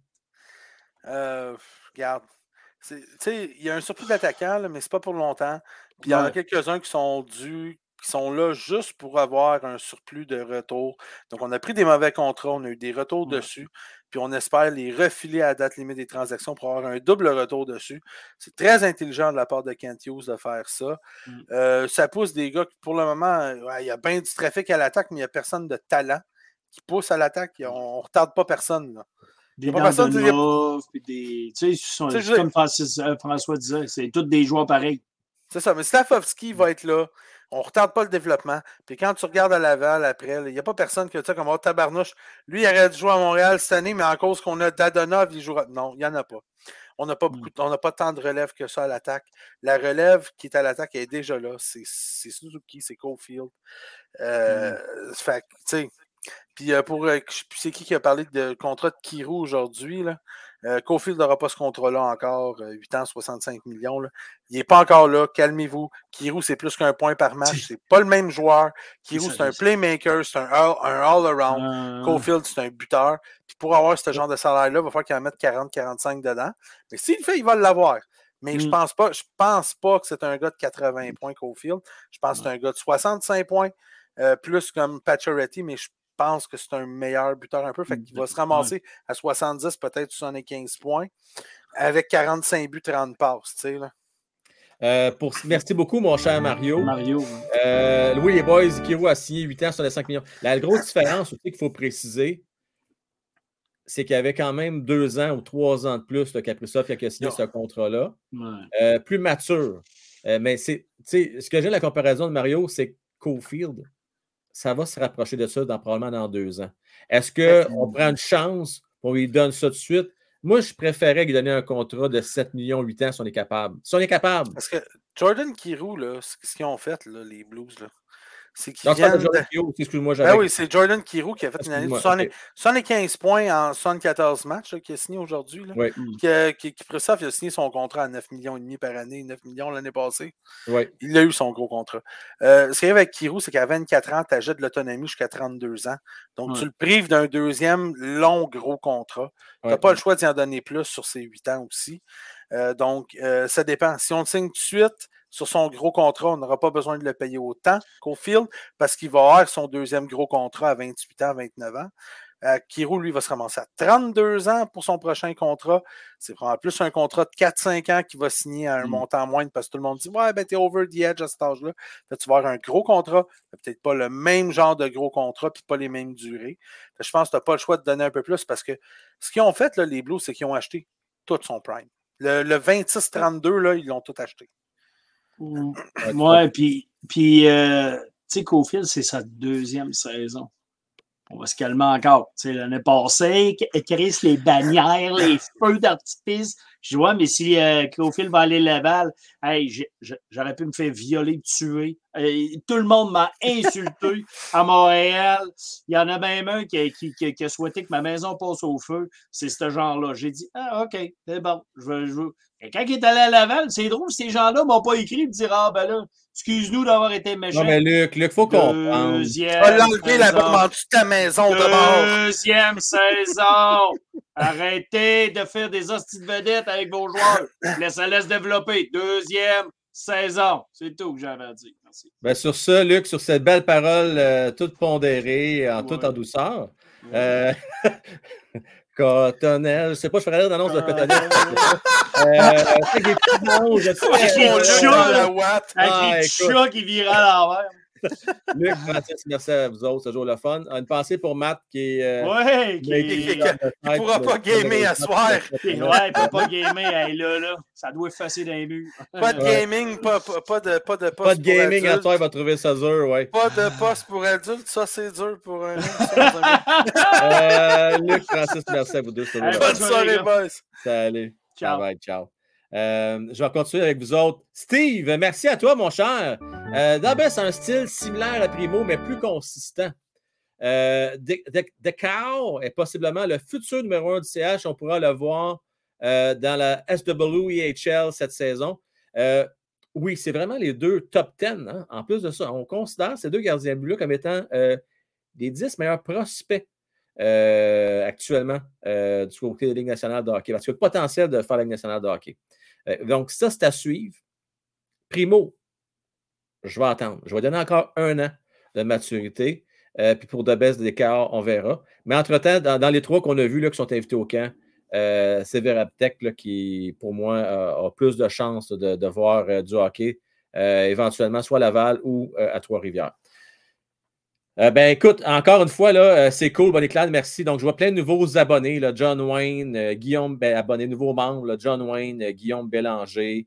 Euh, regarde, tu sais, il y a un surplus d'attaquants, là, mais c'est pas pour longtemps. Puis il y en a quelques-uns qui sont dus, qui sont là juste pour avoir un surplus de retour. Donc, on a pris des mauvais contrats, on a eu des retours ouais. dessus, puis on espère les refiler à la date limite des transactions pour avoir un double retour dessus. C'est très intelligent de la part de Kent Hughes de faire ça. Mm. Euh, ça pousse des gars qui, pour le moment, ouais, il y a bien du trafic à l'attaque, mais il n'y a personne de talent qui pousse à l'attaque. On ne retarde pas personne, là. Des Dandenov, puis des... Tu sais, c'est comme Francis, euh, François disait, c'est tous des joueurs pareils. C'est ça, mais Stafovski va être là. On ne retarde pas le développement. Puis quand tu regardes à Laval après, il n'y a pas personne qui a dit comme oh, tabarnouche. Lui, il aurait dû jouer à Montréal cette année, mais en cause qu'on a Dadonov, il jouera. Non, il n'y en a pas. On n'a pas beaucoup, on n'a pas tant de relève que ça à l'attaque. La relève qui est à l'attaque est déjà là. C'est, c'est Suzuki, c'est Caulfield. Euh, mm. Fait tu sais. Puis euh, pour euh, c'est qui qui a parlé de contrat de Kirou aujourd'hui, là? Euh, Caulfield n'aura pas ce contrat-là encore, euh, huit ans, soixante-cinq millions. Là. Il n'est pas encore là, calmez-vous. Kirou, c'est plus qu'un point par match. C'est pas le même joueur. Kirou, c'est, c'est un playmaker, c'est un, all, un all-around. Euh... Caulfield, c'est un buteur. Puis pour avoir ce genre de salaire-là, il va falloir qu'il en mette quarante à quarante-cinq dedans. Mais s'il le fait, il va l'avoir. Mais mm. je pense pas, je pense pas que c'est un gars de quatre-vingts points Caulfield. Je pense que c'est un gars de soixante-cinq points, euh, plus comme Pacioretty, mais je Je pense que c'est un meilleur buteur un peu. Fait qu'il va se ramasser ouais. à soixante-dix, peut-être soixante-quinze points, avec quarante-cinq buts, trente passes. Tu sais, là. Euh, pour... Merci beaucoup, mon cher Mario. Mario. Euh, Louis les Boys, Kirou a signé huit ans sur les cinq millions. La grosse différence aussi qu'il faut préciser, c'est qu'il y avait quand même deux ans ou trois ans de plus de Kaprizov qui a signé non. ce contrat-là. Ouais. Euh, plus mature. Euh, mais c'est, ce que j'ai de la comparaison de Mario, c'est Caulfield. Ça va se rapprocher de ça dans, probablement dans deux ans. Est-ce qu'on prend une chance, on lui donne ça tout de suite? Moi, je préférais lui donner un contrat de sept millions, huit ans si on est capable. Si on est capable. Parce que Jordan Kirou, là, ce qu'ils ont fait, là, les Blues, là, c'est qu'ils non, viennent... C'est Jordan Kirou, excuse-moi. Ben oui, c'est Jordan Kirou qui a fait une année de soixante-quinze points en soixante-quatorze matchs, là, qui a signé aujourd'hui. Là, oui. Qui, qui, qui, il a signé son contrat à neuf virgule cinq millions par année, neuf millions l'année passée. Oui. Il a eu son gros contrat. Euh, ce qui arrive avec Kirou, c'est qu'à vingt-quatre ans, tu achètes de l'autonomie jusqu'à trente-deux ans. Donc, oui. tu le prives d'un deuxième long gros contrat. Tu n'as oui. pas le choix d'y en donner plus sur ces huit ans aussi. Euh, donc, euh, ça dépend. Si on le signe tout de suite, sur son gros contrat, on n'aura pas besoin de le payer autant qu'au Field parce qu'il va avoir son deuxième gros contrat à vingt-huit ans, vingt-neuf ans. Euh, Kirou, lui, va se ramasser à trente-deux ans pour son prochain contrat. C'est probablement plus un contrat de quatre à cinq ans qui va signer à un mmh. montant moindre parce que tout le monde dit « Ouais, ben t'es over the edge à cet âge-là. » Tu vas avoir un gros contrat, peut-être pas le même genre de gros contrat puis pas les mêmes durées. Je pense que tu n'as pas le choix de donner un peu plus parce que ce qu'ils ont fait, là, les Blues, c'est qu'ils ont acheté tout son prime. Le, le vingt-six trente-deux, là, ils l'ont tout acheté. Ouais, puis, puis euh, tu sais, Caulfield, c'est sa deuxième saison. On va se calmer encore. Tu sais, l'année passée, Chris, les bannières, les feux d'artifice. Je dis, ouais, mais si euh, Caulfield va aller Laval, hey, j'ai, j'aurais pu me faire violer, tuer. Euh, tout le monde m'a insulté à Montréal. Il y en a même un qui, qui, qui, qui a souhaité que ma maison passe au feu. C'est ce genre-là. J'ai dit, ah, OK, c'est bon. Je veux, je veux. Et quand il est allé à Laval, c'est drôle, ces gens-là m'ont pas écrit et me dire, ah, ben là, excuse-nous d'avoir été méchants. Non, mais Luc, Luc, faut comprendre. Deuxième. Tu vas l'enlever la bombe en dessous de ta maison d'abord. Deuxième saison. Arrêtez de faire des hosties de vedettes avec vos joueurs. Laissez-les se développer. Deuxième saison. C'est tout que j'avais à dire. Merci. Ben, sur ça, Luc, sur cette belle parole euh, toute pondérée, en, ouais. toute en douceur, Euh... Cotonnelle. Je ne sais pas, je ferais l'annonce de Cotonnelle. euh, avec des petits anges. Avec les petits chats, avec Ah, les petits chats qui virent à l'envers. Luc, Francis, merci à vous autres, c'est toujours le fun. Une pensée pour Matt qui est. Euh, ouais, qui ne pourra pas gamer à soir. Ouais, il ne peut pas gamer. Hey, là, là, ça doit effacer dans les murs. Pas de gaming, pas, pas, pas de pas de poste Pas de gaming à soir, il va trouver ça dur, ouais. Pas de poste pour adultes, ça c'est dur pour un. euh, Luc, Francis, merci à vous deux. Hey, bonne soirée, boys. Salut. Ciao. Bye, ciao. Euh, je vais continuer avec vous autres. Steve, merci à toi, mon cher. Euh, D'abord, c'est un style similaire à Primo, mais plus consistant. Euh, Decal est possiblement le futur numéro un du C H. On pourra le voir euh, dans la S W E H L cette saison. Euh, oui, c'est vraiment les deux top dix. Hein? En plus de ça, on considère ces deux gardiens bleus comme étant euh, les dix meilleurs prospects euh, actuellement euh, du côté de la Ligue nationale de hockey. Parce qu'il y a le potentiel de faire la Ligue nationale de hockey. Euh, donc, ça, c'est à suivre. Primo, je vais attendre. Je vais donner encore un an de maturité. Euh, puis pour de baisse d'écart, on verra. Mais entre-temps, dans, dans les trois qu'on a vus là, qui sont invités au camp, euh, c'est Veraptek là, qui, pour moi, euh, a plus de chances de, de voir euh, du hockey, euh, éventuellement soit à Laval ou euh, à Trois-Rivières. Euh, ben écoute, encore une fois, là, euh, c'est cool, Bonnie Claude, merci. Donc, je vois plein de nouveaux abonnés, là, John Wayne, euh, Guillaume, ben, abonnés, nouveaux membres, là, John Wayne, euh, Guillaume Bélanger.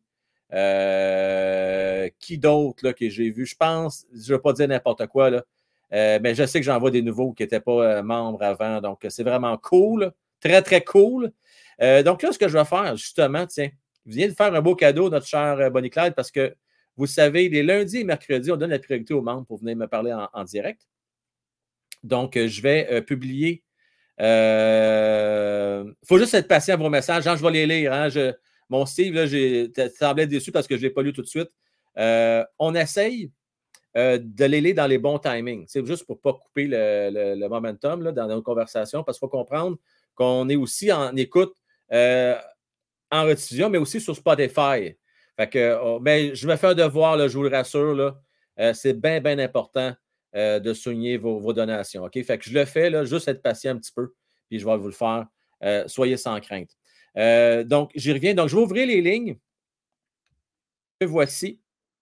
Euh, qui d'autre là, que j'ai vu? Je pense, je ne vais pas dire n'importe quoi, là, euh, mais je sais que j'en vois des nouveaux qui n'étaient pas euh, membres avant, donc c'est vraiment cool, très, très cool. Euh, donc là, ce que je vais faire, justement, tiens, vous venez de faire un beau cadeau, notre cher euh, Bonnie Claude, parce que vous savez, les lundis et mercredis, on donne la priorité aux membres pour venir me parler en, en direct. Donc, euh, je vais euh, publier. Il euh, faut juste être patient à vos messages. Hein, je vais les lire. Hein, je, mon Steve, là, j'ai semblé déçu parce que je ne l'ai pas lu tout de suite. Euh, on essaye euh, de les lire dans les bons timings. C'est juste pour ne pas couper le, le, le momentum là, dans nos conversations, parce qu'il faut comprendre qu'on est aussi en écoute euh, en rediffusion, mais aussi sur Spotify. Fait que, oh, ben, je me fais un devoir, là, je vous le rassure. Là, euh, c'est bien, bien important euh, de souligner vos, vos donations. Okay? Fait que je le fais, là, juste être patient un petit peu, puis je vais vous le faire. Euh, soyez sans crainte. Euh, donc, j'y reviens. Donc, je vais ouvrir les lignes. Voici.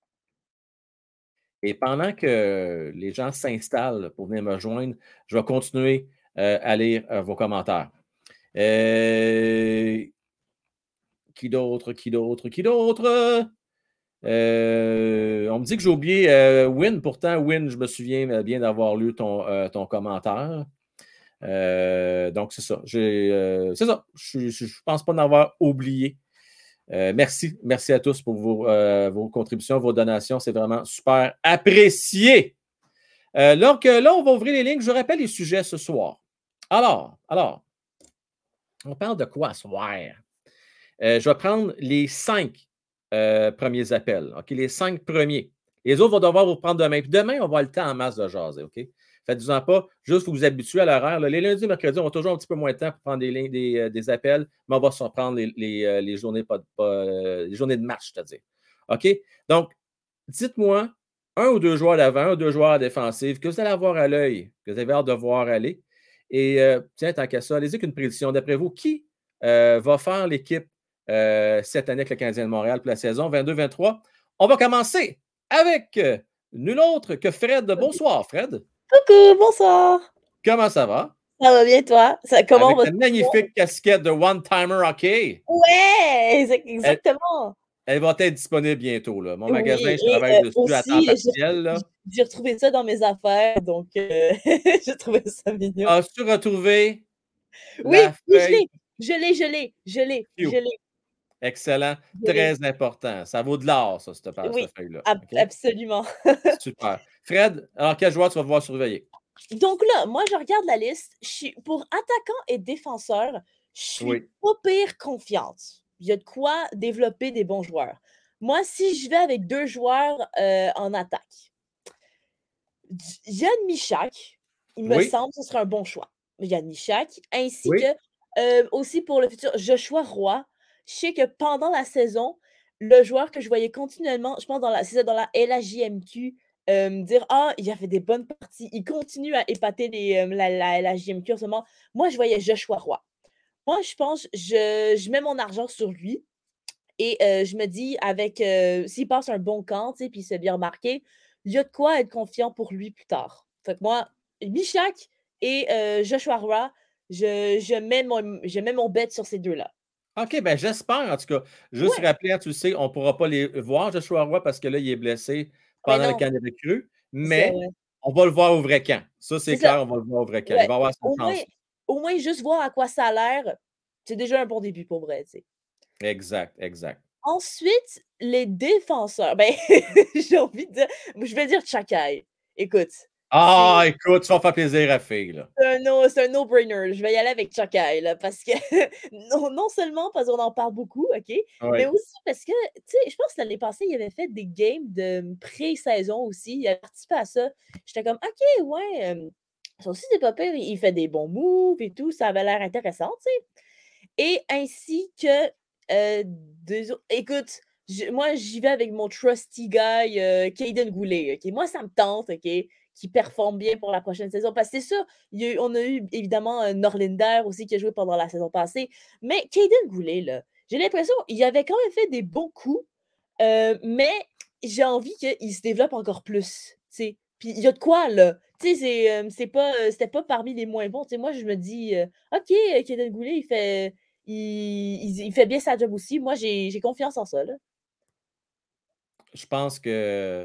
Et pendant que les gens s'installent pour venir me rejoindre, je vais continuer euh, à lire euh, vos commentaires. Euh... Qui d'autre? Qui d'autre? Qui d'autre? Euh... On me dit que j'ai oublié euh, Win. Pourtant, Win, je me souviens bien d'avoir lu ton, euh, ton commentaire. Euh, donc, c'est ça. Euh, c'est ça. Je ne pense pas en avoir oublié. Euh, merci. Merci à tous pour vos, euh, vos contributions, vos donations. C'est vraiment super apprécié. Euh, donc, là, on va ouvrir les lignes. Je vous rappelle les sujets ce soir. Alors, alors, on parle de quoi ce soir? Euh, je vais prendre les cinq euh, premiers appels. OK? Les cinq premiers. Les autres vont devoir vous prendre demain. Puis demain, on va avoir le temps en masse de jaser. OK? Faites-vous-en pas. Juste pour vous habituer à l'horaire. Les lundis et mercredis, on a toujours un petit peu moins de temps pour prendre des, lignes, des, euh, des appels, mais on va s'en prendre les, les, euh, les, journées, pas, pas, les journées de match, c'est-à-dire. OK? Donc, dites-moi un ou deux joueurs d'avant, un ou deux joueurs à défensive que vous allez avoir à l'œil, que vous avez hâte de voir aller. Et euh, tiens, tant qu'à ça, allez-y qu'une prédiction. D'après vous, qui euh, va faire l'équipe euh, cette année avec le Canadien de Montréal pour la saison vingt-deux vingt-trois? On va commencer avec euh, nul autre que Fred. Bonsoir, Fred. Coucou, bonsoir. Comment ça va? Ça va bien, toi? Ça, comment Avec ta magnifique casquette de One-Timer Hockey. Ouais, exactement. Elle, elle va être disponible bientôt. Là. Mon oui, magasin, je travaille euh, dessus aussi, à temps partiel. J'ai retrouvé ça dans mes affaires, donc euh, j'ai trouvé ça mignon. As-tu retrouvé? Oui, oui, je l'ai, je l'ai, je l'ai, je l'ai, je l'ai. Excellent, très important. Ça vaut de l'or, ça, cette, oui, cette feuille-là. Ab okay? Absolument. Super. Fred, alors quel joueur tu vas pouvoir surveiller? Donc là, moi, je regarde la liste. Je suis, pour attaquant et défenseur, je suis oui. pas pire confiante. Il y a de quoi développer des bons joueurs. Moi, si je vais avec deux joueurs euh, en attaque, Yann Michak, il me oui. semble que ce serait un bon choix. Yann Michak, ainsi oui. que euh, aussi pour le futur, Joshua Roy. Je sais que pendant la saison, le joueur que je voyais continuellement, je pense dans la, c'est dans la L H J M Q euh, me dire « Ah, il a fait des bonnes parties, il continue à épater les, euh, la, la, la J M Q en ce moment. » Moi, je voyais Joshua Roy. Moi, je pense, je, je mets mon argent sur lui et euh, je me dis, avec euh, s'il passe un bon camp, tu sais, puis il s'est bien remarqué, il y a de quoi être confiant pour lui plus tard. Fait que moi, Mishak et euh, Joshua Roy, je, je, mets mon, je mets mon bet sur ces deux-là. OK, ben j'espère, en tout cas. Juste Ouais. rappeler, hein, tu le sais, on ne pourra pas les voir, Joshua Roy, parce que là, il est blessé Ben pendant le non, camp des recrues, c'est ça, mais ouais. on va le voir au vrai camp. Ça, C'est c'est ça. clair, on va le voir au vrai camp. Ouais. Il va avoir sa Au moins, chance. au moins, juste voir à quoi ça a l'air, c'est déjà un bon début pour vrai, tu sais. Exact, exact. Ensuite, les défenseurs. Ben, j'ai envie de dire, je vais dire Chakai. Écoute, Ah, c'est écoute, tu vas faire plaisir à Fille, là. c'est un no c'est un no-brainer. Je vais y aller avec Chakai, là, parce que non non seulement parce qu'on en parle beaucoup, OK, mais Oui. aussi parce que, tu sais, je pense que l'année passée, il avait fait des games de pré-saison aussi. Il a participé à ça. J'étais comme: «OK, ouais, hem, ça aussi, c'est pas pire. Il fait des bons moves et tout. Ça avait l'air intéressant», tu sais? Et ainsi que, heu, deux autres écoute, je moi, j'y vais avec mon trusty guy, heu, Caden Goulet, OK? Moi, ça me tente, OK, qu'il performe bien pour la prochaine saison parce que c'est ça, il y a eu on a eu évidemment, heu, Norlinder aussi qui a joué pendant la saison passée, mais Caden Goulet, là, j'ai l'impression il avait quand même fait des bons coups, heu, mais j'ai envie qu'il se développe encore plus, tu sais? Puis il y a de quoi, là. Tu sais, c'est, hem, c'est pas, heu, c'était pas parmi les moins bons, tu sais? Moi, je me dis, heu: «OK, heu, Caden Goulet, il fait il il il fait bien sa job aussi». Moi, j'ai j'ai confiance en ça, là. Je pense que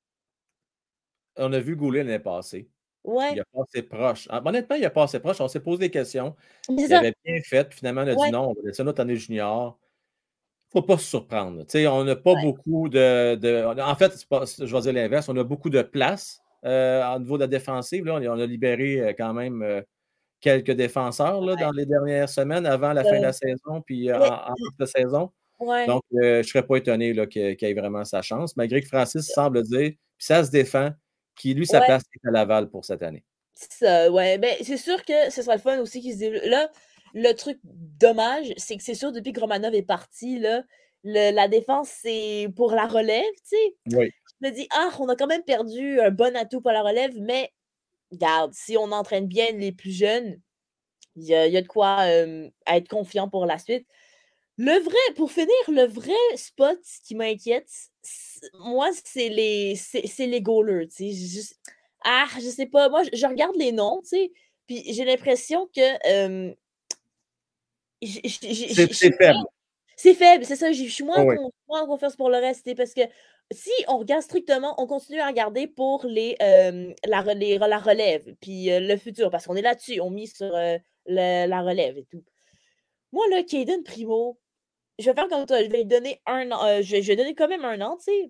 on a vu Goulet l'année passée. Il Ouais, a passé proche. Ah, honnêtement, il a passé proche. On s'est posé des questions. c'est Il ça. avait bien fait, puis finalement, on a dit: Ouais, «Non, on va laisser notre année junior». Faut pas se surprendre. Tu sais, on n'a pas ouais, beaucoup de, de- En fait, c'est pas- je vais dire l'inverse. On a beaucoup de place euh, au niveau de la défensive. Là, on, a on a libéré euh, quand même euh, quelques défenseurs là, ouais. dans les dernières semaines avant la fin de Heu, la saison, puis euh, mais en, en toute la saison. ouais, Donc, euh, je ne serais pas étonné là, qu'il qu'il ait vraiment sa chance, malgré que Francis semble dire, puis ça se défend, qu'il lui, sa ouais, place est à Laval pour cette année. c'est ça, ouais. Ben, c'est sûr que ce serait le fun aussi qu'il se développe là, le truc dommage, c'est que c'est sûr depuis que Romanov est parti, là, le la défense, c'est pour la relève, tu sais? Oui. Je me dis: «Ah, on a quand même perdu un bon atout pour la relève», mais regarde, si on entraîne bien les plus jeunes, il y a il y a de quoi, hem, être confiant pour la suite. Le vrai pour finir, le vrai spot qui m'inquiète, c moi, c'est les c'est c'est les goalers, tu sais, je je ah, je sais pas, moi, je je regarde les noms, tu sais, puis j'ai l'impression que, hem, j'ai j'ai j'ai C'est je suis c'est faible. c'est faible, c'est ça, je suis moins Oui, oui. con moins en confiance pour le reste, tu sais, parce que si on regarde strictement, on continue à regarder pour les, hem, la re les la relève, puis, heu, le futur, parce qu'on est là-dessus, on mise sur, heu, le la relève et tout. Moi, là, Caden Primo, je vais faire comme toi, je vais lui donner un an, heu, je vais je vais donner quand même un an, tu sais,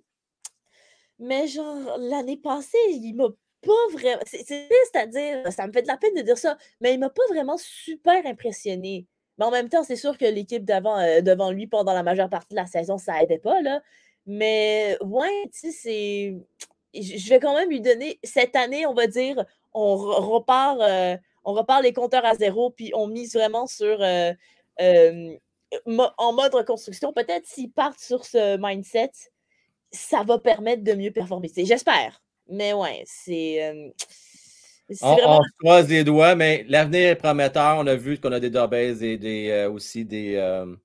mais genre l'année passée, il m'a pas vraiment c'est c'est triste à dire, ça me fait de la peine de dire ça, mais il m'a pas vraiment super impressionné. Mais en même temps, c'est sûr que l'équipe d'avant, heu, devant lui pendant la majeure partie de la saison, ça aidait pas, là. Mais ouais, tu sais, c'est je je vais quand même lui donner cette année, on va dire, on re repart, heu, on repart les compteurs à zéro, puis on mise vraiment sur, heu, hem, mo en mode reconstruction. Peut-être s'ils partent sur ce mindset, ça va permettre de mieux performer. C'est j'espère. Mais ouais, c'est, hem, c'est On, vraiment on se croise les doigts, mais l'avenir est prometteur. On a vu qu'on a des Dobbs et des, euh, aussi des. euh,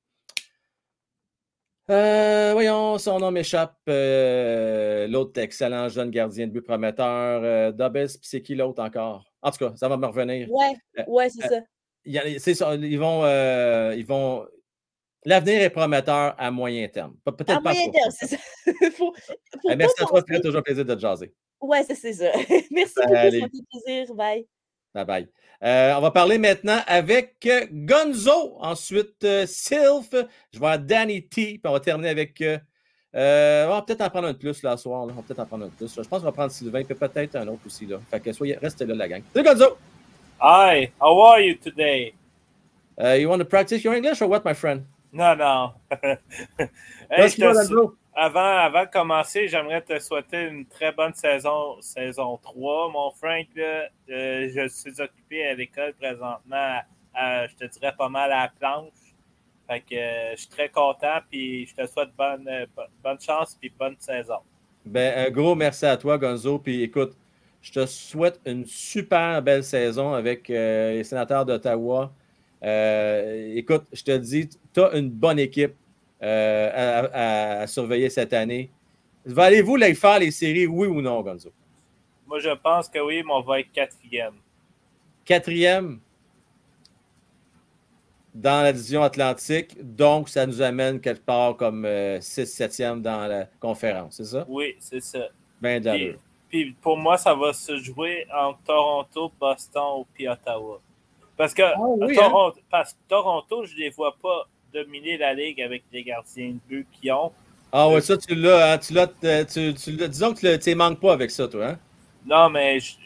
euh, voyons, son nom m'échappe. euh, l'autre excellent jeune gardien de but prometteur. Euh, Dobbs, puis c'est qui l'autre encore? En tout cas, ça va me revenir. ouais, Euh, ouais, c'est euh, ça. il y a- c'est ça, ils vont. euh, ils vont l'avenir est prometteur à moyen terme. Pe- À Peut-être pas à moyen court terme, terme. c'est ça. Faut Euh, faut pas merci à toi, Fred. penser Toujours un plaisir de te jaser. ouais, c'est c'est ça. Merci beaucoup, ça m'a Allez. fait plaisir. Bye. Bye bye. Euh, on va parler maintenant avec euh, Gonzo. Ensuite, euh, Sylph. Je vais à Danny T. Puis on va terminer avec. Euh, euh, on va peut-être en prendre un de plus là, ce soir. Là. On va peut-être en prendre un de plus. Là. Je pense qu'on va prendre Sylvain. Puis peut-être un autre aussi. Là. Fait que soyez, restez là, la gang. Salut Gonzo. Hi, how are you today? Uh, you want to practice your English or what, my friend? Non, non. Hey, Qu'est-ce je qu'il y a, te sou- Gonzo? avant, avant de commencer, j'aimerais te souhaiter une très bonne saison, saison trois, mon Frank. Là. Euh, je suis occupé à l'école présentement, à- je te dirais pas mal à la planche. Fait que euh, je suis très content, puis je te souhaite bonne, euh, bo- bonne chance, puis bonne saison. Ben, un gros merci à toi, Gonzo. Puis écoute, je te souhaite une super belle saison avec euh, les Sénateurs d'Ottawa. Euh, écoute, je te dis, tu as une bonne équipe euh, à, à, à surveiller cette année. Allez-vous les faire les séries, oui ou non, Gonzo? Moi, je pense que oui, mais on va être quatrième. Quatrième dans la division Atlantique, donc ça nous amène quelque part comme euh, six septième dans la conférence, c'est ça? Oui, c'est ça. Ben d'allure. Puis, puis pour moi, ça va se jouer entre Toronto, Boston puis Ottawa. Parce que, ah, oui, Toronto, hein? parce que Toronto, je ne les vois pas dominer la ligue avec les gardiens de but qu'ils ont. Ah oui, ça, tu l'as. Hein? Tu l'as tu, tu, disons que tu ne manques pas avec ça, toi. Hein? Non, mais je,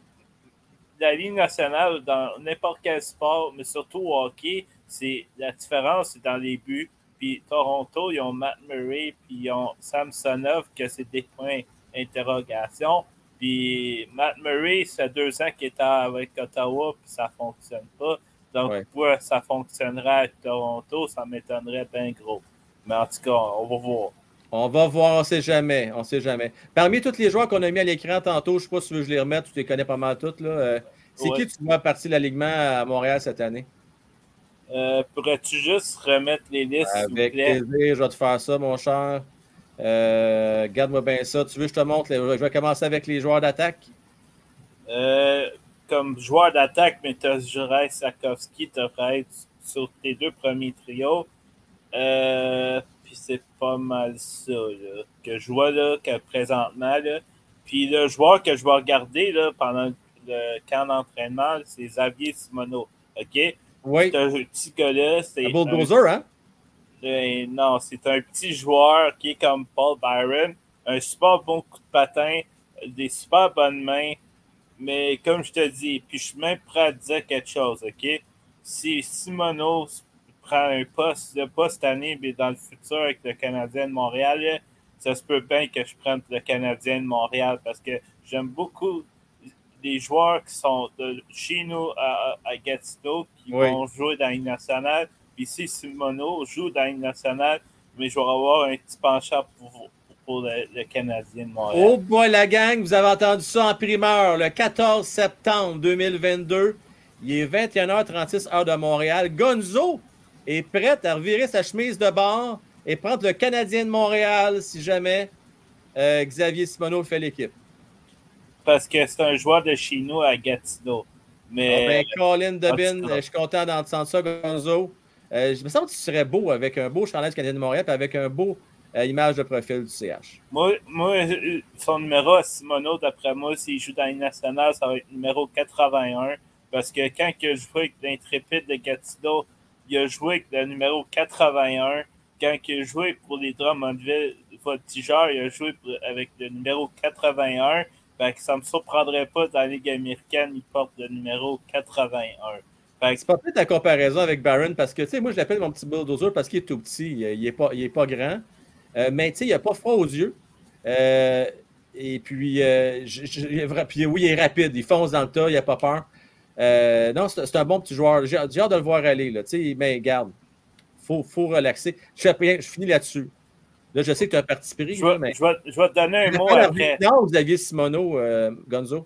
la Ligue nationale, dans n'importe quel sport, mais surtout au hockey, c'est la différence, c'est dans les buts. Puis Toronto, ils ont Matt Murray, puis ils ont Samsonov, que c'est des points d'interrogation. Puis Matt Murray, ça fait deux ans qu'il est avec Ottawa, puis ça ne fonctionne pas. Donc, ouais. Pourquoi ça fonctionnerait avec Toronto, ça m'étonnerait bien gros. Mais en tout cas, on va voir. On va voir, on ne sait jamais. On sait jamais. Parmi tous les joueurs qu'on a mis à l'écran tantôt, je ne sais pas si tu veux que je les remette, tu les connais pas mal toutes. Là. Euh, c'est ouais. Qui tu vois partir de l'alignement à Montréal cette année? Euh, pourrais-tu juste remettre les listes? Avec plaisir, je vais te faire ça, mon cher. Euh, Garde-moi bien ça. Tu veux que je te montre? Les... Je vais commencer avec les joueurs d'attaque. Euh, comme joueur d'attaque, mais tu as Juraj Slavkovski, tu devrais être sur tes deux premiers trios. Euh, puis c'est pas mal ça là, que je vois là, que présentement. Là. Puis le joueur que je vais regarder là, pendant le camp d'entraînement, c'est Xavier Simoneau. OK? Oui. C'est un petit gars-là. C'est un bulldozer, hein? Euh, non, c'est un petit joueur qui est comme Paul Byron. Un super bon coup de patin, des super bonnes mains. Mais comme je te dis, puis je suis même prêt à te dire quelque chose, OK? Si Simoneau prend un poste, le poste cette année, mais dans le futur avec le Canadien de Montréal, là, ça se peut bien que je prenne le Canadien de Montréal parce que j'aime beaucoup les joueurs qui sont de chez nous à, à Gatineau qui oui. vont jouer dans la Ligue nationale. Puis si Simoneau joue dans la Ligue nationale, mais je vais avoir un petit penchant pour, pour le, le Canadien de Montréal. Oh boy, la gang, vous avez entendu ça en primeur le quatorze septembre deux mille vingt-deux. Il est vingt et une heures trente-six heure de Montréal. Gonzo est prêt à revirer sa chemise de bord et prendre le Canadien de Montréal si jamais euh, Xavier Simoneau fait l'équipe. Parce que c'est un joueur de chez nous à Gatineau. Mais... Oh ben, Colin Debin, je suis content d'entendre ça, Gonzo. Euh, je me sens que tu serais beau avec un beau chandail du Canadien de Montréal et avec un beau euh, image de profil du C H. Moi, moi son numéro à Simoneau, d'après moi, s'il joue dans la Ligue nationale, ça va être numéro quatre-vingt-un. Parce que quand il a joué avec l'Intrépide de Gatineau, il a joué avec le numéro quatre-vingt-un. Quand il a joué pour les Drummondville Voltigeurs, il a joué pour, avec le numéro quatre-vingt-un. Fait que ça ne me surprendrait pas dans la Ligue américaine, il porte le numéro quatre-vingt-un. Fait que... C'est pas peut-être la comparaison avec Barron parce que, tu sais, moi, je l'appelle mon petit bulldozer parce qu'il est tout petit. Il n'est pas, il est pas grand. Euh, mais, tu sais, il n'a pas froid aux yeux. Euh, et puis, euh, je, je, puis, oui, il est rapide. Il fonce dans le tas, il n'a pas peur. Euh, non, c'est, c'est un bon petit joueur. J'ai, j'ai hâte de le voir aller. Là. Tu sais, mais garde, il faut, faut relaxer. Je, je finis là-dessus. Là, je sais que tu as participé. Je vais, mais... je vais, je vais te donner un mot après. Non, Xavier Simoneau, euh, Gonzo.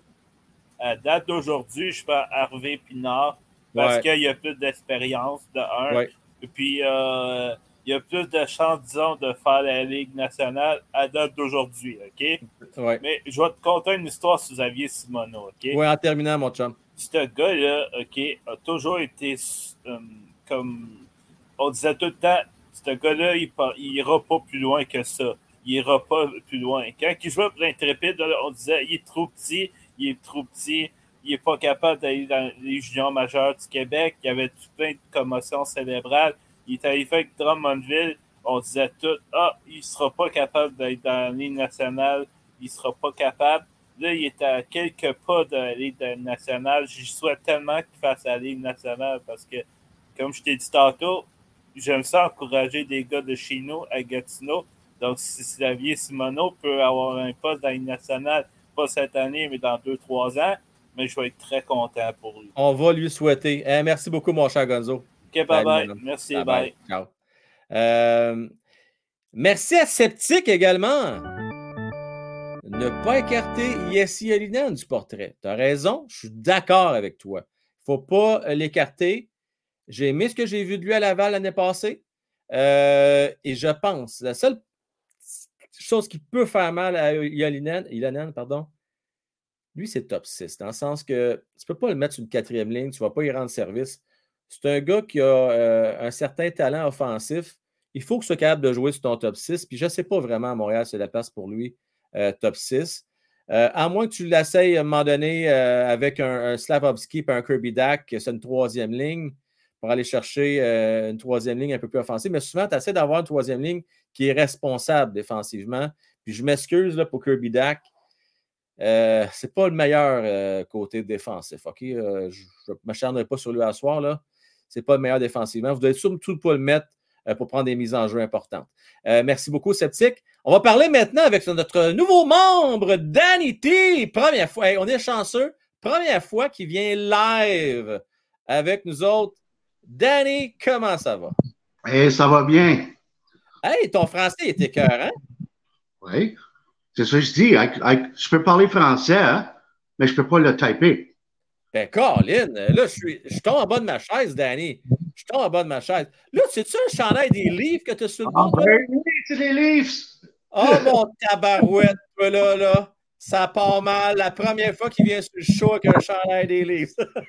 À date d'aujourd'hui, je fais Harvey Pinard parce ouais. qu'il y a plus d'expérience, de un. Ouais. Et puis, euh, il y a plus de chances, disons, de faire la Ligue nationale à date d'aujourd'hui, OK? Ouais. Mais je vais te conter une histoire sur Xavier Simoneau, OK? Oui, en terminant, mon chum. Ce gars-là, OK, a toujours été euh, comme... On disait tout le temps, ce gars-là, il n'ira pas plus loin que ça. Il n'ira pas plus loin. Quand il jouait pour l'Intrépide, on disait il est trop petit, il est trop petit, il n'est pas capable d'aller dans les juniors majeurs du Québec. Il y avait tout plein de commotions cérébrales. Il est arrivé avec Drummondville. On disait tout, ah, il ne sera pas capable d'aller dans la Ligue nationale. Il ne sera pas capable. Là, il est à quelques pas de la Ligue nationale. Je souhaite tellement qu'il fasse la Ligue nationale parce que, comme je t'ai dit tantôt, j'aime ça encourager des gars de chez nous à Gatineau. Donc, si Xavier Simoneau peut avoir un poste dans la Ligue nationale, pas cette année, mais dans deux, trois ans, mais je vais être très content pour lui. On va lui souhaiter. Eh, merci beaucoup, mon cher Gonzo. OK, bye-bye. Bye, merci, bye. bye. Ciao. Euh, merci à Sceptique également. ne pas écarter Jesse Ylönen du portrait. Tu as raison, je suis d'accord avec toi. Il ne faut pas l'écarter. J'ai aimé ce que j'ai vu de lui à Laval l'année passée. Euh, et je pense, la seule chose qui peut faire mal à Ylönen, Ylönen, pardon, lui, c'est top six, dans le sens que tu ne peux pas le mettre sur une quatrième ligne, tu ne vas pas y rendre service. C'est un gars qui a euh, un certain talent offensif. Il faut que tu sois capable de jouer sur ton top six. Puis je ne sais pas vraiment à Montréal, c'est la place pour lui, euh, top six. Euh, à moins que tu l'essayes à un moment donné euh, avec un, un Slavovski et un Kirby Dach, c'est une troisième ligne, pour aller chercher euh, une troisième ligne un peu plus offensive. Mais souvent, tu essaies d'avoir une troisième ligne qui est responsable défensivement. Puis je m'excuse là, pour Kirby Dach. Euh, c'est pas le meilleur euh, côté défensif. OK? Euh, je ne m'acharnerai pas sur lui à soir. Là. C'est pas le meilleur défensivement. Vous devez surtout pas le mettre euh, pour prendre des mises en jeu importantes. Euh, merci beaucoup, Sceptique. On va parler maintenant avec notre nouveau membre, Danny T. Première fois. Hey, on est chanceux. Première fois qu'il vient live avec nous autres. Danny, comment ça va? Hey, ça va bien. Hey, ton français est écœurant. Oui. C'est ça que je dis. I, I, je peux parler français, hein, mais je ne peux pas le typer. Ben, Colin, là, je, suis, je tombe en bas de ma chaise, Danny. Je tombe en bas de ma chaise. Là, c'est-tu un chandail des livres que tu as sur le Ah, dos? ben oui, c'est des livres. Oh, mon tabarouette, toi, là, là. Ça part mal. La première fois qu'il vient sur le show avec un chandail des livres.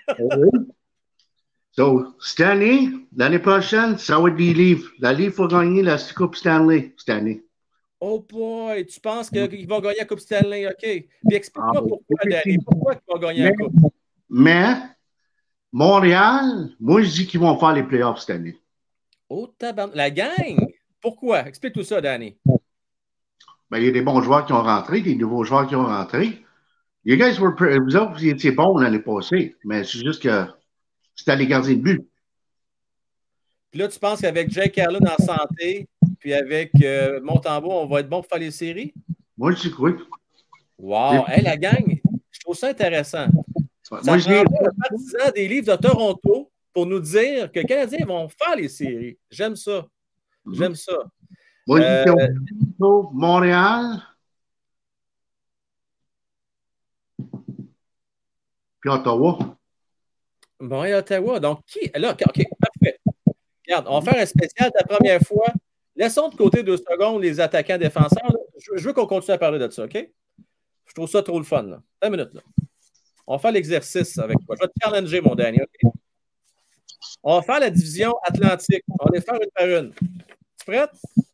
So, Stanley, l'année prochaine, ça va être des livres. La livre va gagner la Coupe Stanley, Stanley. Oh boy, tu penses qu'il va gagner la Coupe Stanley, OK. Puis explique-moi Ah, pourquoi, oui. Danny. Pourquoi il va gagner la Mais, Coupe? mais, Montréal, moi, je dis qu'ils vont faire les playoffs cette année. Oh, tabarnak. La gang? Pourquoi? Explique tout ça, Danny. Ben, il y a des bons joueurs qui ont rentré, des nouveaux joueurs qui ont rentré. Les gars, vous autres, vous étiez bons l'année passée, mais c'est juste que c'était les gardiens de but. Puis là, tu penses qu'avec Jake Carlin en santé, puis avec euh, Montembeault, on va être bon pour faire les séries? Moi, je dis que oui. Wow! Hey, la gang, je trouve ça intéressant. Ça Moi, je dis. prendrait un partisan des livres de Toronto pour nous dire que les Canadiens vont faire les séries. J'aime ça. J'aime ça. Moi, je dis Euh, Toronto, Montréal, puis Ottawa. Montréal, Ottawa. Donc, qui. Là, OK, parfait. Regarde, on va faire un spécial la première fois. Laissons de côté deux secondes les attaquants défenseurs. Là. Je, je veux qu'on continue à parler de ça, OK? Je trouve ça trop le fun. Là. Une minute, là. On va faire l'exercice avec toi. Je vais te challenger, mon Danny, OK? On va faire la division Atlantique. On va les faire une par une. Tu prête?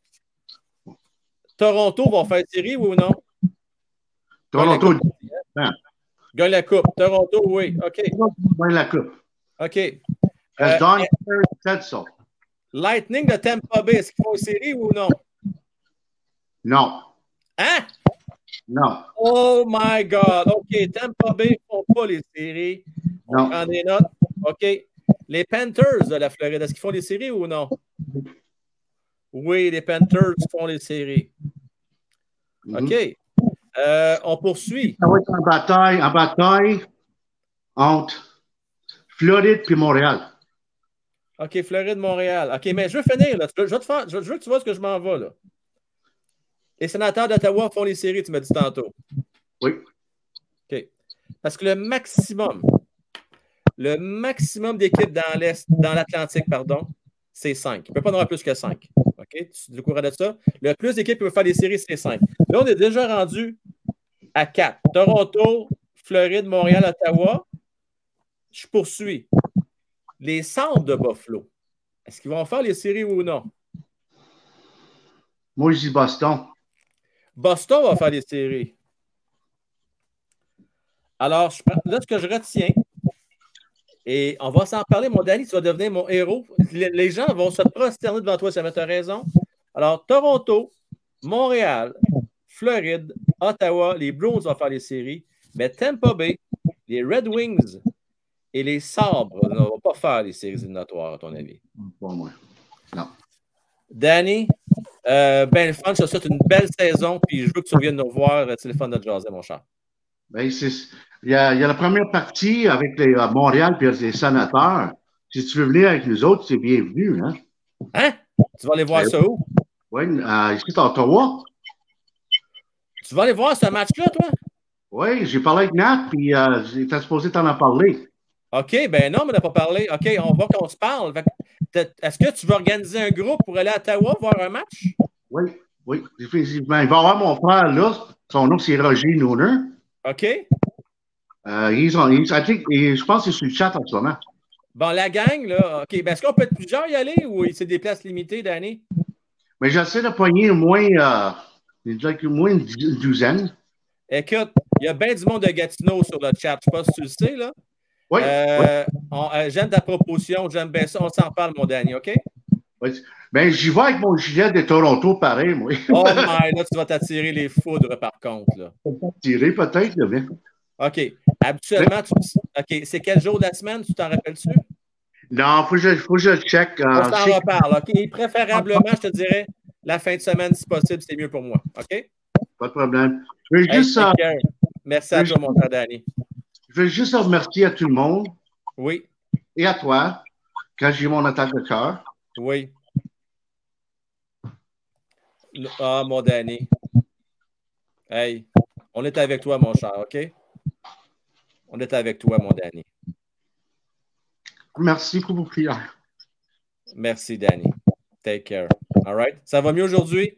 Toronto va faire série, oui ou non? Toronto, Gagne, Gagne la coupe. Toronto, oui. OK. gagne la coupe. OK. As Euh, Don said so. Lightning de Tampa Bay, est-ce qu'ils font une série ou non? Non. Hein? Non. Oh my God. OK. Tampa Bay ne font pas les séries. On Non. prend des notes. OK. Les Panthers de la Floride, est-ce qu'ils font les séries ou non? Oui, les Panthers font les séries. Mhm. OK. Euh, on poursuit. Ça va être en bataille, en bataille entre Floride et Montréal. OK, Floride, Montréal. OK, mais je veux finir. Là. Je, veux te faire, je veux que tu vois ce que je m'en vais. Là. Les sénateurs d'Ottawa font les séries, tu m'as dit tantôt. Oui. OK. Parce que le maximum, le maximum d'équipes dans l'Est, dans l'Atlantique, pardon, c'est cinq. Il ne peut pas en avoir plus que cinq. OK? Tu es au courant de ça? Le plus d'équipes qui peuvent faire des séries, c'est cinq. Là, on est déjà rendu à quatre. Toronto, Floride, Montréal, Ottawa. Je poursuis. Les Centres de Buffalo, est-ce qu'ils vont faire les séries ou non? Moi, je dis Boston. Boston va faire les séries. Alors, je prends, là, ce que je retiens, et on va s'en parler, mon Danny, tu vas devenir mon héros. Les, les gens vont se prosterner devant toi, ça va, tu as raison. Alors, Toronto, Montréal, Floride, Ottawa, les Bruins vont faire les séries, mais Tampa Bay, les Red Wings et les Sabres ne vont pas faire les séries éliminatoires, à ton avis. Pas moi. Non. Danny, euh, ben le fun, je te souhaite une belle saison, puis je veux que tu reviennes nous revoir, c'est le fun de jaser, mon cher. Ben, c'est, il, y a, il y a la première partie avec les, à Montréal et les sénateurs. Si tu veux venir avec nous autres, c'est bienvenu. Hein? Hein? Tu vas aller voir Ben, ça où? Oui, euh, ici à Ottawa. Tu vas aller voir ce match-là, toi? Oui, j'ai parlé avec Nat, puis euh, j'étais supposé t'en en parler. OK, ben non, mais on n'a pas parlé. OK, on va qu'on se parle. Est-ce que tu vas organiser un groupe pour aller à Ottawa voir un match? Oui, oui, effectivement. Il va y avoir mon frère là. Son nom, c'est Roger Nooner. OK. Euh, he's on, he's, I think, je pense qu'il est sur le chat en ce moment. Bon, la gang, là, OK. Ben, est-ce qu'on peut être plusieurs y aller ou c'est des places limitées, Danny? Mais j'essaie de pogner au moins, euh, au moins une douzaine. Écoute, il y a bien du monde de Gatineau sur le chat. Je ne sais pas si tu le sais, là. Oui. Euh, oui. On, euh, j'aime ta proposition, j'aime bien ça. On s'en parle, mon Danny, OK? Oui. Ben, j'y vais avec mon gilet de Toronto, pareil, moi. Oh my, là, tu vas t'attirer les foudres, par contre, là. Tirer, peut-être, là, bien. OK. Habituellement, tu... OK. C'est quel jour de la semaine, tu t'en rappelles-tu? Non, il faut que je, faut que je check. Euh, On s'en check. reparle, OK? Préférablement, je te dirais, la fin de semaine, si possible, c'est mieux pour moi, OK? Pas de problème. Je veux Hey, juste, euh, merci à toi, mon frère Danny. Je veux juste remercier à tout le monde. Oui. Et à toi, quand j'ai eu mon attaque de cœur. Oui. Ah, mon Danny. Hey, on est avec toi, mon cher, OK? On est avec toi, mon Danny. Merci pour vos prières. Merci, Danny. Take care. All right? Ça va mieux aujourd'hui?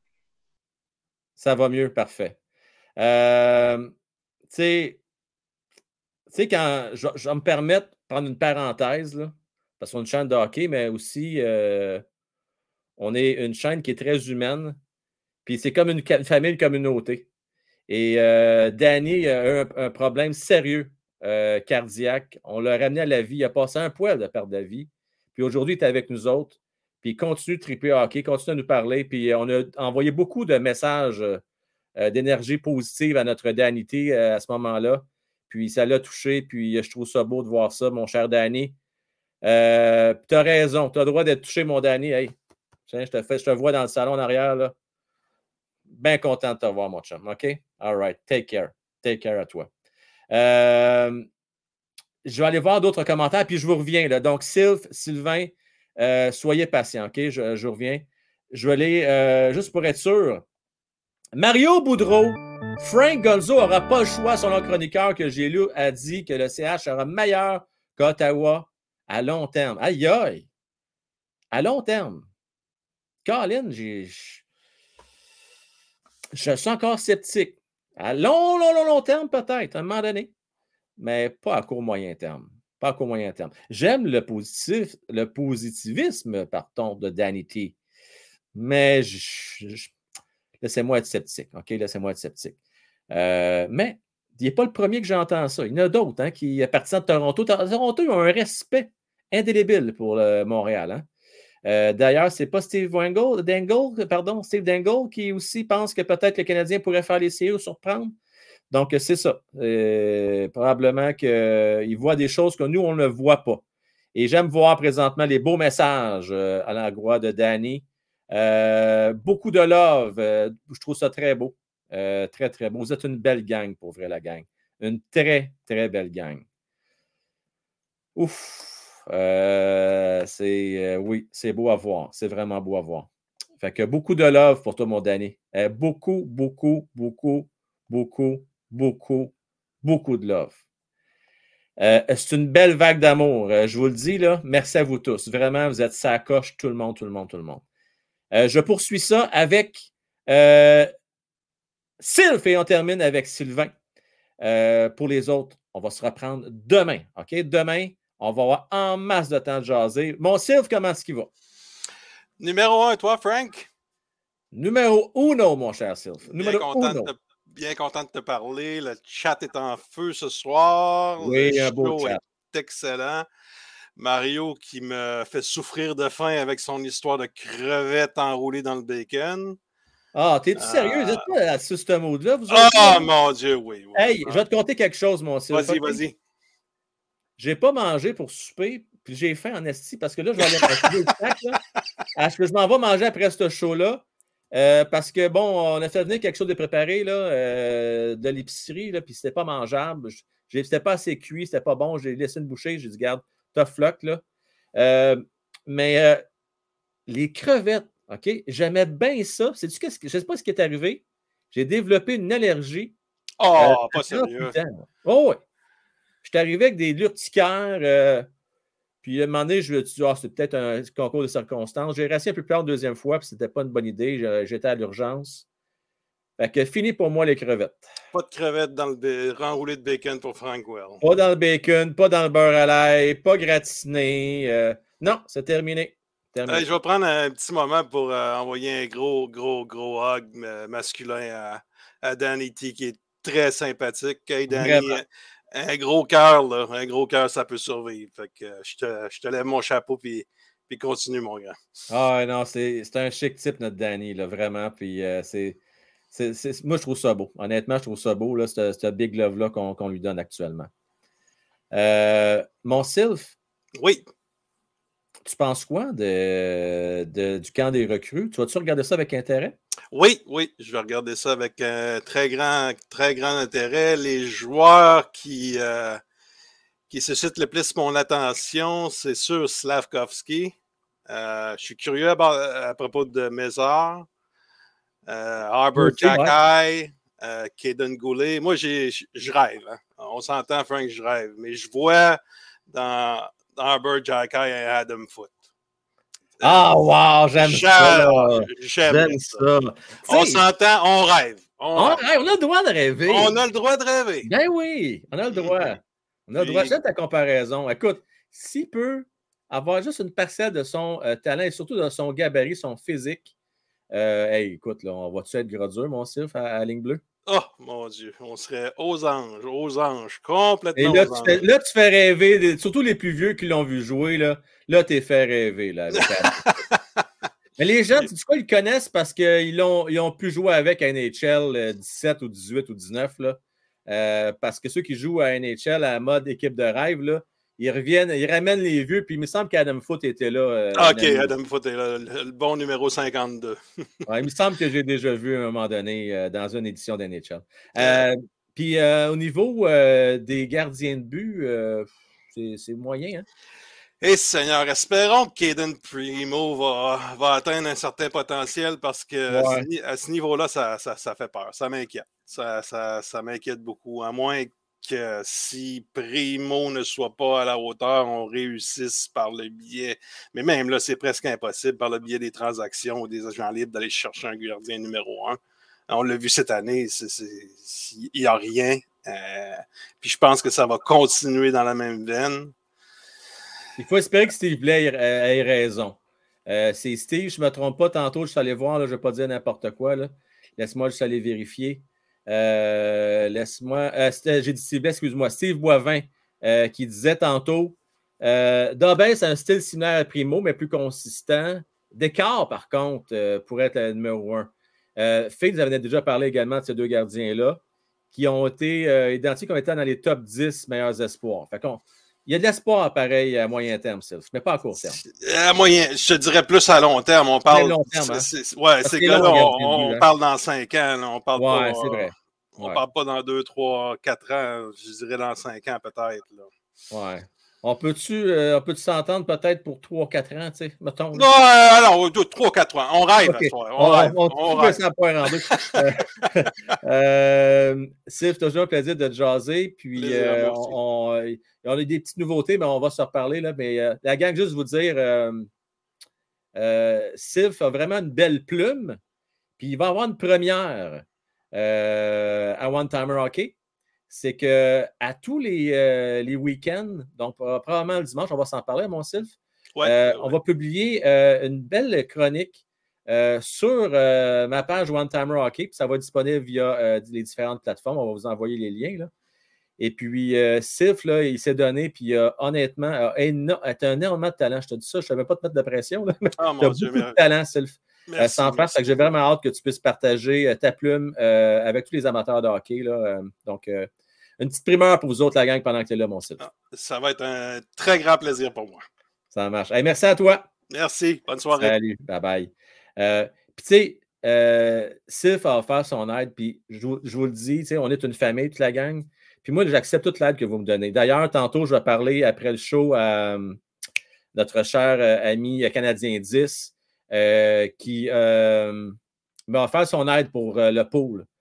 Ça va mieux, parfait. Euh, tu sais, tu sais, quand je, je vais me permettre de prendre une parenthèse, là, parce qu'on est une chaîne de hockey, mais aussi, euh, on est une chaîne qui est très humaine. Puis c'est comme une, une famille, une communauté. Et euh, Danny a eu un, un problème sérieux euh, cardiaque. On l'a ramené à la vie. Il a passé un poil de perte de vie. Puis aujourd'hui, il est avec nous autres. Puis il continue de triper hockey, continue à nous parler. Puis on a envoyé beaucoup de messages euh, d'énergie positive à notre Danny T euh, à ce moment-là. Puis ça l'a touché. Puis je trouve ça beau de voir ça, mon cher Danny. Euh, tu as raison. Tu as le droit d'être touché, mon Danny. Hey, je te, fais, je te vois dans le salon en arrière, là. Bien content de te voir, mon chum. OK? All right. Take care. Take care à toi. Euh, je vais aller voir d'autres commentaires, puis je vous reviens. Là. Donc, Sylv, Sylvain, euh, soyez patients. OK? Je, je reviens. Je vais aller, euh, juste pour être sûr. Mario Boudreau, Frank Gonzo n'aura pas le choix, selon le chroniqueur que j'ai lu, a dit que le C H sera meilleur qu'Ottawa à long terme. Aïe, aïe! À long terme. Colin, j'ai... Je suis encore sceptique. À long, long, long, long terme, peut-être, à un moment donné, mais pas à court moyen terme. Pas à court moyen terme. J'aime le, positif, le positivisme, pardon, de Danny T. Mais je, je, laissez-moi être sceptique. OK? Laissez-moi être sceptique. Euh, mais il n'est pas le premier que j'entends ça. Il y en a d'autres hein, qui appartiennent de Toronto. Toronto, ils ont un respect indélébile pour le Montréal. Hein? Euh, d'ailleurs, c'est pas Steve Dangle, Dangle, pardon, Steve Dangle qui aussi pense que peut-être le Canadien pourrait faire les séries ou surprendre. Donc, c'est ça. Euh, probablement qu'il voit des choses que nous, on ne voit pas. Et j'aime voir présentement les beaux messages euh, à l'endroit de Danny. Euh, beaucoup de love. Euh, je trouve ça très beau. Euh, très, très beau. Vous êtes une belle gang, pour vrai, la gang. Une très, très belle gang. Ouf. Euh, c'est euh, oui, c'est beau à voir. C'est vraiment beau à voir. Fait que beaucoup de love pour toi, mon Danny. Euh, beaucoup, beaucoup, beaucoup, beaucoup, beaucoup, beaucoup de love. Euh, c'est une belle vague d'amour. Euh, je vous le dis, là. Merci à vous tous. Vraiment, vous êtes sacoche, tout le monde, tout le monde, tout le monde. Euh, je poursuis ça avec euh, Sylph et on termine avec Sylvain. Euh, pour les autres, on va se reprendre demain. OK? Demain, on va avoir en masse de temps de jaser. Mon Sylph, comment est-ce qu'il va? Numéro un, toi, Frank? Numéro uno, mon cher Sylph. Bien Numéro content, uno. de te, bien content de te parler. Le chat est en feu ce soir. Oui, le un beau show chat. est excellent. Mario qui me fait souffrir de faim avec son histoire de crevettes enroulées dans le bacon. Ah, t'es-tu sérieux? Vous êtes pas à ce mode-là? Vous Ah, oh, mon Dieu, oui. oui. Hey, je vais te conter quelque chose, mon Sylph. Vas-y, vas-y. J'ai pas mangé pour souper, puis j'ai faim en esti, parce que là, je vais aller manger le sac, là. Est-ce que je m'en vais manger après ce show-là? Euh, parce que, bon, on a fait venir quelque chose de préparé, là, euh, de l'épicerie, là, puis c'était pas mangeable. Je, c'était pas assez cuit, c'était pas bon. J'ai laissé une bouchée, j'ai dit, garde, tough luck, là. Euh, mais euh, les crevettes, OK? J'aimais bien ça. Sais-tu qu'est-ce que, je sais pas ce qui est arrivé. j'ai développé une allergie. Oh, euh, pas sérieux. Ans. Oh, oui. Je suis arrivé avec des l'urticaire. Euh, puis à un moment donné, je me suis dit, ah, c'est peut-être un concours de circonstances. J'ai resté un peu plus tard la deuxième fois, puis c'était pas une bonne idée. J'étais à l'urgence. Fait que fini pour moi les crevettes. Pas de crevettes dans le renroulé de bacon pour Frank Well. Pas dans le bacon, pas dans le beurre à l'ail, pas gratiné. Euh, non, c'est terminé. terminé. Hey, je vais prendre un petit moment pour euh, envoyer un gros, gros, gros hug euh, masculin à, à Danny T, qui est très sympathique. Hey, Danny, un, un gros cœur, là. Un gros cœur, ça peut survivre. Fait que euh, je, te, je te lève mon chapeau, puis, puis continue, mon grand. Ah non, c'est un chic type, notre Danny, là, vraiment. Puis euh, c'est... C'est, c'est, moi, je trouve ça beau. Honnêtement, je trouve ça beau, là, ce, ce big love-là qu'on, qu'on lui donne actuellement. Euh, mon Sylph. Oui. Tu penses quoi de, de, du camp des recrues? Tu vas-tu regarder ça avec intérêt? Oui, oui. Je vais regarder ça avec un très grand, très grand intérêt. Les joueurs qui, euh, qui suscitent le plus mon attention, c'est sûr Slavkovski. Euh, je suis curieux à, à propos de Mézard. Euh, Arbor Jacky, euh, Caden Goulet. Moi, je rêve. Hein. On s'entend, Frank, je rêve. Mais je vois dans, dans Arbor Jacky un Adam Foote. Ah, euh, wow, j'aime ça. J'aime ça. ça. On s'entend, on rêve. On, on, rêve. on a le droit de rêver. On a le droit de rêver. Ben oui, on a le droit. On a le droit. J'aime ta comparaison. Écoute, s'il peut avoir juste une parcelle de son euh, talent et surtout de son gabarit, son physique, Euh, hey, écoute, là, on va-tu être gradure, mon Sylph, à, à la ligne bleue? Oh, mon Dieu, on serait aux anges, aux anges, complètement Et là, aux tu anges. fais, là, tu fais rêver, surtout les plus vieux qui l'ont vu jouer, là, là tu es fait rêver. Là, avec Mais les gens, tu sais quoi, ils connaissent parce qu'ils ont, ils ont pu jouer avec à N H L dix-sept ou dix-huit ou dix-neuf, là, euh, parce que ceux qui jouent à N H L à mode équipe de rêve, là, ils reviennent, ils ramènent les vieux, puis il me semble qu'Adam Foote était là. Euh, OK, Adam Foote est là, le, le bon numéro cinquante-deux. Ouais, il me semble que j'ai déjà vu à un moment donné euh, dans une édition d'N H L. Euh, puis euh, au niveau euh, des gardiens de but, euh, c'est moyen, hein? Eh Seigneur, espérons que Caden Primo va, va atteindre un certain potentiel parce que ouais. à ce niveau-là, ça, ça, ça fait peur. Ça m'inquiète. Ça, ça, ça m'inquiète beaucoup. À moins que si Primo ne soit pas à la hauteur, on réussisse par le biais, mais même là, c'est presque impossible, par le biais des transactions ou des agents libres d'aller chercher un gardien numéro un. On l'a vu cette année, il n'y a rien. Euh, puis je pense que ça va continuer dans la même veine. Il faut espérer que Steve Blais ait raison. Euh, c'est Steve, je ne me trompe pas, tantôt, je suis allé voir, là, je ne vais pas dire n'importe quoi. Laisse-moi juste aller vérifier. Euh, laisse-moi. Euh, J'ai dit Steve Blais, excuse-moi, Steve Boivin, euh, qui disait tantôt euh, Dobin, c'est un style similaire à Primo, mais plus consistant. Descartes, par contre, euh, pourrait être le numéro un. Euh, Figs avait déjà parlé également de ces deux gardiens-là, qui ont été euh, identifiés comme étant dans les top dix meilleurs espoirs. Fait qu'on. Il y a de l'espoir, pareil, à moyen terme, Sylph, mais pas à court terme. À moyen, je te dirais plus à long terme. On parle. Long terme, hein? Ouais, c'est que là, on, on hein? parle dans cinq ans. Là, on parle ouais, pas. c'est vrai. On ouais. parle pas dans deux, trois, quatre ans. Je dirais dans cinq ans, peut-être. Ouais. On peut-tu euh, peut s'entendre peut-être pour trois quatre ans, tu sais, mettons? Non, alors, trois quatre ans. On rêve okay. à soi. On, on rêve. On, on, on rêve. Ça point en deux. euh, Sylph, toujours un plaisir de te jaser. Puis, plaisir, euh, on, on, on a des petites nouveautés, mais on va se reparler. Là, mais euh, la gang, juste vous dire, euh, euh, Sylph a vraiment une belle plume. Puis, il va avoir une première euh, à One Timer Hockey. C'est qu'à tous les, euh, les week-ends, donc probablement le dimanche, on va s'en parler, mon Sylph, ouais, euh, ouais. on va publier euh, une belle chronique euh, sur euh, ma page One Timer Hockey, puis ça va être disponible via euh, les différentes plateformes. On va vous envoyer les liens. Là. Et puis, euh, Sylph, là, il s'est donné, puis euh, honnêtement, a un énormément de talent. Je te dis ça, je ne savais pas te mettre de pression, là, mais oh, tu as beaucoup de talent, Sylph. Merci, euh, sans faire, c'est que j'ai vraiment hâte que tu puisses partager euh, ta plume euh, avec tous les amateurs de hockey. Là, euh, donc, euh, une petite primeur pour vous autres, la gang, pendant que tu es là, mon Sylph. Ah, ça va être un très grand plaisir pour moi. Ça marche. Hey, merci à toi. Merci. Bonne soirée. Salut. Bye-bye. Euh, puis, tu sais, euh, Sylph a offert son aide, puis je, je vous le dis, on est une famille, toute la gang. Puis moi, j'accepte toute l'aide que vous me donnez. D'ailleurs, tantôt, je vais parler après le show à euh, notre cher euh, ami Canadien dix euh, qui euh, m'a offert son aide pour euh, le pool.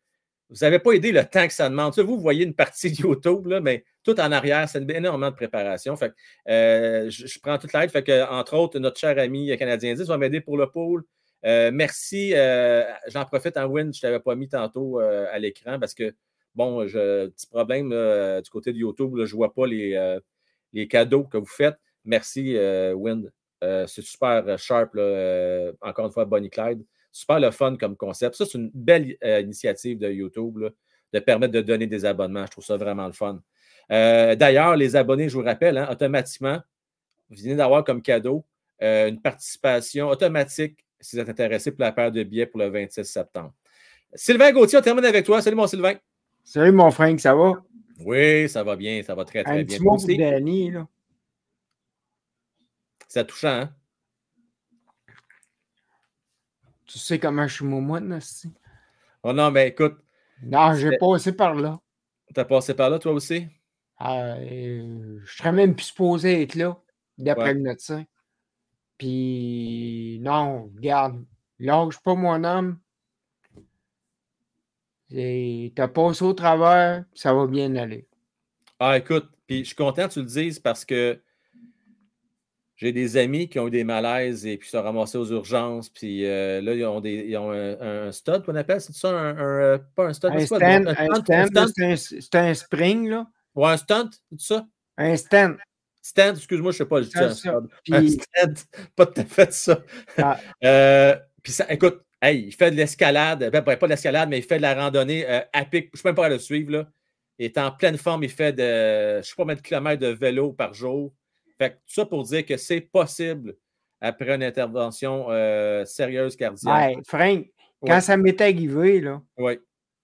vous n'avez pas aidé le temps que ça demande. Tu sais, vous, vous voyez une partie de YouTube, là, mais tout en arrière, c'est énormément de préparation. Fait que, euh, je, je prends toute l'aide. Fait que, entre autres, notre cher ami Canadien dix va m'aider pour le pool. Euh, merci. Euh, j'en profite en win, je ne t'avais pas mis tantôt euh, à l'écran parce que, bon, je, petit problème euh, du côté de YouTube, là, je ne vois pas les, euh, les cadeaux que vous faites. Merci, euh, Wind. Euh, c'est super sharp. Là, euh, encore une fois, Bonnie Clyde. Super le fun comme concept. Ça, c'est une belle euh, initiative de YouTube là, de permettre de donner des abonnements. Je trouve ça vraiment le fun. Euh, d'ailleurs, les abonnés, je vous rappelle, hein, automatiquement, vous venez d'avoir comme cadeau euh, une participation automatique si vous êtes intéressé pour la paire de billets pour le vingt-six septembre. Sylvain Gauthier, on termine avec toi. Salut, mon Sylvain. Salut, mon Frank, ça va? Oui, ça va bien. Ça va très, très Un bien. Un petit mot pour Danny, là. C'est touchant, hein? Tu sais comment je suis moumoune, aussi? Oh non, mais écoute. Non, j'ai passé par là. T'as passé par là, toi aussi? Euh, je serais même plus supposé être là, d'après Ouais. le médecin. Puis, non, regarde, lâche pas mon homme. T'as passé au travers, ça va bien aller. Ah, écoute, puis je suis content que tu le dises parce que j'ai des amis qui ont eu des malaises et puis se sont ramassés aux urgences. Puis euh, là, ils ont, des, ils ont un, un stud, qu'on appelle, c'est ça? Un, un, pas un stud, un c'est quoi? Stand, Un, un stunt, stand, un stunt? c'est un, un spring, là. Ouais, un stunt, c'est ça? Un stand. Stand, excuse-moi, je ne sais pas. Je dis un, ça. Puis... un stand, pas tout à fait ça. Ah. euh, puis ça, écoute, hey, il fait de l'escalade, ben, pas de l'escalade, mais il fait de la randonnée euh, à pic. Je ne suis même pas à le suivre, là. Il est en pleine forme, il fait de, je ne sais pas combien de kilomètres de vélo par jour. Fait que tout ça pour dire que c'est possible après une intervention euh, sérieuse cardiaque. Ouais, Frank, ouais. Quand ça m'est arrivé, là, ouais.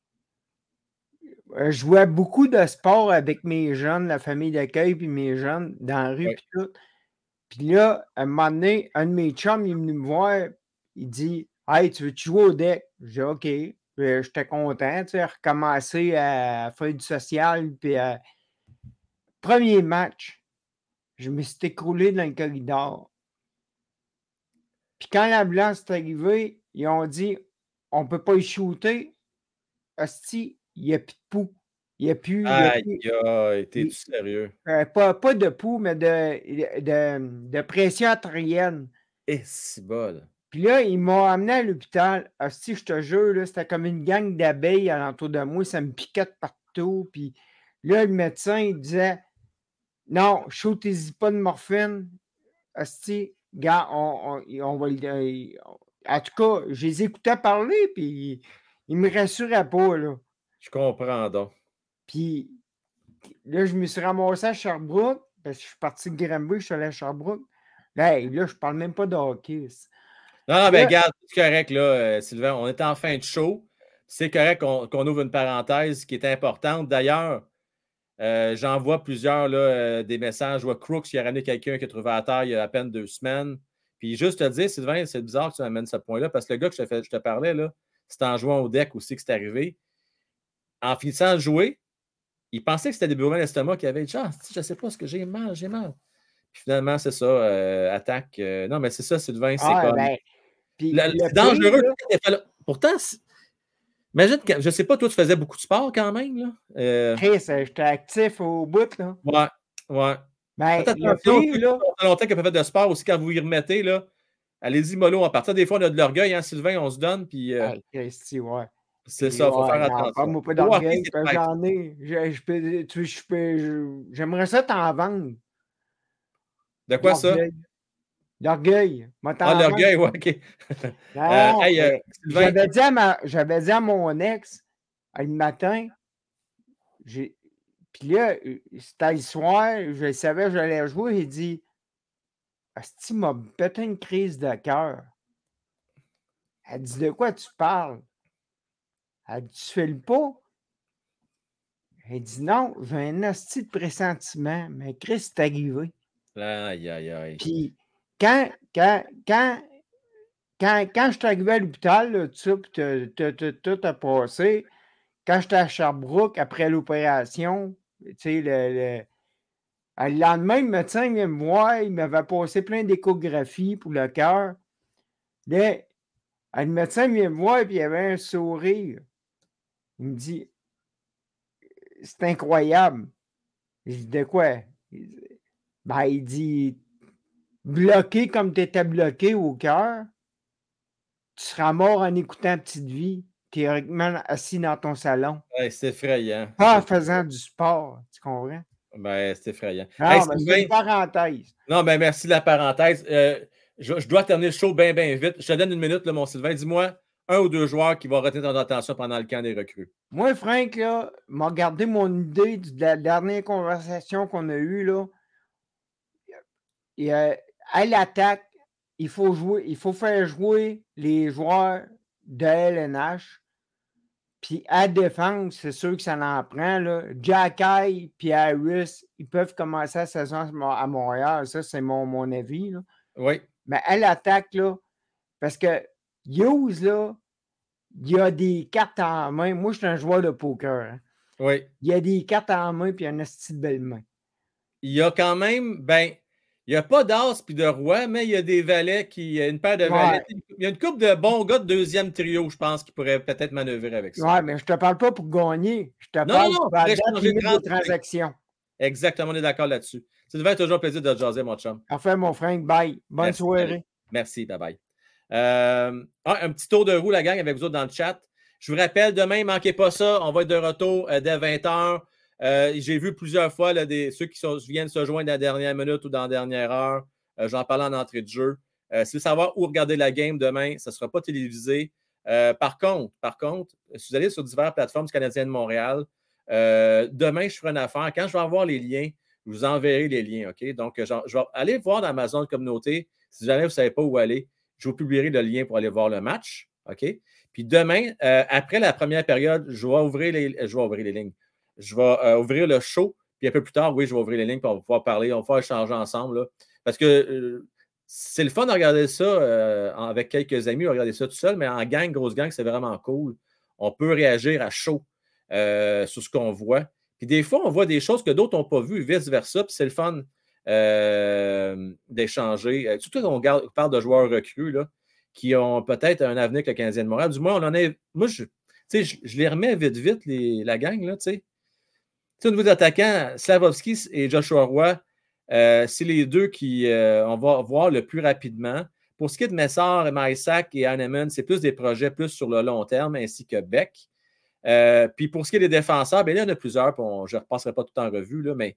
je jouais beaucoup de sport avec mes jeunes, la famille d'accueil, puis mes jeunes dans la rue, ouais. puis tout. Puis là, à un moment donné, un de mes chums, il est venu me voir, il dit « Hey, tu veux-tu jouer au deck? » J'ai dit « OK. » J'étais content, tu sais, recommencer à faire du social, puis à... Premier match, je me suis écroulé dans le corridor. Puis quand l'ambulance est arrivée, ils ont dit on ne peut pas y shooter. Hostie, il n'y a plus de pouls. Il n'y a plus. Aïe, aïe, t'es-tu sérieux? Euh, pas, pas de pouls, mais de, de, de pression artérielle. Et c'est bol. Puis là, ils m'ont amené à l'hôpital. Hostie, je te jure, là, c'était comme une gang d'abeilles alentour de moi. Ça me piquait de partout. Puis là, le médecin, il disait non, shootez-y pas de morphine. Hostie, gars, on, on, on va le. En tout cas, je les écoutais parler, puis ils me rassuraient pas, là. Je comprends donc. Puis là, je me suis ramassé à Sherbrooke, parce que je suis parti de Granby, je suis allé à Sherbrooke. Là, là je parle même pas de hockey. Non, non, mais regarde, c'est correct, là, euh, Sylvain. On est en fin de show. C'est correct qu'on, qu'on ouvre une parenthèse qui est importante. D'ailleurs, Euh, j'envoie plusieurs là, euh, des messages. Je vois Crooks qui a ramené quelqu'un qui a trouvé à terre il y a à peine deux semaines. Puis juste te dire, Sylvain, c'est bizarre que tu amènes ce point-là parce que le gars que je te, fais, je te parlais, là, c'était en jouant au deck aussi que c'est arrivé. En finissant de jouer, il pensait que c'était des brûlements d'estomac qu'il avait dit ah, je ne sais pas ce que j'ai mal, j'ai mal. Puis finalement, c'est ça, euh, attaque. Euh, non, mais c'est ça, Sylvain, c'est ah, comme. Ben, le, le c'est dangereux. Là... Pourtant, c'est... Imagine, que, je ne sais pas, toi, tu faisais beaucoup de sport quand même, là. Euh... Chris, j'étais actif au bout, là. Ouais, ouais. Ben, Faites attention, là, là. Ça fait longtemps qu'il a fait de sport aussi, quand vous y remettez, là. Allez-y, mollo, en partant. Des fois, on a de l'orgueil, hein, Sylvain, on se donne, puis... Euh... Ah, Christy, ouais. C'est ça, il faut ouais, faire non, attention. Moi pas d'orgueil, oh, j'en ai. Je, je peux, tu, je peux, je, j'aimerais ça t'en vendre. De quoi, ça? L'orgueil. Ah, l'orgueil, ouais, OK. Non, euh, hey, euh, j'avais, dit à ma, j'avais dit à mon ex, le matin, j'ai, puis là, c'était le soir, je savais que j'allais jouer, il dit, Asti m'a pété une crise de cœur. Elle dit, de quoi tu parles? Elle dit, tu fais le pas? Elle dit, non, j'ai un asti de pressentiment, mais Chris, c'est arrivé. Aïe, aïe, aïe. Puis, quand, quand, quand, quand, quand je suis arrivé à l'hôpital, là, tout ça, puis tout a passé, quand j'étais à Sherbrooke, après l'opération, tu sais, le, le, le lendemain, le médecin vient me voir, il m'avait passé plein d'échographies pour le cœur. Là, le médecin vient me voir, puis il avait un sourire. Il me dit, c'est incroyable. Je dis, de quoi? Il dit, ben, il dit, bloqué comme tu étais bloqué au cœur, tu seras mort en écoutant Petite Vie, théoriquement assis dans ton salon. Ouais, c'est effrayant. Pas en faisant du sport, tu comprends? Ben, c'est effrayant. Non, Hey, mais Sylvain, c'est une parenthèse. Non, ben merci de la parenthèse. Euh, je, je dois terminer le show bien, bien vite. Je te donne une minute, là, mon Sylvain. Dis-moi un ou deux joueurs qui vont retenir ton attention pendant le camp des recrues. Moi, Frank, là, m'a gardé mon idée de la dernière conversation qu'on a eue, là. Et, euh, à l'attaque, il faut jouer, il faut faire jouer les joueurs de L N H. Puis à défense, c'est sûr que ça en prend. Là. Jacky et Harris, ils peuvent commencer la saison à Montréal. Ça, c'est mon, mon avis. Là. Oui. Mais à l'attaque, là, parce que Hughes, là, il y a des cartes en main. Moi, je suis un joueur de poker. Hein. Oui. Il y a des cartes en main puis il y a une petite belle main. Il y a quand même, ben, il n'y a pas d'as puis de roi, mais il y a des valets qui. Une paire de valets. Ouais. Il y a une couple de bons gars de deuxième trio, je pense, qui pourraient peut-être manœuvrer avec ça. Oui, mais je ne te parle pas pour gagner. Je te non, parle non, pour la de transaction. Exactement, on est d'accord là-dessus. Ça devait être toujours un plaisir de te jaser, mon chum. Parfait, mon Frank. Bye. Bonne Merci, soirée. Allez. Merci, bye bye. Euh, ah, un petit tour de roue, la gang, avec vous autres dans le chat. Je vous rappelle, demain, ne manquez pas ça. On va être de retour euh, dès vingt heures. Euh, j'ai vu plusieurs fois là, des, ceux qui sont, viennent se joindre dans la dernière minute ou dans la dernière heure. Euh, j'en parlais en entrée de jeu. Euh, si vous savez où regarder la game demain, ça ne sera pas télévisé. Euh, par contre, par contre, si vous allez sur diverses plateformes du Canadien de Montréal, euh, demain, je ferai une affaire. Quand je vais avoir les liens, je vous enverrai les liens. OK? Donc, je, je vais aller voir dans ma zone de communauté. Si jamais vous ne savez pas où aller, je vous publierai le lien pour aller voir le match. OK? Puis demain, euh, après la première période, je vais ouvrir les, je vais ouvrir les lignes. Je vais euh, ouvrir le show. Puis un peu plus tard, oui, je vais ouvrir les lignes pour pouvoir parler. On va pouvoir échanger ensemble. Là. Parce que euh, c'est le fun de regarder ça euh, avec quelques amis, regarder ça tout seul, mais en gang, grosse gang, c'est vraiment cool. On peut réagir à chaud euh, sur ce qu'on voit. Puis des fois, on voit des choses que d'autres n'ont pas vues, vice-versa. Puis c'est le fun euh, d'échanger. Euh, surtout quand on, garde, on parle de joueurs recrues là, qui ont peut-être un avenir avec le Canadien de Montréal. Du moins, on en est. Moi, je, je, je les remets vite, vite, les, la gang, là, tu sais. Au niveau d'attaquants, Slavovski et Joshua Roy, euh, c'est les deux qui euh, on va voir le plus rapidement. Pour ce qui est de Messard, Mysak et Hanneman, c'est plus des projets plus sur le long terme, ainsi que Beck. Euh, puis pour ce qui est des défenseurs, bien là, il y en a plusieurs, on, je ne repasserai pas tout en revue, là, mais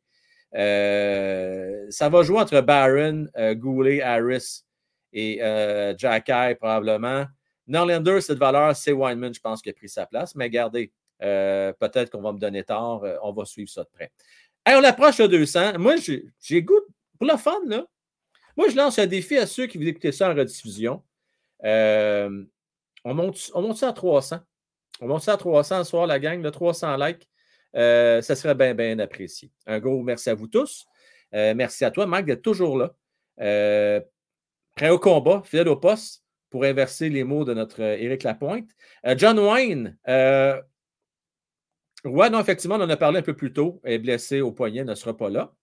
euh, ça va jouer entre Barron, euh, Goulet, Harris et euh, Jacky probablement. Norlander, cette valeur, c'est Weinman, je pense, qui a pris sa place, mais regardez, Euh, peut-être qu'on va me donner tort. Euh, on va suivre ça de près. Hey, on approche le deux cents. Moi, j'ai, j'ai goût, pour le fun, là. Moi, je lance un défi à ceux qui veulent écouter ça en rediffusion. Euh, on, monte, on monte ça à trois cents. On monte ça à trois cents ce soir, la gang, là, trois cents likes. Euh, ça serait bien, bien apprécié. Un gros merci à vous tous. Euh, merci à toi, Marc, d'être toujours là. Euh, prêt au combat, fidèle au poste, pour inverser les mots de notre euh, Éric Lapointe. Euh, John Wayne, euh, oui, non, effectivement, on en a parlé un peu plus tôt. Elle est blessée au poignet, ne sera pas là.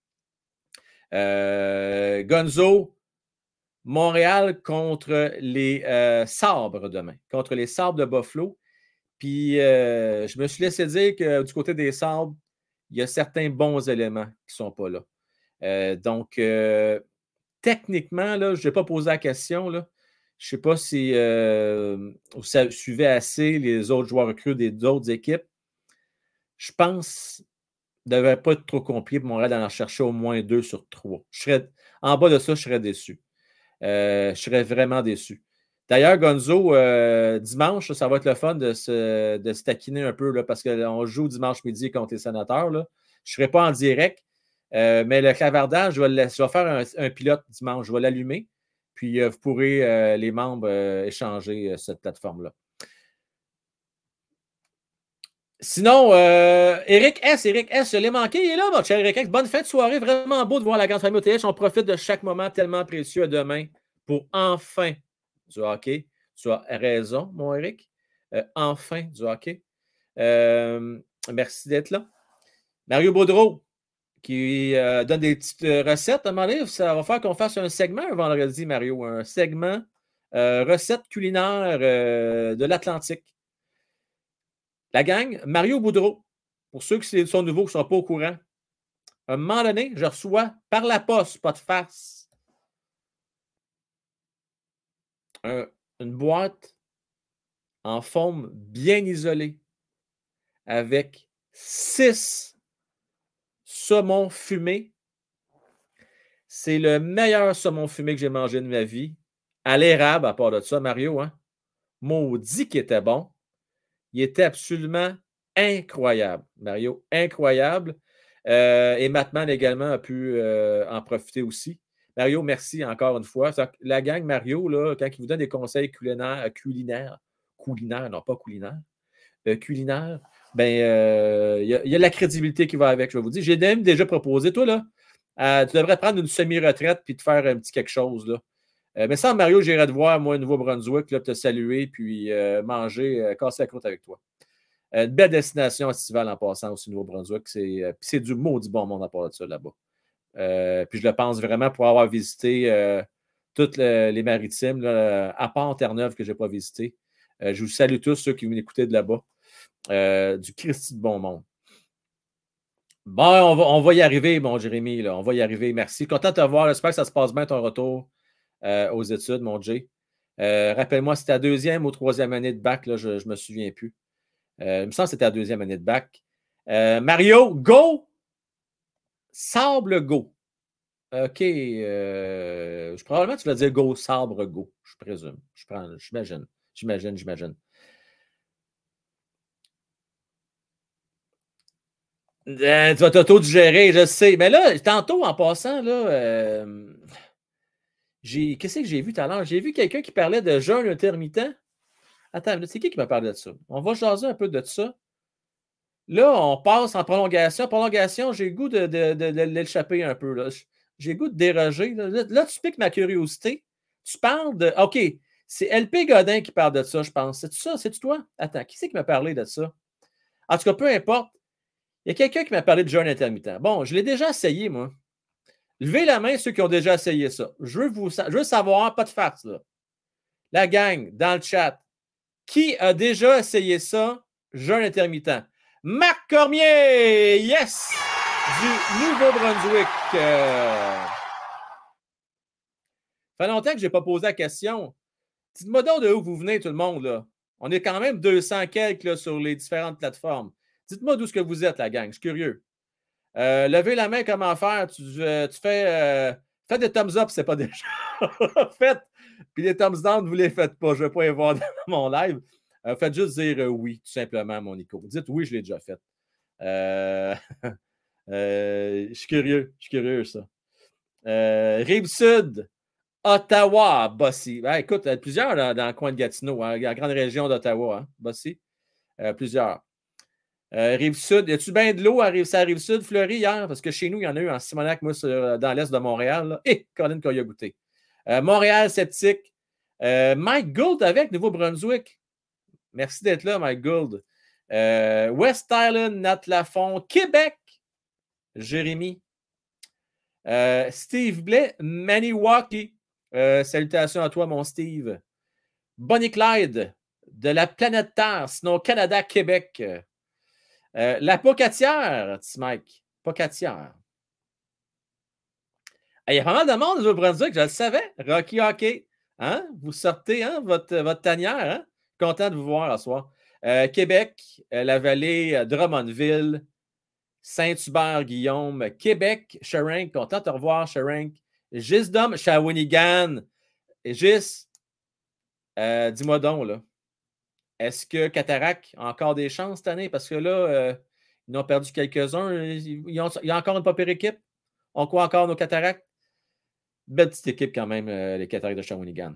Euh, Gonzo, Montréal contre les euh, Sabres demain, contre les Sabres de Buffalo. Puis, euh, je me suis laissé dire que du côté des Sabres, il y a certains bons éléments qui ne sont pas là. Euh, donc, euh, techniquement, là, je ne vais pas poser la question. Là. Je ne sais pas si euh, vous suivez assez les autres joueurs recrues des d'autres équipes. Je pense ne devrait pas être trop compliqué pour Montréal d'en chercher au moins deux sur trois. Je serais, en bas de ça, je serais déçu. Euh, je serais vraiment déçu. D'ailleurs, Gonzo, euh, dimanche, ça va être le fun de se, de se taquiner un peu là, parce qu'on joue dimanche midi contre les Sénateurs. Là. Je ne serai pas en direct, euh, mais le clavardage, je vais, le, je vais faire un, un pilote dimanche. Je vais l'allumer. Puis euh, vous pourrez, euh, les membres, euh, échanger euh, cette plateforme-là. Sinon, euh, Eric S, Eric S, je l'ai manqué, il est là, mon cher Eric S. Bonne fin de soirée, vraiment beau de voir la grande famille au T H. On profite de chaque moment tellement précieux à demain pour enfin du hockey. Tu as raison, mon Eric. Euh, enfin du hockey. Euh, merci d'être là. Mario Baudreau, qui euh, donne des petites recettes. À un moment donné, ça va faire qu'on fasse un segment un vendredi, Mario. Un segment euh, recettes culinaires euh, de l'Atlantique. La gang, Mario Boudreau, pour ceux qui sont nouveaux, qui ne sont pas au courant, à un moment donné, je reçois par la poste, pas de face, un, une boîte en forme bien isolée avec six saumons fumés. C'est le meilleur saumon fumé que j'ai mangé de ma vie. À l'érable, à part de ça, Mario, hein? Maudit qu'il était bon. Il était absolument incroyable, Mario. Incroyable. Euh, et Mattman également a pu euh, en profiter aussi. Mario, merci encore une fois. La gang Mario, là, quand il vous donne des conseils culinaires, culinaires, culinaires, non pas culinaires, euh, culinaires, ben, il euh, y, y a de la crédibilité qui va avec, je vais vous dire. J'ai même déjà proposé, toi, là, euh, tu devrais prendre une semi-retraite puis te faire un petit quelque chose, là. Euh, mais sans Mario, j'irai te voir, moi, au Nouveau-Brunswick, là, te saluer, puis euh, manger, euh, casser la croûte avec toi. Euh, une belle destination estivale en passant aussi, au Nouveau-Brunswick. C'est, euh, c'est du maudit bon monde à part de ça, là-bas. Euh, puis je le pense vraiment pour avoir visité euh, toutes le, les maritimes, là, à part Terre-Neuve que je n'ai pas visité. Euh, je vous salue tous, ceux qui m'écoutaient de là-bas. Euh, du Christi de bon monde. Bon, on va, on va y arriver, mon Jérémy. Là. On va y arriver. Merci. Content de te voir. J'espère que ça se passe bien ton retour euh, aux études, mon Jay. Euh, rappelle-moi, c'était ta deuxième ou troisième année de bac, là, je ne me souviens plus. Euh, il me semble que c'était la deuxième année de bac. Euh, Mario, go! Sable, go. OK. Euh, probablement, tu vas dire go, sabre, go. Je présume. Je prends, j'imagine. J'imagine, j'imagine. Euh, tu vas t'auto-digérer, je sais. Mais là, tantôt, en passant, là, euh, j'ai, qu'est-ce que j'ai vu tout à l'heure? J'ai vu quelqu'un qui parlait de jeûne intermittent. Attends, c'est qui qui m'a parlé de ça? On va jaser un peu de ça. Là, on passe en prolongation. Prolongation, j'ai le goût de, de, de, de l'échapper un peu. Là. J'ai le goût de déroger. Là. Là, tu piques ma curiosité. Tu parles de... OK, c'est L P Godin qui parle de ça, je pense. C'est-tu ça? C'est-tu toi? Attends, qui c'est qui m'a parlé de ça? En tout cas, peu importe. Il y a quelqu'un qui m'a parlé de jeûne intermittent. Bon, je l'ai déjà essayé, moi. Levez la main ceux qui ont déjà essayé ça. Je veux, vous, je veux savoir, pas de farce, là. La gang, dans le chat, qui a déjà essayé ça, jeûne intermittent? Marc Cormier, yes! Du Nouveau-Brunswick. Euh... Ça fait longtemps que je n'ai pas posé la question. Dites-moi donc de où vous venez, tout le monde, là. On est quand même deux cents quelques là, sur les différentes plateformes. Dites-moi d'où ce que vous êtes, la gang. Je suis curieux. Euh, levez la main, comment faire? Tu, euh, tu fais, euh, faites des thumbs up, c'est pas déjà fait. Puis les thumbs down, vous ne les faites pas. Je ne vais pas les voir dans mon live. Euh, faites juste dire euh, oui, tout simplement, mon Nico. Dites oui, je l'ai déjà fait. Euh, euh, je suis curieux. Je suis curieux, ça. Euh, Rive-Sud, Ottawa, Bossy. Ben, écoute, plusieurs dans, dans le coin de Gatineau, hein, la grande région d'Ottawa, hein, Bossy. Euh, plusieurs. Euh, Rive-Sud, y a-tu bien de l'eau à Rive, à Rive-Sud, Fleury, hier? Parce que chez nous, il y en a eu en Simonac, moi, sur, dans l'est de Montréal. Et Colin qu'on y a goûté. Euh, Montréal, sceptique. Euh, Mike Gould avec Nouveau-Brunswick. Merci d'être là, Mike Gould. Euh, West Island, Nat Lafont. Québec, Jérémy. Euh, Steve Blais, Maniwaki. Euh, salutations à toi, mon Steve. Bonnie Clyde, de la planète Terre, sinon Canada, Québec. Euh, la Pocatière, petit Mike. Pocatière. Il y a pas mal de monde au Nouveau-Brunswick, je le savais. Rocky Hockey. Hein? Vous sortez hein, votre, votre tanière. Hein? Content de vous voir ce soir. Euh, Québec, euh, la vallée, euh, Drummondville, Saint-Hubert-Guillaume, Québec, Sherenk. Content de te revoir, Sherenk. Gisdom, Shawinigan. Gis, euh, dis-moi donc, là. Est-ce que Cataract a encore des chances cette année? Parce que là, euh, ils ont perdu quelques-uns. Ils ont, il y a encore une pas pire équipe. On croit encore nos Cataractes. Belle petite équipe quand même, euh, les Cataractes de Shawinigan.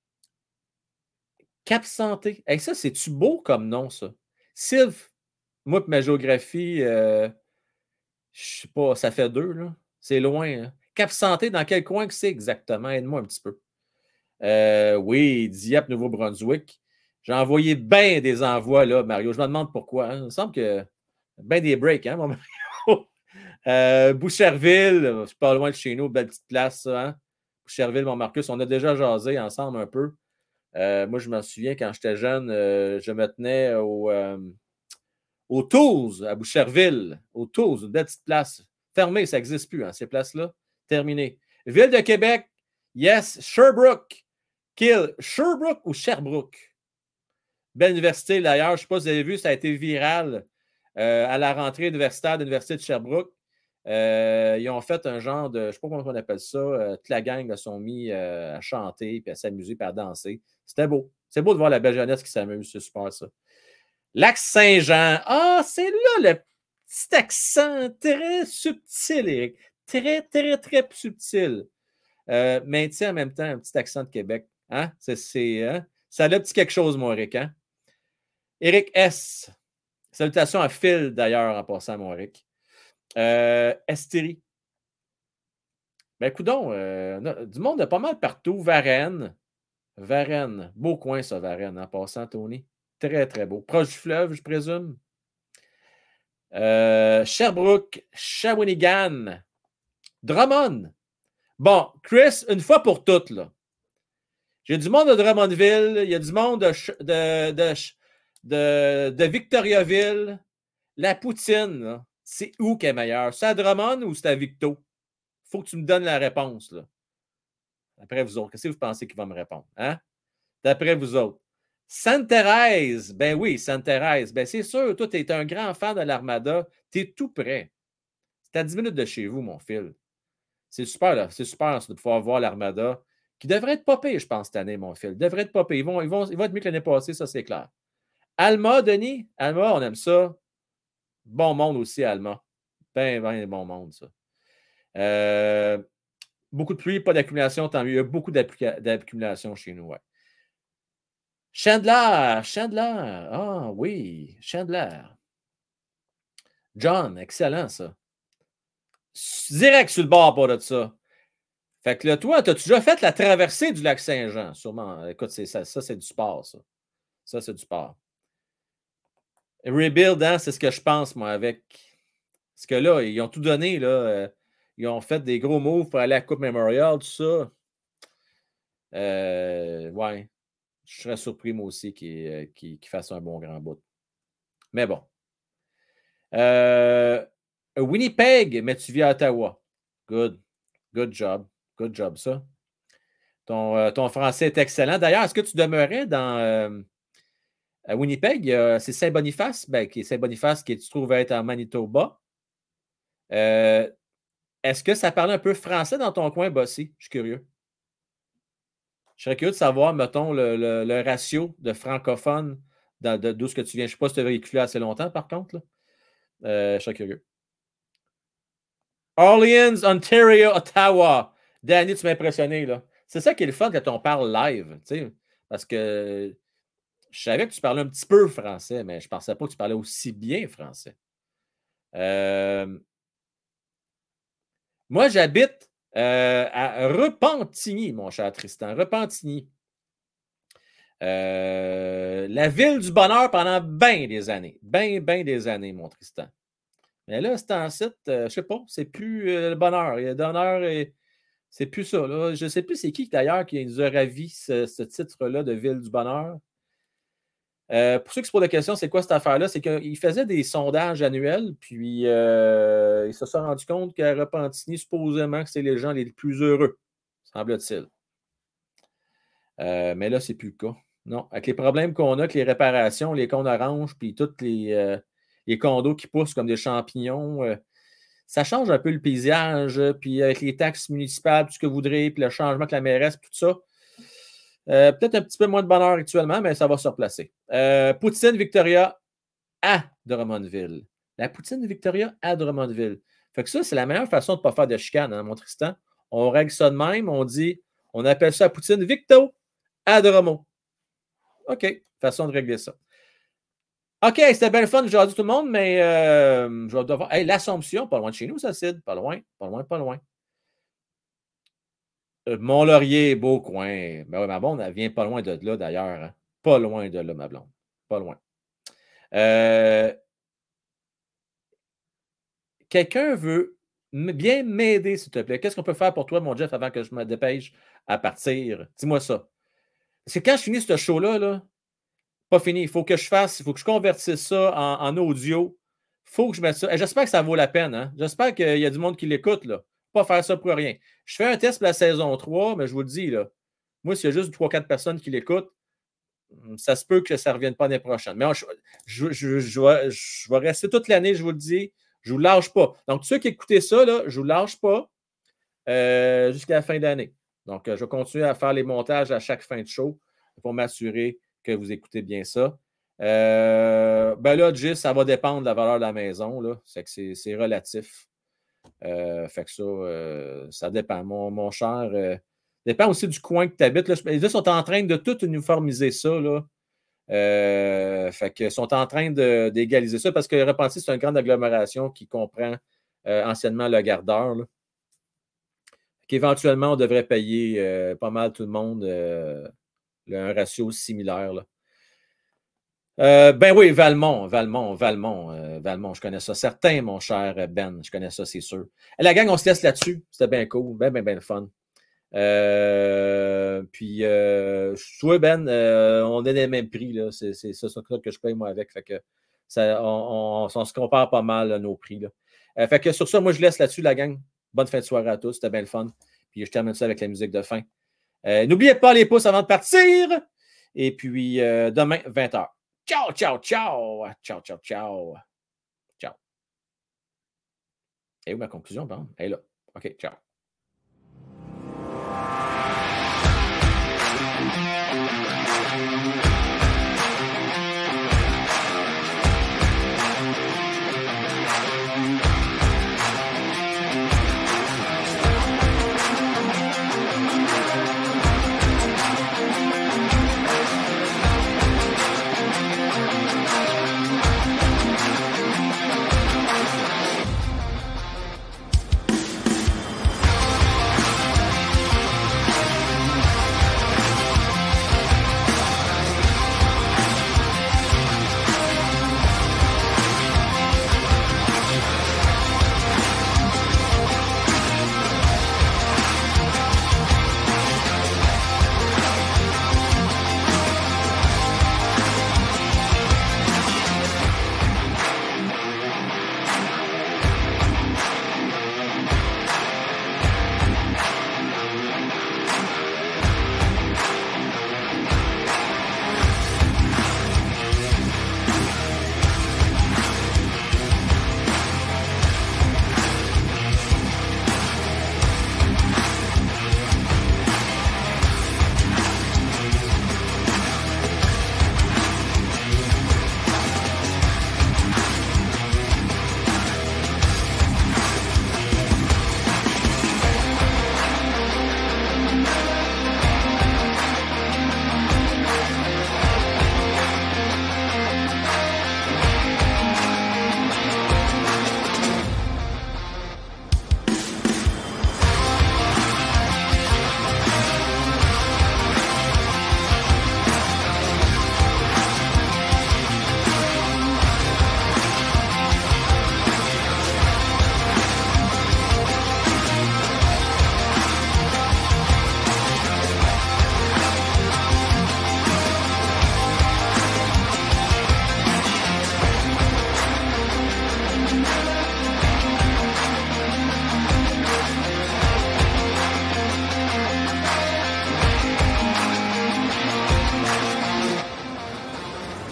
Cap Santé. Hey, ça, c'est-tu beau comme nom, ça? Sylve, moi, pour ma géographie, euh, je sais pas, ça fait deux, là. C'est loin. Hein? Cap Santé, dans quel coin que c'est exactement? Aide-moi un petit peu. Euh, oui, Dieppe, Nouveau-Brunswick. J'ai envoyé bien des envois, là, Mario. Je me demande pourquoi. Hein. Il me semble que bien des breaks, hein, mon Mario? euh, Boucherville, c'est pas loin de chez nous, belle petite place, ça, hein? Boucherville, mon Marcus, on a déjà jasé ensemble un peu. Euh, moi, je me souviens, quand j'étais jeune, euh, je me tenais au, euh, Au Toulouse, à Boucherville. Au Toulouse, une belle petite place. Fermée, ça n'existe plus, hein, ces places-là. Terminé. Ville de Québec, yes, Sherbrooke. Kill. Sherbrooke ou Sherbrooke? Belle université, d'ailleurs. Je ne sais pas si vous avez vu, ça a été viral euh, à la rentrée universitaire de l'Université de Sherbrooke. Euh, ils ont fait un genre de, je ne sais pas comment on appelle ça, euh, toute la gang se sont mis euh, à chanter, puis à s'amuser, puis à danser. C'était beau. C'est beau de voir la belle jeunesse qui s'amuse, c'est super ça. Lac-Saint-Jean. Ah, c'est là le petit accent très subtil, Éric. Très, très, très subtil. Euh, mais tu sais, en même temps, un petit accent de Québec. Hein? C'est, c'est, hein? Ça a le petit quelque chose, mon Éric. Hein? Éric S. Salutations à Phil, d'ailleurs, en passant, mon Éric. Euh, Estérie. Ben, coudonc, euh, du monde de pas mal partout. Varennes. Varennes. Beau coin, ça, Varennes, en passant, Tony. Très, très beau. Proche du fleuve, je présume. Euh, Sherbrooke, Shawinigan, Drummond. Bon, Chris, une fois pour toutes, là. J'ai du monde de Drummondville, il y a du monde de, de, de, de, de Victoriaville. La poutine, là, c'est où qui est meilleur? C'est à Drummond ou c'est à Victo? Il faut que tu me donnes la réponse, là. D'après vous autres, qu'est-ce que vous pensez qu'il va me répondre? Hein? D'après vous autres. Sainte-Thérèse, ben oui, Sainte-Thérèse, ben c'est sûr, toi, tu es un grand fan de l'Armada, tu es tout près. C'est à dix minutes de chez vous, mon fil. C'est super, là, c'est super de pouvoir voir l'Armada, qui devrait être popé, je pense, cette année, mon fil. Devrait être popé. Ils vont, ils, vont, ils vont être mieux que l'année passée, ça, c'est clair. Alma, Denis, Alma, on aime ça. Bon monde aussi, Alma. Ben, ben, bon monde, ça. Euh, beaucoup de pluie, pas d'accumulation, tant mieux. Il y a beaucoup d'accumulation chez nous, ouais. Chandler, Chandler, ah oui, Chandler. John, excellent ça. Direct sur le bord, pas de ça. Fait que là, toi, as-tu déjà fait la traversée du lac Saint-Jean? Sûrement. Écoute, c'est ça, ça c'est du sport, ça. Ça, c'est du sport. Rebuild, hein, c'est ce que je pense, moi, avec. Parce que là, ils ont tout donné, là. Euh, ils ont fait des gros moves pour aller à la Coupe Memorial, tout ça. Euh, ouais. Je serais surpris, moi aussi, qu'il qu'il, qu'il fasse un bon grand bout. Mais bon. Euh, Winnipeg, mais tu vis à Ottawa. Good. Good job. Good job, ça. Ton, euh, ton français est excellent. D'ailleurs, est-ce que tu demeurais dans euh, à Winnipeg? Euh, c'est Saint-Boniface, ben, qui est Saint-Boniface qui se trouve être en Manitoba. Euh, est-ce que ça parle un peu français dans ton coin, Bossy? Je suis curieux. Je serais curieux de savoir, mettons, le, le, le ratio de francophones d'où ce que tu viens. Je ne sais pas si tu as véhiculé assez longtemps, par contre. Là. Euh, je serais curieux. Orleans, Ontario, Ottawa. Danny, tu m'as impressionné, là. C'est ça qui est le fun quand on parle live, tu sais. Parce que je savais que tu parlais un petit peu français, mais je ne pensais pas que tu parlais aussi bien français. Euh... Moi, j'habite Euh, à Repentigny, mon cher Tristan. Repentigny. Euh, la ville du bonheur pendant bien des années. Bien, bien des années, mon Tristan. Mais là, c'est en site, euh, je ne sais pas, c'est plus euh, le bonheur. Il y a bonheur et c'est plus ça. Là. Je ne sais plus c'est qui d'ailleurs qui nous a ravi ce, ce titre-là de ville du bonheur. Euh, pour ceux qui se posent la question, c'est quoi cette affaire-là? C'est qu'ils faisaient des sondages annuels, puis euh, ils se sont rendus compte qu'à Repentigny, supposément que c'est les gens les plus heureux, semble-t-il. Euh, mais là, c'est plus le cas. Non, avec les problèmes qu'on a, avec les réparations, les cônes oranges, puis tous les, euh, les condos qui poussent comme des champignons, euh, ça change un peu le paysage, puis avec les taxes municipales, tout ce que vous voudrez, puis le changement que la mairesse, tout ça. Euh, peut-être un petit peu moins de bonheur actuellement, mais ça va se replacer. Euh, Poutine Victoria à Drummondville. La Poutine Victoria à Drummondville. Fait que ça, c'est la meilleure façon de ne pas faire de chicane, hein, mon Tristan. On règle ça de même, on dit, on appelle ça Poutine Victo à Drummond. OK, façon de régler ça. OK, c'était bien le fun, j'ai dit tout le monde, mais euh, je vais devoir. Hey, l'Assomption, pas loin de chez nous, ça, Sid. Pas loin, pas loin, pas loin. Mont-Laurier, beau coin. Ben oui, ma blonde, elle vient pas loin de là, d'ailleurs. Hein. Pas loin de là, ma blonde. Pas loin. Euh... Quelqu'un veut bien m'aider, s'il te plaît. Qu'est-ce qu'on peut faire pour toi, mon Jeff, avant que je me dépêche à partir? Dis-moi ça. Parce que quand je finis ce show-là, là, Pas fini. Il faut que je fasse, il faut que je convertisse ça en, en audio. Il faut que je mette ça. Et j'espère que ça vaut la peine. Hein? J'espère qu'il y a du monde qui l'écoute. Là. Pas faire ça pour rien. Je fais un test pour la saison trois, mais je vous le dis, là, moi, s'il y a juste trois quatre personnes qui l'écoutent, ça se peut que ça ne revienne pas l'année prochaine. Mais je, je, je, je, vais, je vais rester toute l'année, je vous le dis. Je ne vous lâche pas. Donc, ceux qui écoutez ça, là, je ne vous lâche pas euh, jusqu'à la fin d'année. Donc, euh, je vais continuer à faire les montages à chaque fin de show pour m'assurer que vous écoutez bien ça. Euh, ben là, Gis, ça va dépendre de la valeur de la maison. Là. C'est que c'est, c'est relatif. Euh, fait que ça, euh, ça dépend. Mon, mon cher, euh, dépend aussi du coin que tu habites. Là. Ils sont en train de tout uniformiser ça. Là. Euh, fait que sont en train de, d'égaliser ça parce que Repentis, c'est une grande agglomération qui comprend euh, anciennement le Gardeur. Là. Qu'éventuellement, on devrait payer euh, pas mal tout le monde euh, un ratio similaire. Là. Euh, ben oui, Valmont, Valmont, Valmont, euh, Valmont, je connais ça. Certain, mon cher Ben, je connais ça, c'est sûr. Et la gang, on se laisse là-dessus. C'était bien cool, bien, bien, bien le fun. Euh, puis, euh, toi, Ben, euh, on est les mêmes prix. Là. C'est, c'est ça, ça que je paye, moi, avec. Fait que ça, on, on, on se compare pas mal, là, nos prix. Là. Euh, fait que sur ça, moi, je laisse là-dessus, la gang. Bonne fin de soirée à tous. C'était bien le fun. Puis, je termine ça avec la musique de fin. Euh, n'oubliez pas les pouces avant de partir. Et puis, euh, demain, vingt heures. Ciao, ciao, ciao. Ciao, ciao, ciao. Ciao. Et où ma conclusion? Bon, elle est là. OK, ciao.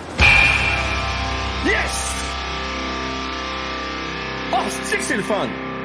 C'est le fun!